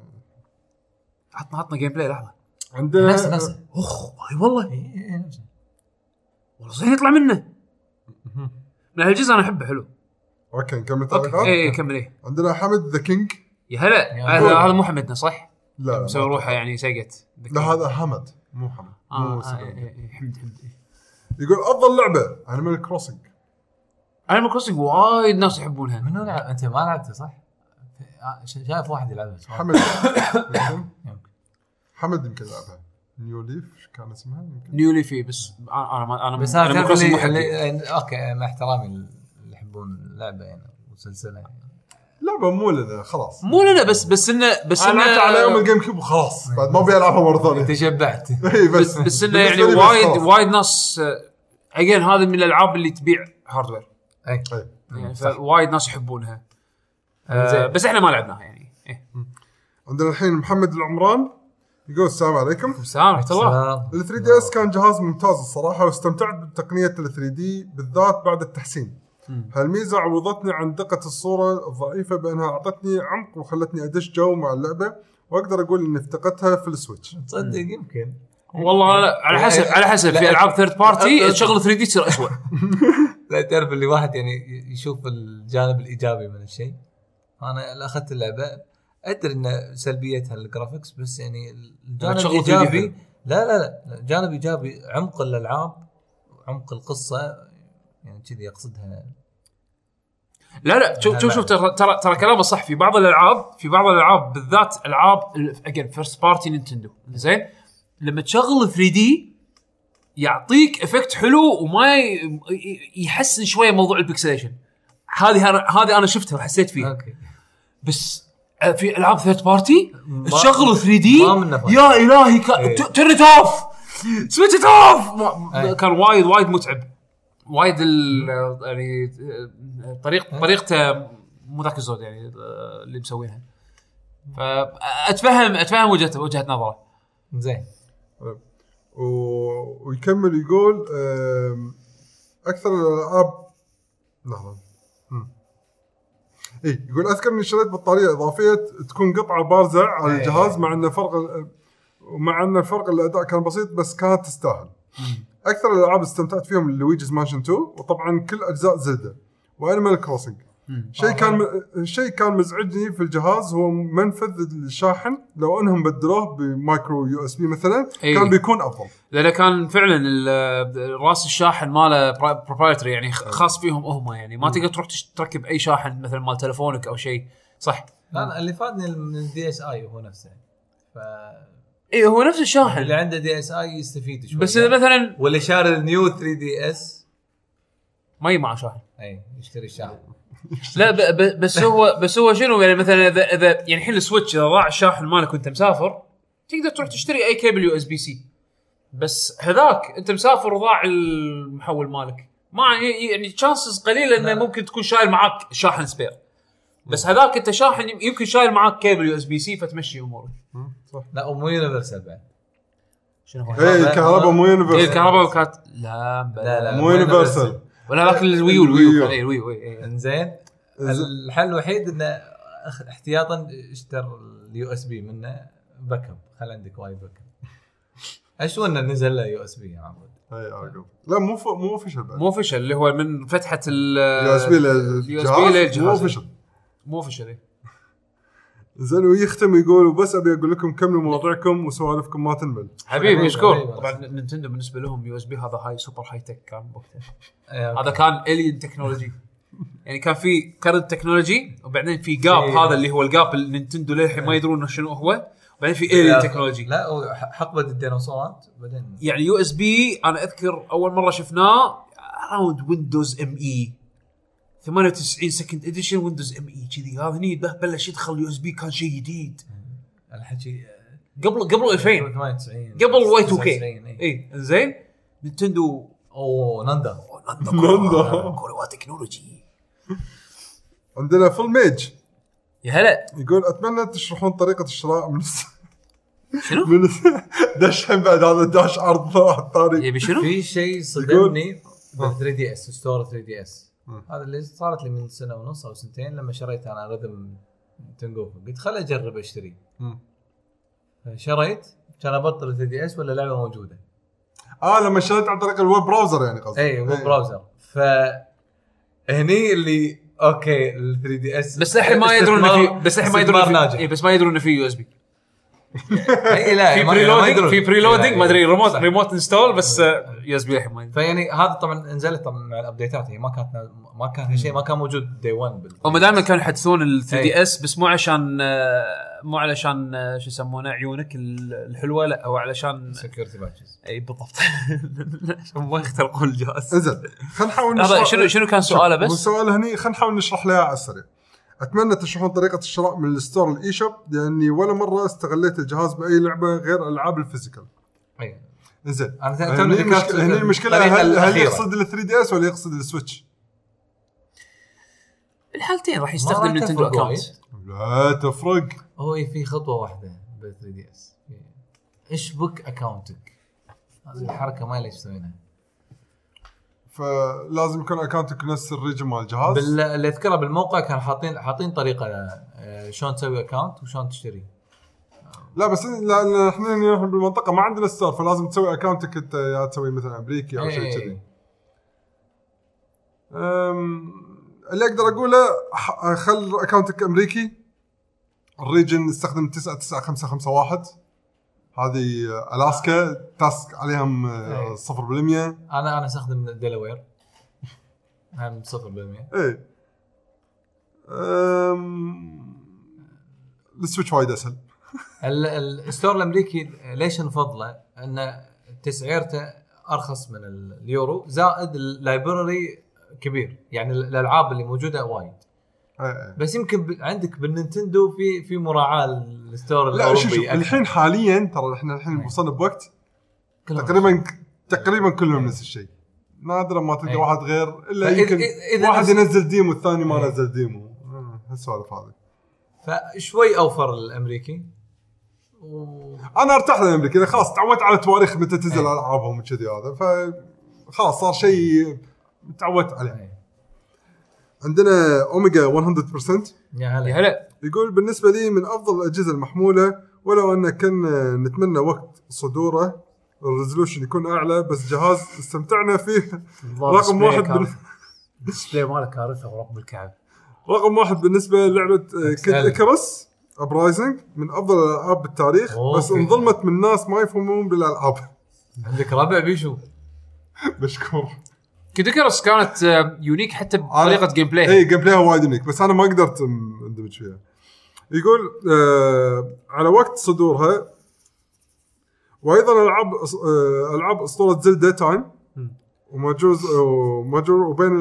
عطنا عطنا جيم بلاي لحظه. عندنا نفس نفس اخ اي والله اي نفس والله زين يطلع منه من هالجزء انا احبه حلو. اوكي نكمل اوكي تعليقات. اي كمل. ايه عندنا حمد ذا كينج. يا هلا هذا هذا مو حمدنا صح؟ لا مسوي روحه يعني سقت. لا هذا حمد مو حمد آه مو آه إيه إيه حمد حمد. يقول افضل لعبه انيمال كروسنج. انيمال كروسنج وايد ناس يحبونها. منو لعب؟ انت ما لعبته صح؟ شايف واحد يلعبها حمد حمد يمكن لعبها. نيو ليف كان اسمها يمكن نيو ليف بس انا ما انا بس انا انا اللي... اللي... اوكي مع احترامي اللي يحبون اللعبه يعني وسلسله يعني. لعبه مو لنا خلاص مو لنا بس بس انه بس انا لعبت على يوم الجيم كيوب وخلاص بعد ما ابي العبها مره ثانيه. تشبعت. بس بس انه يعني وايد وايد ناس اجين هذه من الالعاب اللي تبيع هاردوير اي يعني وايد ناس يحبونها. آه بس احنا ما لعبناها يعني. إيه. عندنا الحين محمد العمران يقول السلام عليكم. السلام ورحمه الله. ال ثري دي اس كان جهاز ممتاز الصراحه واستمتعت بتقنيه ال ثري دي بالذات بعد التحسين. هالميزه عوضتني عن دقه الصوره الضعيفه بانها اعطتني عمق وخلتني ادش جو مع اللعبه واقدر اقول اني افتقدتها في السويتش. تصدق يمكن والله لا على حسب على حسب في العاب ثيرد بارتي تشغل ثري دي تصير اسوء. لا تعرف اللي واحد يعني يشوف الجانب الايجابي من الشيء. انا اخذت اللعبه ادري ان سلبيتها الجرافيكس بس يعني الجانب الايجابي لا لا لا جانب ايجابي عمق الالعاب عمق القصه يعني كذي يقصدها. لا لا شوف شوف شوف ترى ترى, ترى كلامه صح. في بعض الالعاب في بعض الالعاب بالذات العاب اجين فيرست بارتي نينتندو زين لما تشغل ثري دي يعطيك افكت حلو وما يحسن شويه موضوع البكسليشن. هذه هذه انا شفتها وحسيت فيها. أوكي. بس في العاب ثيرد بارتي تشغل ثري دي يا الهي ترن ات اوف سويتش ات اوف كان وايد وايد متعب وايد يعني طريق طريقته مو ذاك الزود يعني اللي مسوينها. فاتفهم اتفهم وجهه وجهه نظره. زين ويكمل يقول اكثر الالعاب لحظه اي يقول اذكر اني شريت بطاريه اضافيه تكون قطعه بارزه على الجهاز مع ان فرق ومع ان الفرق الاداء كان بسيط بس كانت تستاهل. اكثر الالعاب استمتعت فيهم لويجيز مانشن تو وطبعا كل اجزاء زلدة وانيمال كروسنج. شيء كان م... شيء كان مزعجني في الجهاز هو منفذ الشاحن لو انهم بدلوه بمايكرو يو اس بي مثلا أيه. كان بيكون افضل لانه كان فعلا راس الشاحن ماله بروبرايتري يعني خاص فيهم هم يعني ما تقدر تروح تركب اي شاحن مثلا مال تلفونك او شيء صح. لا اللي فادني من الدي اس اي هو نفسه ف ايه هو نفس الشاحن اللي عنده دي اس اي يستفيد شوي بس يعني. مثلا واللي شاري النيو ثري دي اس ما يجمع شاحن اي يشتري الشاحن. لا ب ب بس هو بس هو شنو يعني مثلا اذا اذا يعني الحين السويتش اذا ضاع الشاحن مالك وانت مسافر تقدر تروح تشتري اي كيبل يو اس بي سي. بس هذاك انت مسافر وضاع المحول مالك ما يعني تشانسز قليله انه ممكن تكون شايل معاك شاحن سبير. بس هذاك انت شاحن يمكن شايل معاك كيبل يو اس بي سي فتمشي امورك. صح. لا مو يونيفرسال بعد شنو هو ايه الكهرباء مو يونيفرسال. ايه الكهرباء كانت لا لا لا مو يونيفرسال ولا لكن الويو الويو اي الويو اي انزين. الحل الوحيد انه احتياطا اشتر اليو اس بي منه باك اب. خل عندك وايد باك اب. ايش انه نزل له يو اس بي يا عمود. اي ارجو لا مو ف... مو فشل بعد مو فشل اللي هو من فتحه اليو اس بي للجهاز مو فشل مو فشل. زين ويختم يقول وبس ابي اقول لكم كملوا مواضيعكم وسوالفكم ما تنمل حبيبي مشكور. طبعا نينتندو بالنسبه لهم يو اس بي هذا هاي سوبر هاي تك كان وقتها. هذا كان الين تكنولوجي يعني كان في كارنت تكنولوجي وبعدين في جاب هذا اللي هو الجاب النينتندو للحين ما يدرون شنو هو وبعدين في الين تكنولوجي. لا حقبه الديناصورات بعدين يعني يو اس بي انا اذكر اول مره شفناه اراوند ويندوز ام اي ثمانية وتسعين سكند اديشن ويندوز ام اي كذي. هذا هني بلش يدخل يو اس بي كان شيء جديد الحكي قبل قبل ألفين ثمانية وتسعين قبل واي تو كي. اي زين نينتندو اوه ناندا ناندا كوروا تكنولوجي. عندنا فول ميج يا هلا يقول اتمنى تشرحون طريقه الشراء من شنو من داش بعد هذا داش عرض طاري يبي شنو في شيء صدمني بال ثري دي اس ستور ثري دي اس. هذا اللي صارت لي من سنه ونص او سنتين لما شريت انا رذم تنقوف قلت خل اجرب اشتري. شريت كان ابطل ثري دي اس ولا لعبه موجوده. اه لما شريت عن طريق الويب براوزر يعني قصدي اي ويب براوزر. فهني اللي اوكي ال ثري دي اس بس الحين ما يدرون انه في بس الحين ما يدرون ناجح. اي بس ما يدرون انه في يو اس بي اي لا في ما- بري ما لودينج يدرون. في بري لودينج إيه، ما ادري إيه. ريموت صح. ريموت انستول بس يو اس بي الحين ما يدرون. فيعني هذا طبعا نزلت طبعا مع الابديتات هي ما كانت ما كان هالشيء ما كان موجود دي واحد بال هم دائما كانوا يحدثون ال ثري دي أي. اس بس مو عشان آه، مو علشان آه، شو يسمونه عيونك ال- الحلوه لا او علشان سكيورتي باتشز. اي بالضبط عشان ما يخترقون الجهاز. انزين خلينا نحاول هذا نشرح شنو شنو كان سؤاله بس والسؤال هني خلينا نحاول نشرح لها على السريع. اتمنى تشرحون طريقه الشراء من الستور الاي شوب لاني ولا مره استغليت الجهاز باي لعبه غير العاب الفيزيكال. اي انزين انا توني هني ذكرت المشكله هني المشكله الطريقة هل, هل الأخيرة. يقصد ال ثري دي اس ولا يقصد السويتش؟ الحالتين راح ما يستخدم راح نينتندو تفرق اكونت. وايد. لا تفرق. هو في خطوه واحده بال ثري دي اس اشبك اكاونتك. هذه الحركه ما ليش تسوينها فلازم يكون اكونتك نفس الريجن مال الجهاز. بال... اللي اذكره بالموقع كان حاطين حاطين طريقه آه، شلون تسوي اكاونت وشلون تشتري. لا بس لان احنا هنا بالمنطقه ما عندنا ستور فلازم تسوي اكونتك انت يا تسوي مثلا امريكي او شيء إيه. كذي. أم، اللي اقدر اقوله ح- خل اكونتك امريكي. الريجن استخدم تسعة تسعة خمسة خمسة واحد هذه الاسكا تاسك عليهم إيه. صفر بالمية. انا انا استخدم ديلاوير هم صفر بالمية. ايه أم، السويتش وايد اسهل. ال- الستور الامريكي ليش نفضله؟ ان تسعيرته ارخص من ال- اليورو زائد اللايبراري كبير يعني ال- الالعاب اللي موجوده وايد. إيه. بس يمكن ب... عندك بالنينتندو في في مراعاه للستور لا شوف شوف الاوروبي الحين حاليا ترى احنا الحين إيه. وصلنا بوقت كلهم تقريبا تقريبا كلهم نفس الشيء. نادرا ما تلقى أي. واحد غير الا فإذا- يمكن إذا واحد نفس- ينزل ديمو والثاني ما أي. نزل ديمو. آه، هالسوالف هذه. فشوي اوفر الامريكي و... انا ارتاح للامريكا خلاص تعودت على تواريخ متى تنزل أي. العابهم وكذي هذا فخلاص صار شيء تعودت عليه. أي. عندنا اوميجا مية بالمية يا هلا يا هلا يقول بالنسبه لي من افضل الاجهزه المحموله ولو ان كنا نتمنى وقت صدوره الريزولوشن يكون اعلى بس جهاز استمتعنا فيه. رقم واحد بال... الديسبلاي ماله كارثه ورقم الكعب. رقم واحد بالنسبه للعبه كيد أكسل. اكرس ابرايزنج من افضل الالعاب بالتاريخ. أوه. بس انظلمت من ناس ما يفهمون بالالعاب. عندك ربع بيشو مشكور. كيدكرس كانت آه، يونيك حتى بطريقه جيم بلاي. اي جيم بلايها وايد يونيك بس انا ما قدرت أم- اندمج فيها. يقول آه على وقت صدورها وايضا العاب أس- آه العاب اسطوره زلدا تايم وماجوز وماجور وبين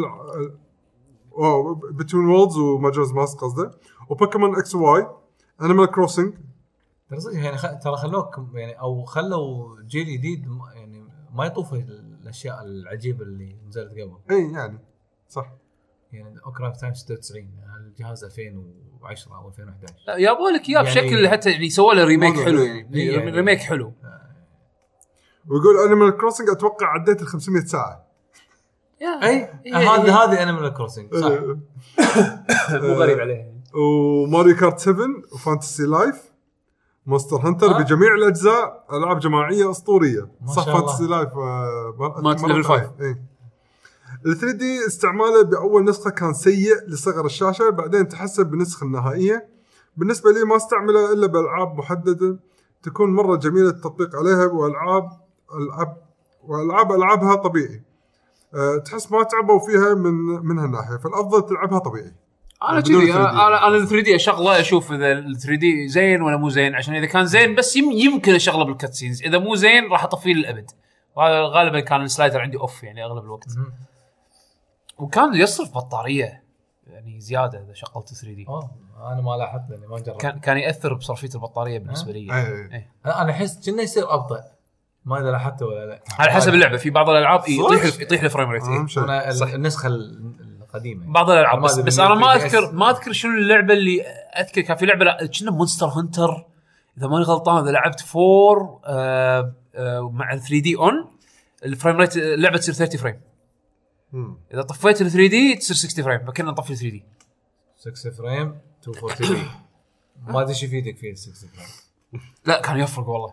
بتوين وولدز وماجورز ماسك قصده وبوكيمون اكس واي انيمال كروسنج. ترى صدق يعني خ... ترى خلوك يعني او خلوا جيل جديد م- يعني ما يطوف الاشياء العجيبه اللي نزلت قبل. اي يعني صح. يعني اوكرا تايم ستة وتسعين الجهاز ألفين وعشرة او ألفين وأحد عشر. لا يابوا لك اياه يعني- بشكل حتى يعني سووا له ريميك والله حلو يعني. يعني, يعني- ريميك حلو. ويقول انيمال كروسنج اتوقع عديت ال خمسمية ساعه. اي هذا هذه انيمال كروسنج صح. آه، مو غريب عليه. وماريو كارت سبعة وفانتسي لايف مونستر هانتر آه. بجميع الاجزاء العاب جماعيه اسطوريه. ما صح شاء الله. فانتسي لايف آه، مالت مرة ليفل ثانية. اي ال ثري دي استعماله باول نسخه كان سيء لصغر الشاشه بعدين تحسن بالنسخه النهائيه. بالنسبه لي ما استعمله الا بالالعاب محدده تكون مره جميله التطبيق عليها والعاب العاب والعاب العابها طبيعي. أه تحس ما تعبوا فيها من من هالناحيه فالافضل تلعبها طبيعي. انا بدون كذي ثري دي. انا انا ال ثري دي اشغله اشوف اذا ال ثري دي زين ولا مو زين عشان اذا كان زين بس يم يمكن اشغله بالكاتسينز اذا مو زين راح اطفيه للابد. وهذا غالبا كان السلايدر عندي اوف يعني اغلب الوقت. وكان يصرف بطاريه يعني زياده اذا شغلت ثري دي. اوه انا ما لاحظت لاني ما جربت. كان كان ياثر بصرفيه البطاريه بالنسبه لي. اي إيه. انا احس كأنه يصير ابطا ما ادري لاحظته ولا لا. على حسب اللعبه في بعض الالعاب صح؟ يطيح يطيح الفريم ريت. اهم شيء. انا صح. ال- النسخه ال- القديمه بعض الالعاب ما بس, أدري بس من انا ما ال ثري دي إس. اذكر ما اذكر شنو اللعبه اللي اذكر كان في لعبه لا- كنا مونستر هانتر اذا ماني غلطان اذا لعبت فور آه آه مع ثري دي اون الفريم ريت اللعبه تصير ثلاثين فريم. مم. اذا طفيت ال ثري دي تصير ستين فريم فكنا نطفي ثري دي. ستة فريم مئتين وأربعين ما ادري ايش يفيدك فيه ستة فريم. لا كان يفرق والله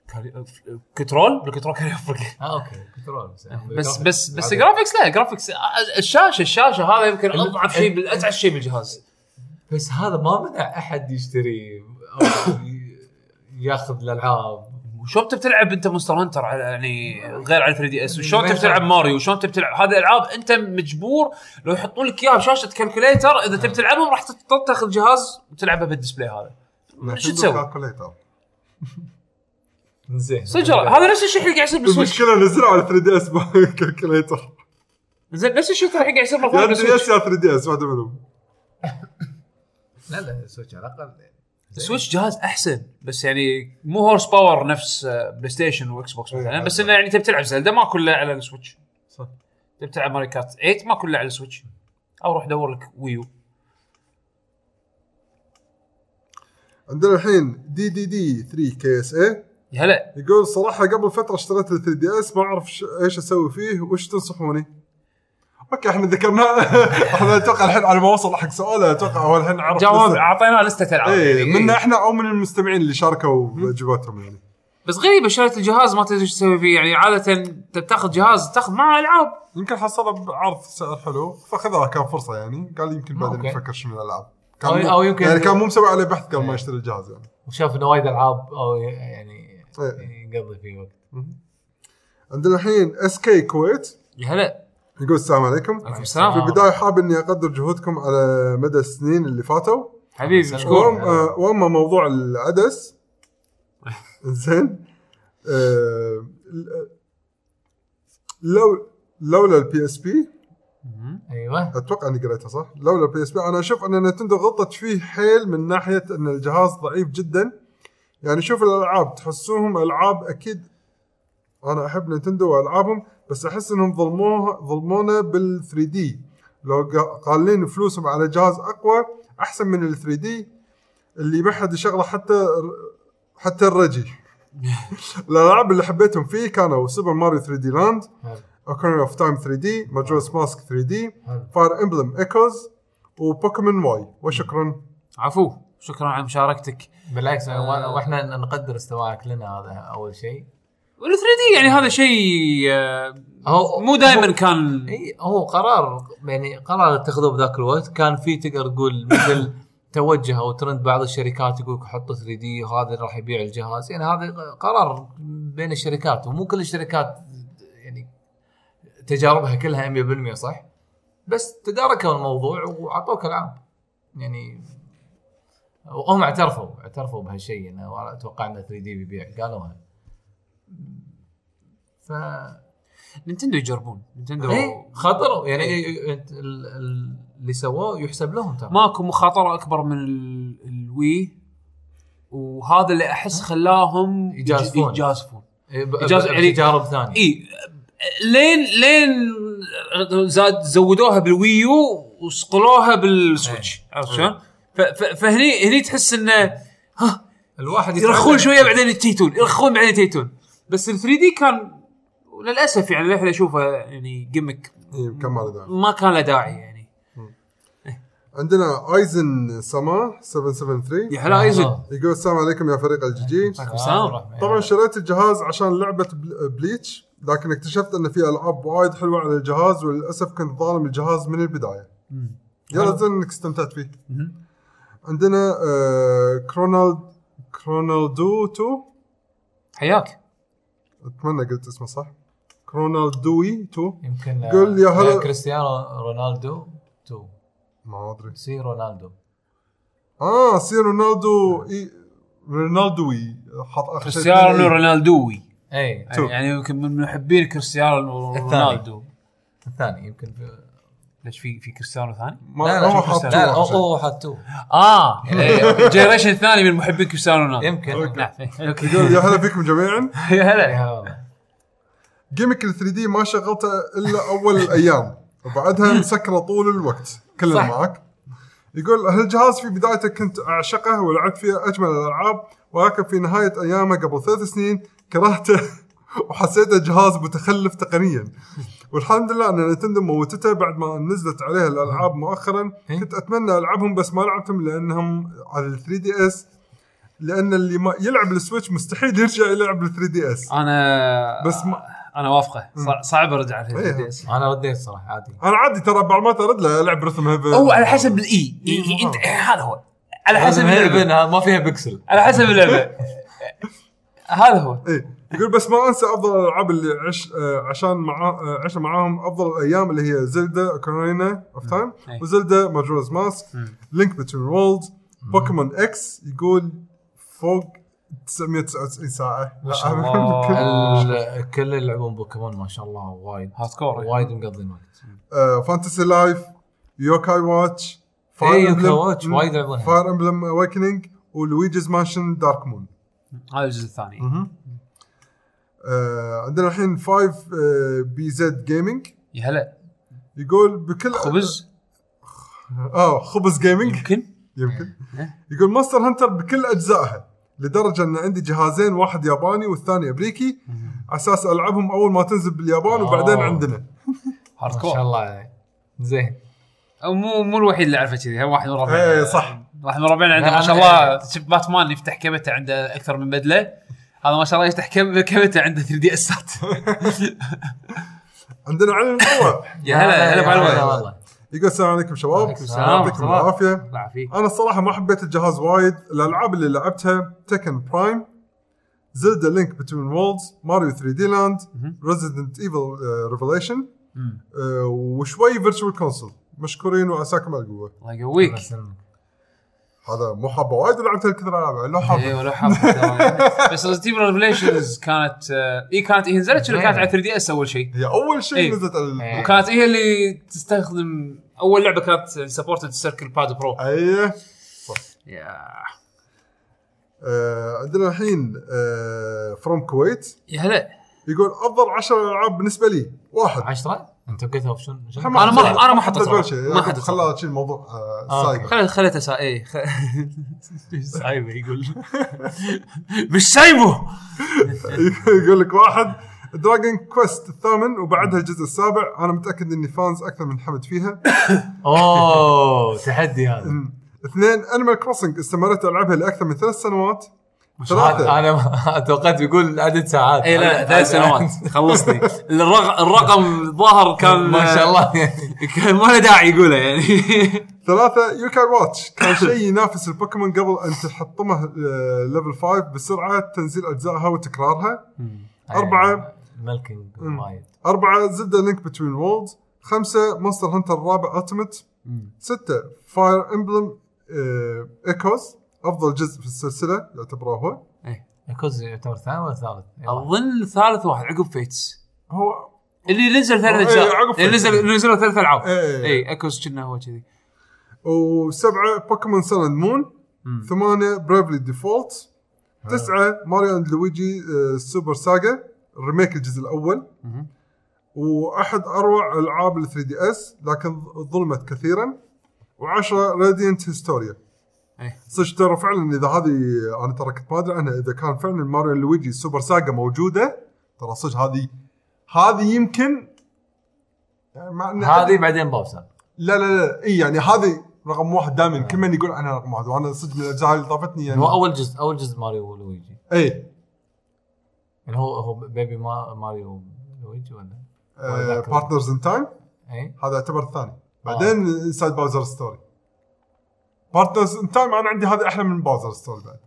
كنترول بالكنترول كان يفرق. اه اوكي كنترول بس بس بس جرافيكس لا جرافيكس الشاشه الشاشه هذا يمكن اضعف شيء بالاتعس شيء بالجهاز. بس هذا ما منع احد يشتري او ياخذ الالعاب. وشلون انت بتلعب انت مونستر هانتر على يعني غير على ثري دي اس وشلون انت بتلعب ماريو وشلون انت بتلعب هذه الالعاب انت مجبور لو يحطون لك اياها بشاشه كالكوليتر اذا تبي تلعبهم راح تضطر تاخذ جهاز وتلعبها بالديسبلاي هذا. شو تسوي؟ كالكوليتر زين سجل هذا نفس الشيء اللي قاعد يصير بالسويتش. المشكله نزلوا على ثري دي اس كالكوليتر. زين نفس الشيء راح يقعد يصير مرة يا ثري دي اس يا ثري دي اس واحده منهم. لا لا سويتش على الاقل السويتش جهاز احسن بس يعني مو هورس باور نفس بلاي ستيشن واكس بوكس مثلا بس انه يعني تبي تلعب زلدا ما كله على السويتش صح. تبي تلعب ماريو كارت ثمانية ما كله على السويتش او روح دور لك ويو. عندنا الحين دي دي دي ثري كي اس اي يا هلا يقول صراحه قبل فتره اشتريت ال ثري دي اس ما اعرف ش... ايش اسوي فيه وش تنصحوني. اوكي احنا ذكرنا احنا اتوقع الحين على ما وصل حق سؤاله اتوقع هو الحين عرف جواب اعطينا لسته العاب ايه يعني منا احنا او من المستمعين اللي شاركوا باجوبتهم يعني. بس غريبه شريت الجهاز ما تدري ايش تسوي فيه يعني عاده انت بتاخذ جهاز تاخذ معه العاب يمكن حصله بعرض سعر حلو فاخذها كان فرصه يعني قال يمكن بعدين نفكر شنو الالعاب كان أو, أو يمكن يعني كان مو مسوي عليه بحث قبل ما يشتري الجهاز يعني وشاف انه وايد العاب او يعني يقضي فيه وقت. عندنا الحين اس كي كويت يا هلا يقول السلام عليكم. عليكم السلام. في البدايه حاب اني اقدر جهودكم على مدى السنين اللي فاتوا حبيبي مشكور. واما موضوع العدس زين أه لو لولا البي اس بي ايوه اتوقع اني قريتها صح. لولا البي اس بي انا اشوف ان نينتندو غلطت فيه حيل من ناحيه ان الجهاز ضعيف جدا يعني. شوف الالعاب تحسوهم العاب اكيد انا احب نينتندو والعابهم بس احس انهم ظلموه ظلمونا بال ثري دي. لو قالين فلوسهم على جهاز اقوى احسن من ال ثري دي اللي بحد شغله حتى حتى الرجي. الالعاب اللي حبيتهم فيه كانوا سوبر ماريو ثري دي لاند اوكارينا اوف تايم ثري دي ماجورس ماسك ثري دي فاير امبلم ايكوز وبوكيمون واي. وشكرا. عفو شكرا على مشاركتك. بالعكس آه واحنا نقدر استواءك لنا هذا اول شيء. وال ثري دي يعني هذا شيء هو مو دائما كان اي هو قرار يعني قرار اتخذوه بذاك الوقت كان في تقدر تقول مثل توجه او ترند بعض الشركات يقولك حطوا ثري دي وهذا راح يبيع الجهاز يعني هذا قرار بين الشركات ومو كل الشركات يعني تجاربها كلها مية بالمية صح بس تداركوا الموضوع وعطوك العاب يعني وهم اعترفوا اعترفوا بهالشيء انه اتوقع ان ثري دي بيبيع قالوها. ف نينتندو يجربون نينتندو ايه خاطروا يعني اللي سووه يحسب لهم ترى ماكو مخاطره اكبر من الوي وهذا اللي احس خلاهم يجازفون يجازفون إجاز... يعني تجارب ثانيه اي لين لين زاد زودوها بالويو وصقلوها بالسويتش عرفت شلون. فهني هني تحس انه ها الواحد يرخون شويه بعدين يتيتون يرخون بعدين يتيتون. بس ال ثري دي كان للاسف يعني اللي اشوفه يعني جيمك ما كان له داعي يعني. عندنا ايزن سما سبعة سبعة ثلاثة يا هلا ايزن يقول السلام عليكم يا فريق الجي جي. طبعا شريت الجهاز عشان لعبه بليتش لكن اكتشفت ان في العاب وايد حلوه على الجهاز وللاسف كنت ظالم الجهاز من البدايه. يلا زين انك استمتعت فيه. عندنا آه كرونالد كرونالدو تو حياك اتمنى قلت اسمه صح. كرونالدوي تو يمكن قول يا هلا كريستيانو رونالدو تو ما ادري سي رونالدو اه سي رونالدو اي رونالدوي حط كريستيانو رونالدوي اي يعني يمكن من محبين كريستيانو رونالدو الثاني يمكن في... ليش في في كريستيانو ثاني؟ لا لا هو حط لا هو حطوه اه جيريشن ثاني من محبين كريستيانو رونالدو يمكن نعم. اوكي يا هلا فيكم جميعا. يا هلا. جيمك ال ثري دي ما شغلته الا اول الايام وبعدها مسكره طول الوقت كلنا معك. يقول هالجهاز في بدايته كنت اعشقه ولعبت فيه اجمل الالعاب ولكن في نهايه ايامه قبل ثلاث سنين كرهته وحسيته جهاز متخلف تقنيا. والحمد لله ان نينتندو موتته بعد ما نزلت عليها الالعاب مؤخرا. كنت اتمنى العبهم بس ما لعبتهم لانهم على ال ثري دي اس لان اللي ما يلعب السويتش مستحيل يرجع يلعب ال ثري دي اس. انا بس ما... انا وافقه صع- صعب ارجع على ثري دي اس. انا رديت صراحه عادي. انا عادي ترى بعض ما ارد له العب رسم هيفن. هو على حسب الاي إي- انت هذا هو على حسب اللعبه، اللعبه ما فيها بكسل. على حسب اللعبه هذا هو. ايه يقول بس ما انسى افضل الالعاب اللي عش آه عشان مع آه عشنا معاهم افضل الايام اللي هي زلدا اوكارينا اوف تايم أي. وزلدا ماجورز ماسك لينك بتوين وورلدز بوكيمون اكس. يقول فوق تسعمية وتسعة وتسعين ساعه. ما شاء الله. ال- كل اللي يلعبون بوكيمون ما شاء الله وايد هارد كور وايد مقضين وقت. آه فانتسي لايف يوكاي واتش اي يوكاي واتش وايد يلعبونها. فاير امبلم اويكنينج ولويجيز مانشن دارك مون. هذا الجزء الثاني. آه عندنا الحين خمسة آه بي زد جيمنج. يا هلا يقول بكل خبز اه خبز جيمنج يمكن يمكن. يقول مونستر هانتر بكل اجزائها لدرجه ان عندي جهازين واحد ياباني والثاني امريكي على اساس العبهم اول ما تنزل باليابان وبعدين عندنا. هارد ما كور شاء الله زين. او مو مو الوحيد اللي اعرفه كذي. هم واحد من ربعنا. ايه صح. واحد من ربعنا عنده ما شاء الله شوف باتمان يفتح كبته عنده اكثر من بدله. هذا ما شاء الله يفتح كب- كبته عنده ثري دي اسات. عندنا علي المطوع. يا هلا هلا هلا بعلوة. والله. يقول السلام عليكم شباب. وعليكم السلام. يعطيكم السلام. العافيه. الله يعافيك. انا الصراحه ما حبيت الجهاز وايد. الالعاب اللي لعبتها تكن برايم زلدا لينك بتوين وولدز ماريو ثري دي لاند ريزيدنت ايفل ريفيليشن وشوي فيرتشوال كونسول. مشكورين وعساكم على القوه. الله يقويك. هذا مو حابه وايد ولعبت الكثر العاب لو حابه. اي ولا حاب. بس ريزنت ايفل ريفيليشنز كانت اي كانت هي نزلت ولا كانت على ثري دي اس اول شيء. هي اول شيء إيه. نزلت على وكانت هي اللي تستخدم اول لعبه كانت سبورتد سيركل باد برو. ايه يا آه عندنا الحين فروم كويت. يا هلا. يقول افضل عشر العاب بالنسبه لي. واحد عشرة انت قلتها شنو شنو؟ أنا ما- أنا ما حطيت ولا شيء. ما حطيت خلاه شيء الموضوع آه آه. سايق. خلت خلت سا ايه خ... سايبه يقول مش سايبه. يقول لك واحد دراجون كويست الثامن وبعدها الجزء السابع. انا متاكد اني فانز اكثر من حمد فيها. اوه تحدي هذا. اثنين انيمال كروسنج استمرت العبها لاكثر من ثلاث سنوات. ثلاثه انا توقعت بيقول عدد ساعات. اي لا ثلاث سنوات خلصني. الرقم الرقم ظاهر كان ما شاء الله يعني كان ما له داعي يقوله يعني. ثلاثة يوكاي واتش كان شيء ينافس البوكيمون قبل أن تحطمه ليفل خمسة بسرعة تنزيل أجزائها وتكرارها. أربعة ملكينج وايد. أربعة زلدا لينك بتوين وولدز. خمسة مونستر هانتر الرابع ألتيميت. ستة فاير إمبلم إيكوز أفضل جزء في السلسلة يعتبره هو. يكوز يعتبر ثاني ولا ثالث؟ اظن ثالث واحد عقب فيتس هو اللي نزل ثلاث إيه، اجزاء. عقب اللي نزل اللي نزلوا ثلاث العاب. إيه. اي اكوس كنا هو كذي. وسبعة بوكيمون سان اند مون. ثمانية بريفلي ديفولت. تسعة ماريو اند لويجي سوبر ساغا الريميك الجزء الأول. وأحد أروع ألعاب ال ثري دي إس لكن ظلمت كثيرا. وعشرة راديانت هيستوريا. صدق ترى فعلا إذا هذه أنا ترى كنت ما أدري عنها إذا كان فعلا ماريو اند لويجي سوبر ساغا موجودة ترى صدق هذه هذه يمكن يعني هذه بعدين باوسر. لا لا لا اي يعني هذه رقم واحد دائما كل من يقول عنها رقم واحد وانا صدق من الاجزاء اللي ضافتني يعني هو اول جزء اول جزء ماريو ولويجي. اي يعني هو هو بيبي ما ماريو لويجي ولا بارتنرز ان تايم. اي هذا يعتبر الثاني. بعدين انسايد باوزر ستوري. بارتنرز ان تايم انا عندي هذا احلى من باوزر ستوري بعد.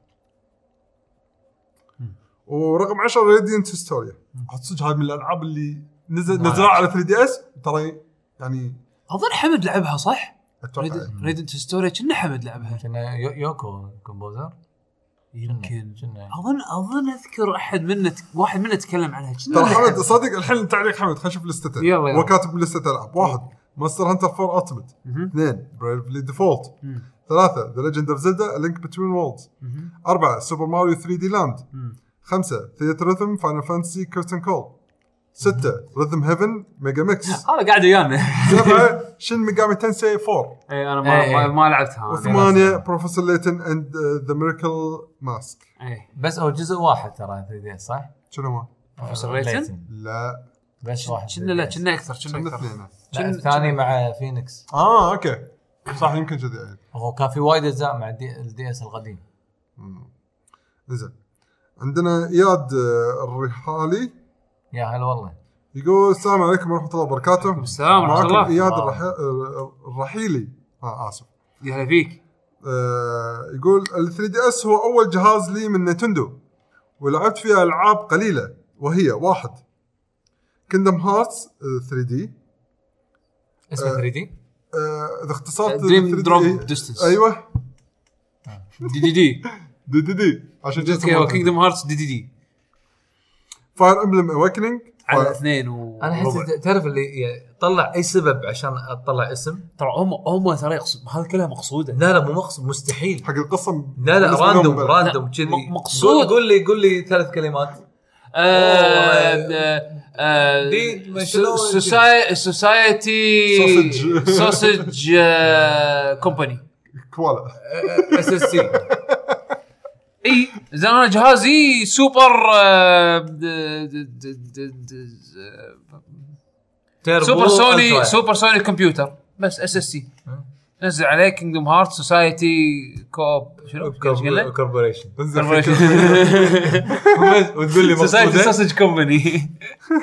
ورقم عشرة راديانت هيستوريا. صدق هذه من الالعاب اللي نزل نزلها على ثري دي اس ترى يعني اظن حمد لعبها صح. اتوقع ريدنت ستوري كنا حمد لعبها. كنا يوكو كومبوزر يمكن كنا اظن اظن اذكر احد منا واحد منا تكلم عنها. ترى حمد صدق الحين تعليق حمد خلينا نشوف لستته. يلا. هو كاتب لستة العاب. واحد مونستر هانتر فور التيميت. اثنين بريفلي ديفولت. ثلاثة ذا ليجند اوف زلدا لينك بتوين وولدز. أربعة سوبر ماريو ثري دي لاند. خمسة ثياتر ريثم فاينل فانتسي كيرتن كول. ستة ريثم هيفن ميجا ميكس. هذا قاعد ويانا. سبعة شين ميجامي تنسي فور. اي انا ما ما, ما لعبتها. وثمانية بروفيسور ليتن اند ذا ميراكل ماسك. اي بس هو جزء واحد ترى ثري دي صح؟ شنو ما بروفيسور ليتن؟ لا بس واحد. كنا لا كنا اكثر كنا اكثر. كنا الثاني مع فينيكس. اه اوكي صح يمكن كذي. هو كان في وايد اجزاء مع الدي اس القديم. زين عندنا اياد آه، الرحالي يا هلا والله. يقول السلام عليكم ورحمه الله وبركاته. السلام ورحمة الله. معكم اياد الله. الرح... آه، الرحيلي اه اسف. يا هلا فيك. آه يقول ال ثري دي اس هو اول جهاز لي من نينتندو ولعبت فيها العاب قليله وهي واحد كيندم هارتس ثري دي اسمه ثري دي آه، اذا اختصرت دريم ثري دي دروب إيه. ديستنس. ايوه دي دي دي دي دي دي عشان جزء كينجدم هارتس دي دي دي فاير امبلم اويكننج على اثنين و انا احس تعرف اللي يعني طلع اي سبب عشان اطلع اسم. ترى هم هم ترى يقصد هذا كلها مقصوده. لا لا مو مقصود مستحيل. حق القصه لا لا بالنسبة راندوم لهم راندوم لا، كذي م- مقصود. قول- قول لي قول لي ثلاث كلمات. دي ما شنو سوسايتي Sausage. سوسج كومباني. كوالا اس اس سي. اي زين انا جهازي سوبر آه، د- د- د- د- د- سوبر سوني سوبر سوني كمبيوتر بس اس اس سي نزل عليه كينجدم هارت سوسايتي كوب شنو كوربوريشن. كوربوريشن وتقول لي سوسايتي مقصوده. سوسج كومباني.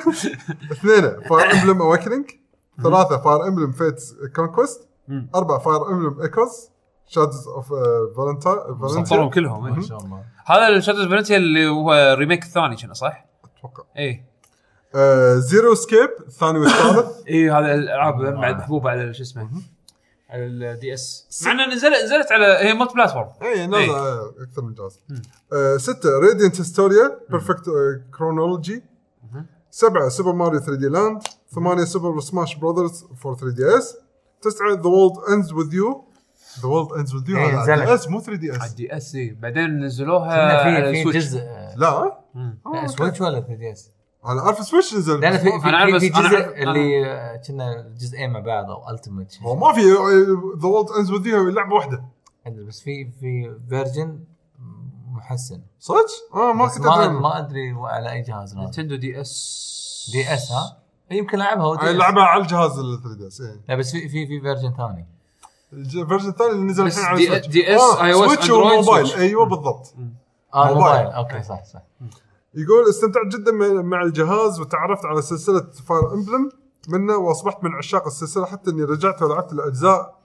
اثنين فاير امبلم اويكننج ثلاثة فاير امبلم فيتس كونكويست أربعة فاير امبلم ايكوز شادز اوف فالنتاين سطرهم كلهم ما إيه. شاء الله. هذا الشادوز فالنتيا اللي هو ريميك الثاني كنا صح؟ اتوقع اي زيرو سكيب الثاني والثالث اي هذا الالعاب بعد محبوبه على شو اسمه على الدي اس مع انها نزلت نزلت على هي مالتي بلاتفورم. اي نازل اكثر من جهاز. آه، ستة راديانت هيستوريا بيرفكت كرونولوجي. سبعة سوبر ماريو ثري دي لاند. ثمانية سوبر سماش براذرز فور ثري دي اس. تسعة ذا وورلد اندز وذ يو. ذا وورلد اندز وذ يو إيه، هذا نزلت. دي اس مو ثري دي على اس. الدي اس اي بعدين نزلوها كنا على في في السويتش. جزء لا لا سويتش ولا ثري دي اس. على عارف سويتش نزل. لا لا في أنا عارف في, في بس- أنا جزء عارف- اللي آه، كنا جزئين مع بعض او التيميت. هو ما في ذا وورلد اندز وذ يو لعبة واحدة بس في في فيرجن محسن. صدق؟ اه ما بس كنت ما أدري. ما ادري على اي جهاز نازل. نينتندو دي اس دي اس ها يمكن لعبها هو دي أنا اس. لعبها على الجهاز ال ثري دي اس. إيه. لا بس في في في فيرجن ثاني. الفيرجن الثاني اللي نزل بس الحين على دي- سويتش. دي اس، آه، آي أو إس، سويتش أندرويد، وموبايل. سويتش. ايوه بالضبط. اه موبايل. موبايل اوكي صح صح. يقول استمتعت جدا مع- مع الجهاز وتعرفت على سلسلة فاير امبلم منه واصبحت من عشاق السلسلة حتى اني رجعت ولعبت الاجزاء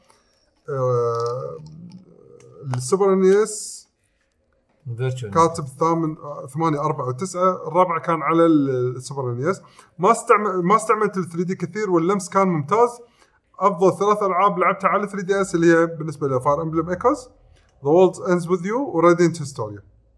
آه، السوبر نيس فيرتشوال. كاتب ثامن آه، ثمانية أربعة وتسعة. الرابع كان على السوبر نيس. ما استعمل ما استعملت ال ثري دي كثير واللمس كان ممتاز. افضل ثلاث العاب لعبتها على ثري دي اس اللي هي بالنسبة لي فاير امبلم ايكوز ذا وورلد اندز وذ يو وراديانت هيستوريا.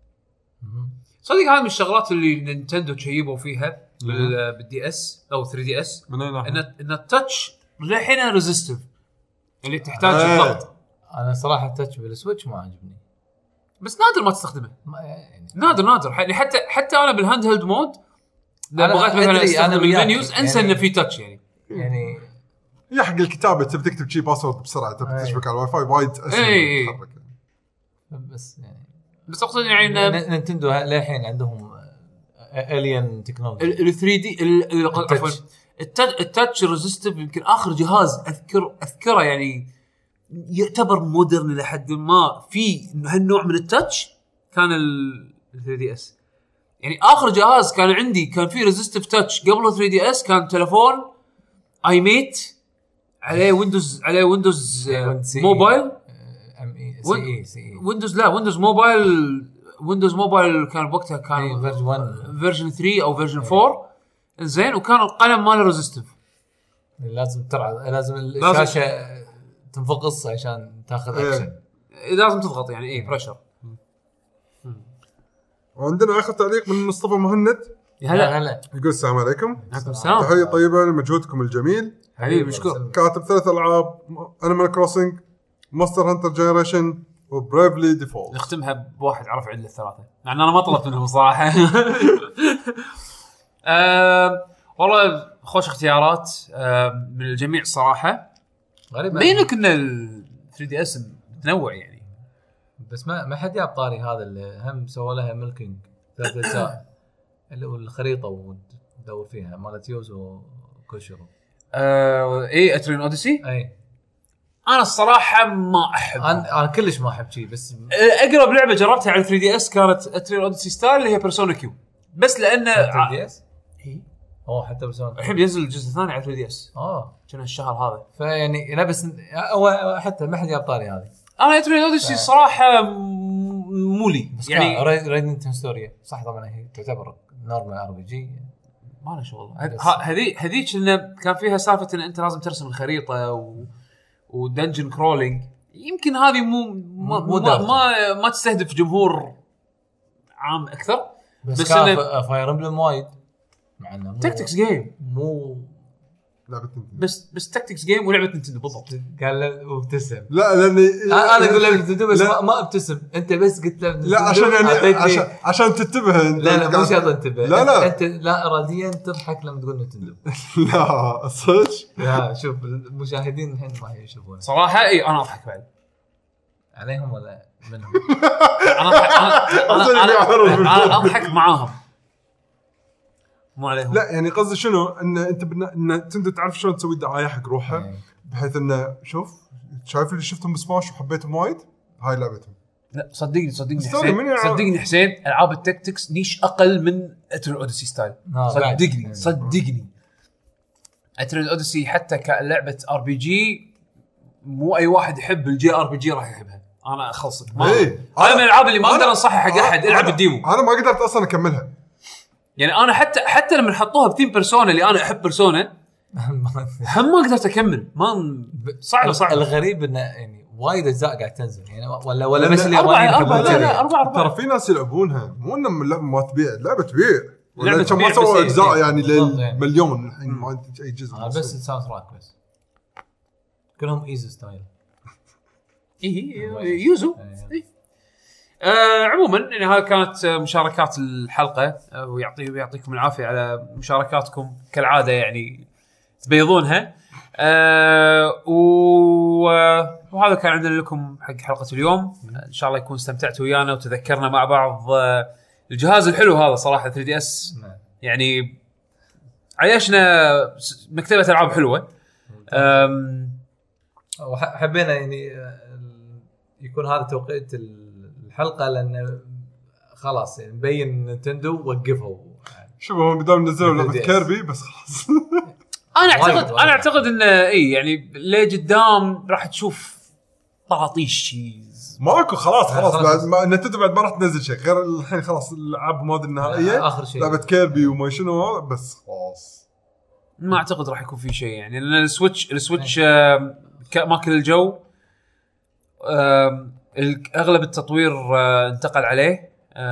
صدق هذه من الشغلات اللي نينتندو تشيبوا فيها بال- بالدي اس او ثري دي اس من اين ان ان التاتش للحين ريزيستيف اللي تحتاج آه. الضغط انا صراحه التاتش بالسويتش ما عجبني. بس نادر ما تستخدمه ما يعني نادر نادر يعني حتى حتى انا بالهاند هيلد مود لما أنا بغيت مثلا أدري، استخدم أنا وياك. المنيوز انسى يعني- انه في تاتش يعني يعني هي حق الكتابة تبي تكتب شي باسورد بسرعة تبي أي. تشبك على الواي فاي وايد اسهل أي. تتحرك يعني. بس يعني بس اقصد يعني ان ن- نينتندو للحين عندهم الين تكنولوجي. ال ثري دي عفوا التاتش ريزيستيف يمكن اخر جهاز اذكر اذكره يعني يعتبر مودرن لحد ما في هالنوع من التاتش كان ال ثري دي اس. يعني اخر جهاز كان عندي كان فيه ريزيستيف تاتش قبل ثري دي اس كان تلفون اي ميت عليه ويندوز عليه ويندوز آه، موبايل ام اي سي اي سي اي ويندوز لا ويندوز موبايل ويندوز موبايل كان بوقتها كان فيرجن واحد فيرجن ثري او فيرجن فور زين وكان القلم ماله ريزيستيف. لازم ترعى لازم الشاشه تنفقص عشان تاخذ إيه. اكشن. لازم تضغط يعني ايه بريشر. وعندنا اخر تعليق من مصطفى مهند هلا هلا يقول السلام عليكم. عليكم السلام تحية طيبة لمجهودكم الجميل. حبيبي مشكور. كاتب ثلاث العاب انيمال كروسنج ماستر هانتر جنريشن وبريفلي ديفولت. نختمها بواحد عرف عدل الثلاثه مع ان انا ما طلبت منهم صراحه. أه والله خوش اختيارات أه من الجميع صراحه. غريب بينك ان ال ثري دي اس متنوع يعني بس ما ما حد جاب طاري هذا اللي هم سوى لها ملكينج ثلاث اجزاء اللي هو الخريطه وتدور فيها مالت يوزو كوشيرو. أه ايه اترين اوديسي اي انا الصراحه ما احب. انا انا كلش ما احب شيء، بس اقرب لعبه جربتها على ثري دي اس كانت اتريال اوديسي ستايل اللي هي بيرسونا كيو، بس لانه ثري دي اس اوه حتى بس الحين ينزل الجزء الثاني على ثري دي اس اه كان الشهر هذا. فيعني لا بس هو حتى ما حد جاب طاري هذه. انا اتريال اوديسي الصراحه مولي يعني يعني ريدنت ستوري صح طبعا هي تعتبر نورمال ار بي جي، ما له شغل. هذه هذيك انه كان فيها سالفه ان انت لازم ترسم الخريطه و ودنجن كرولينج. يمكن هذه مو ما مو ما, ما ما تستهدف جمهور عام اكثر، بس, بس انه فاير امبلم وايد مع انه تاكتكس جيم مو لعبه بس بس تاكتكس جيم ولعبه نينتندو بالضبط. قال له وابتسم. لا لاني انا اقول له نينتندو بس ما, ما ابتسم. انت بس قلت له لا عشان يعني عشان عشان تنتبه. لا لا مو شرط انتبه. لا لا انت لا اراديا تضحك لما تقول نينتندو. لا صدق. لا شوف المشاهدين الحين راح يشوفون صراحه اي انا اضحك بعد عليهم ولا منهم. انا انا انا انا اضحك معاهم مو عليهم. لا يعني قصدي شنو ان انت ان انت تعرف شلون تسوي دعايه حق روحها، بحيث انه شوف شايف اللي شفتهم بسماش وحبيتهم وايد هاي لعبتهم. لا صدقني صدقني حسين صدقني حسين العاب التكتكس نيش اقل من اتريال اوديسي ستايل. صدقني صدقني اتريال اوديسي حتى كلعبه ار بي جي مو اي واحد يحب الجي ار بي جي راح يحبها. انا اخلصك ما ايه. انا من الالعاب اللي ما اقدر انصحها حق احد العب الديمو. انا ما قدرت اصلا اكملها يعني انا حتى حتى لما حطوها بثيم بيرسونا اللي انا احب بيرسونا هم ما قدرت اكمل. ما صعب صعب. الغريب انه يعني وايد اجزاء قاعد تنزل يعني ولا ولا بس اللي أربعة أربعة لا لا أربعة أربعة. ترى في ناس يلعبونها مو انه اللعبه ما تبيع لعبه تبيع لعبه ما سووا اجزاء يعني للمليون الحين ما انت اي جزء بس الساوند تراك بس كلهم ايزي ستايل. اي يوزو آه عموما يعني هذه كانت مشاركات الحلقه ويعطي ويعطيكم العافيه على مشاركاتكم كالعاده يعني تبيضونها. آه وهذا كان عندنا لكم حق حلقه اليوم. ان شاء الله يكون استمتعتوا ويانا وتذكرنا مع بعض الجهاز الحلو هذا صراحه ثري دي اس يعني عيشنا مكتبه العاب حلوه. وحبينا يعني يكون هذا توقيت الحلقه لان خلاص يعني مبين نينتندو وقفوا. شوفوا هم بدهم ينزلوا لعبه كيربي بس خلاص. انا اعتقد انا اعتقد انه اي يعني ليه قدام راح تشوف طراطيش شيز ماكو خلاص خلاص بعد ما نينتندو بعد ما راح تنزل شيء غير الحين خلاص الالعاب مود النهائيه اخر شيء لعبه كيربي وما شنو بس خلاص. ما اعتقد راح يكون في شيء يعني لان السويتش السويتش ماكل الجو اغلب التطوير انتقل عليه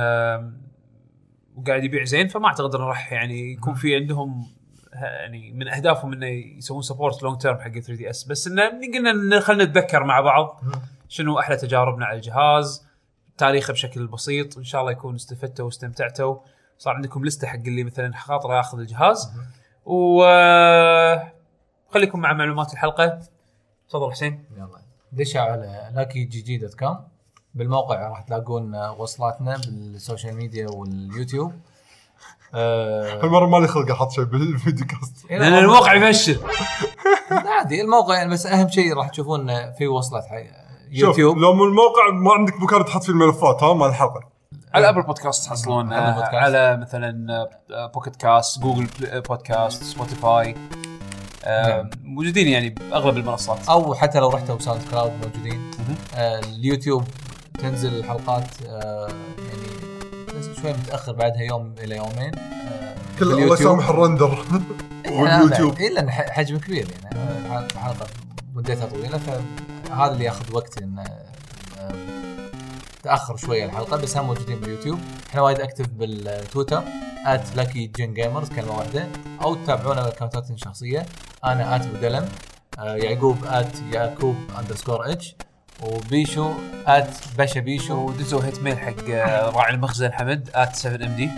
وقاعد يبيع زين فما اعتقد انه راح يعني يكون في عندهم يعني من اهدافهم انه يسوون سبورت لونج تيرم حق ثري دي اس. بس انه قلنا خلينا نتذكر مع بعض شنو احلى تجاربنا على الجهاز تاريخه بشكل بسيط. ان شاء الله يكون استفدتوا واستمتعتوا صار عندكم لسته حق اللي مثلا خاطره ياخذ الجهاز. وخليكم مع معلومات الحلقه. تفضل حسين. يلا دشوا على لاكي جي جي دوت كوم بالموقع راح تلاقون وصلاتنا بالسوشيال ميديا واليوتيوب. هالمره ما لي خلق احط شيء بالفيديو كاست لان الموقع يفشل عادي الموقع يعني بس اهم شيء راح تشوفون في وصلات حق يوتيوب. لو من الموقع ما عندك مكان تحط فيه الملفات ها مال الحلقه على ابل بودكاست تحصلون على مثلا بوكيت كاست جوجل بودكاست سبوتيفاي موجودين يعني باغلب المنصات او حتى لو رحتوا ساوند كلاود موجودين. آه اليوتيوب تنزل الحلقات آه يعني بس شوي متاخر بعدها يوم الى يومين آه كل الله يسامح الرندر واليوتيوب الا ان حجم كبير يعني حلقه مدتها طويله فهذا اللي ياخذ وقت ان آه تاخر شويه الحلقه بس هم موجودين باليوتيوب. احنا وايد اكتف بالتويتر ات لاكي جين جيمرز كلمه واحده او تتابعونا باكونتاتنا الشخصيه. انا ات بودلم آه يعقوب ات يعقوب اندرسكور اتش وبيشو ات باشا بيشو ودزو هيت ميل حق راعي المخزن حمد ات سفن ام دي.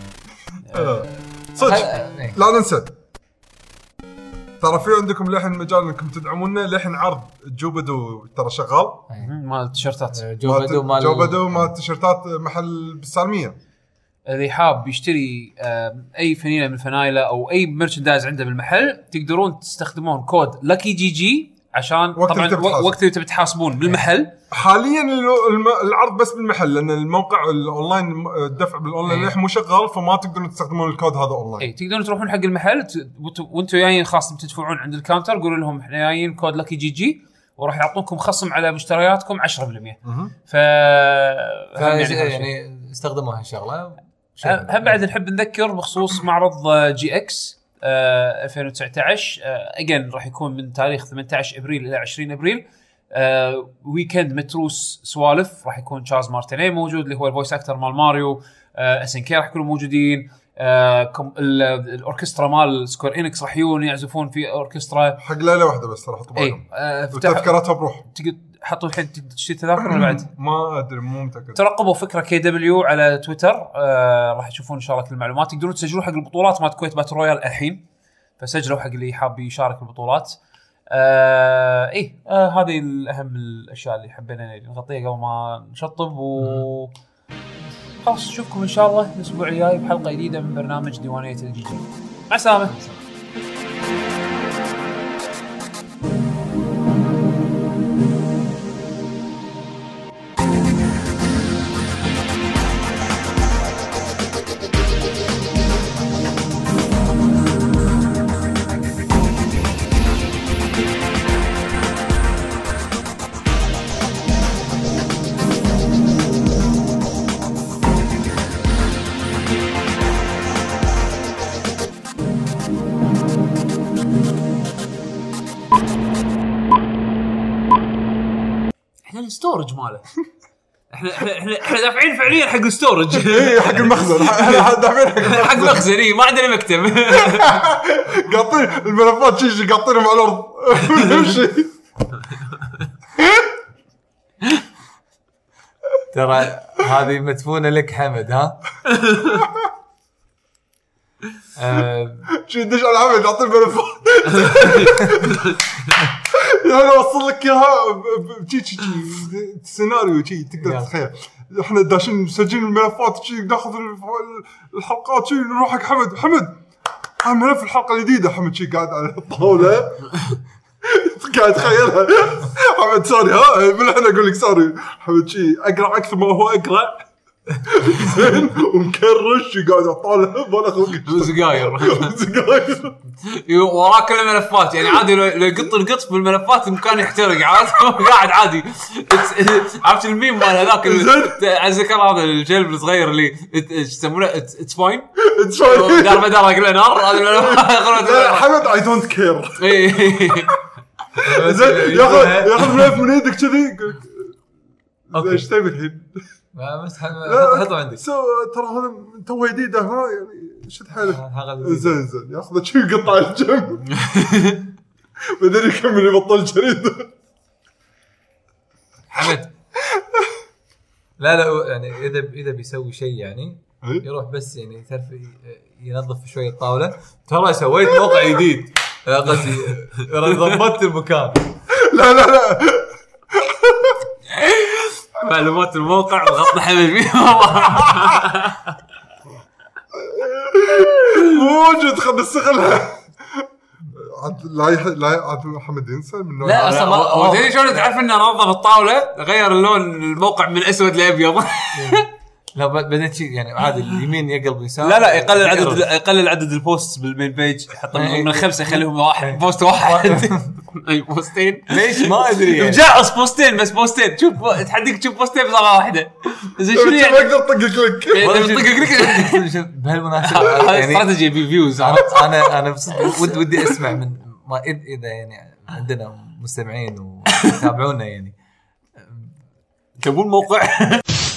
صدق لا ننسى ترى في عندكم لحن مجال انكم تدعمونا لحن عرض جوبدو ترى شغال مال التيشيرتات جوبدو مال جوبدو مال التيشيرتات محل بالسالميه. اللي حاب يشتري اي فنيله من الفنايله او اي مرشندايز عنده بالمحل تقدرون تستخدمون كود لاكي جي جي عشان وقت طبعا اللي تبي تحاسب. وقت اللي تبي تحاسبون بالمحل. حاليا الم- العرض بس بالمحل لان الموقع الاونلاين الدفع بالاونلاين للحين مو شغال فما تقدرون تستخدمون الكود هذا اونلاين. اي تقدرون تروحون حق المحل ت- وانتوا- وانتوا جايين خاص تدفعون عند الكاونتر قولوا لهم احنا جايين كود لكي جي جي وراح يعطونكم خصم على مشترياتكم عشرة بالمية. ف يعني, يعني, يعني استخدموا هالشغله. هم بعد نحب نذكر بخصوص معرض جي اكس آه ألفين وتسعة عشر اجين آه راح يكون من تاريخ ثمانية عشر ابريل الى عشرين ابريل. آه ويكند متروس سوالف راح يكون تشارلز مارتيني موجود اللي هو الفويس اكتر مال ماريو. آه اس ان كي راح يكونوا موجودين. آه الاوركسترا مال سكوير انكس راح يجون يعزفون في اوركسترا حق ليله واحده بس راح تطبعهم. اي آه تذكرتها بروح. تقدر حطوا الحين تقدر تشتري تذاكر ولا بعد؟ ما ادري مو متاكد. ترقبوا فكره كي دبليو على تويتر آه راح تشوفون ان شاء الله كل المعلومات. تقدرون تسجلون حق البطولات مال كويت باتل رويال الحين فسجلوا حق اللي حاب يشارك البطولات. آه ايه آه هذه الاهم الاشياء اللي حبينا نغطيها قبل ما نشطب و خلاص نشوفكم ان شاء الله الاسبوع الجاي بحلقه جديده من برنامج ديوانيه الجي جي. مع السلامه. الستورج ماله احنا احنا احنا احنا دافعين فعليا حق الستورج. اي حق المخزن احنا دافعين حق حق مخزن اي ما عندنا مكتب. قاطين الملفات شيء قاطينهم على الارض نمشي. ترى هذه مدفونه لك حمد ها. شي دش على حمد اعطيه الملفات. يعني اوصل لك اياها شي شي سيناريو شي تقدر تتخيل. احنا داشين مسجلين الملفات شي ناخذ الحلقات شي نروح حق حمد. حمد هذا ملف الحلقه الجديده. حمد شي قاعد على الطاوله قاعد تخيلها. حمد سوري ها من انا اقول لك سوري. حمد شي اقرا اكثر ما هو اقرا زين ومكرش قاعد اطالع ولا خلق سجاير سجاير وراك كل الملفات يعني عادي لو يقط القط بالملفات المكان يحترق عادي. قاعد عادي. عرفت الميم مال هذاك على ذكر هذا الجلب الصغير اللي ايش يسمونه اتس فاين دار مدار اقل نار. هذا حمد اي دونت كير. زين ياخذ ياخذ ملف من يدك كذي ايش تبي الحين؟ ما بس حطه عندي. سو ترى هذا تو جديد ها يعني شد حالك. زين زين ياخذ شيء قطع الجنب بعدين يكمل يبطل الجريده. حمد لا لا يعني اذا اذا بيسوي شيء يعني يروح بس يعني تعرف ينظف شويه الطاوله. ترى سويت موقع جديد قصدي ضبطت المكان. لا لا لا معلومات الموقع وغطنا حمد فيه موجود. خد استغلها. لا لا عاد محمد ينسى من لا اصلا هو تدري شلون تعرف انه نظف الطاوله غير اللون الموقع من اسود لابيض. لا بعدين شيء يعني عادي اليمين يقلب يسار. لا لا يقلل عدد يقلل عدد البوست بالمين بيج يحط من خمسه يخليهم واحد بوست واحد. اي بوستين ليش ما ادري يعني مجعص بوستين بس بوستين. شوف تحديك تشوف بوستين بصراحه واحده زين شنو يعني اقدر طق كليك طق كليك بهالمناسبه يعني استراتيجيه بي فيوز. انا انا ودي ودي اسمع من ما اذا يعني عندنا مستمعين ويتابعونا يعني تبون موقع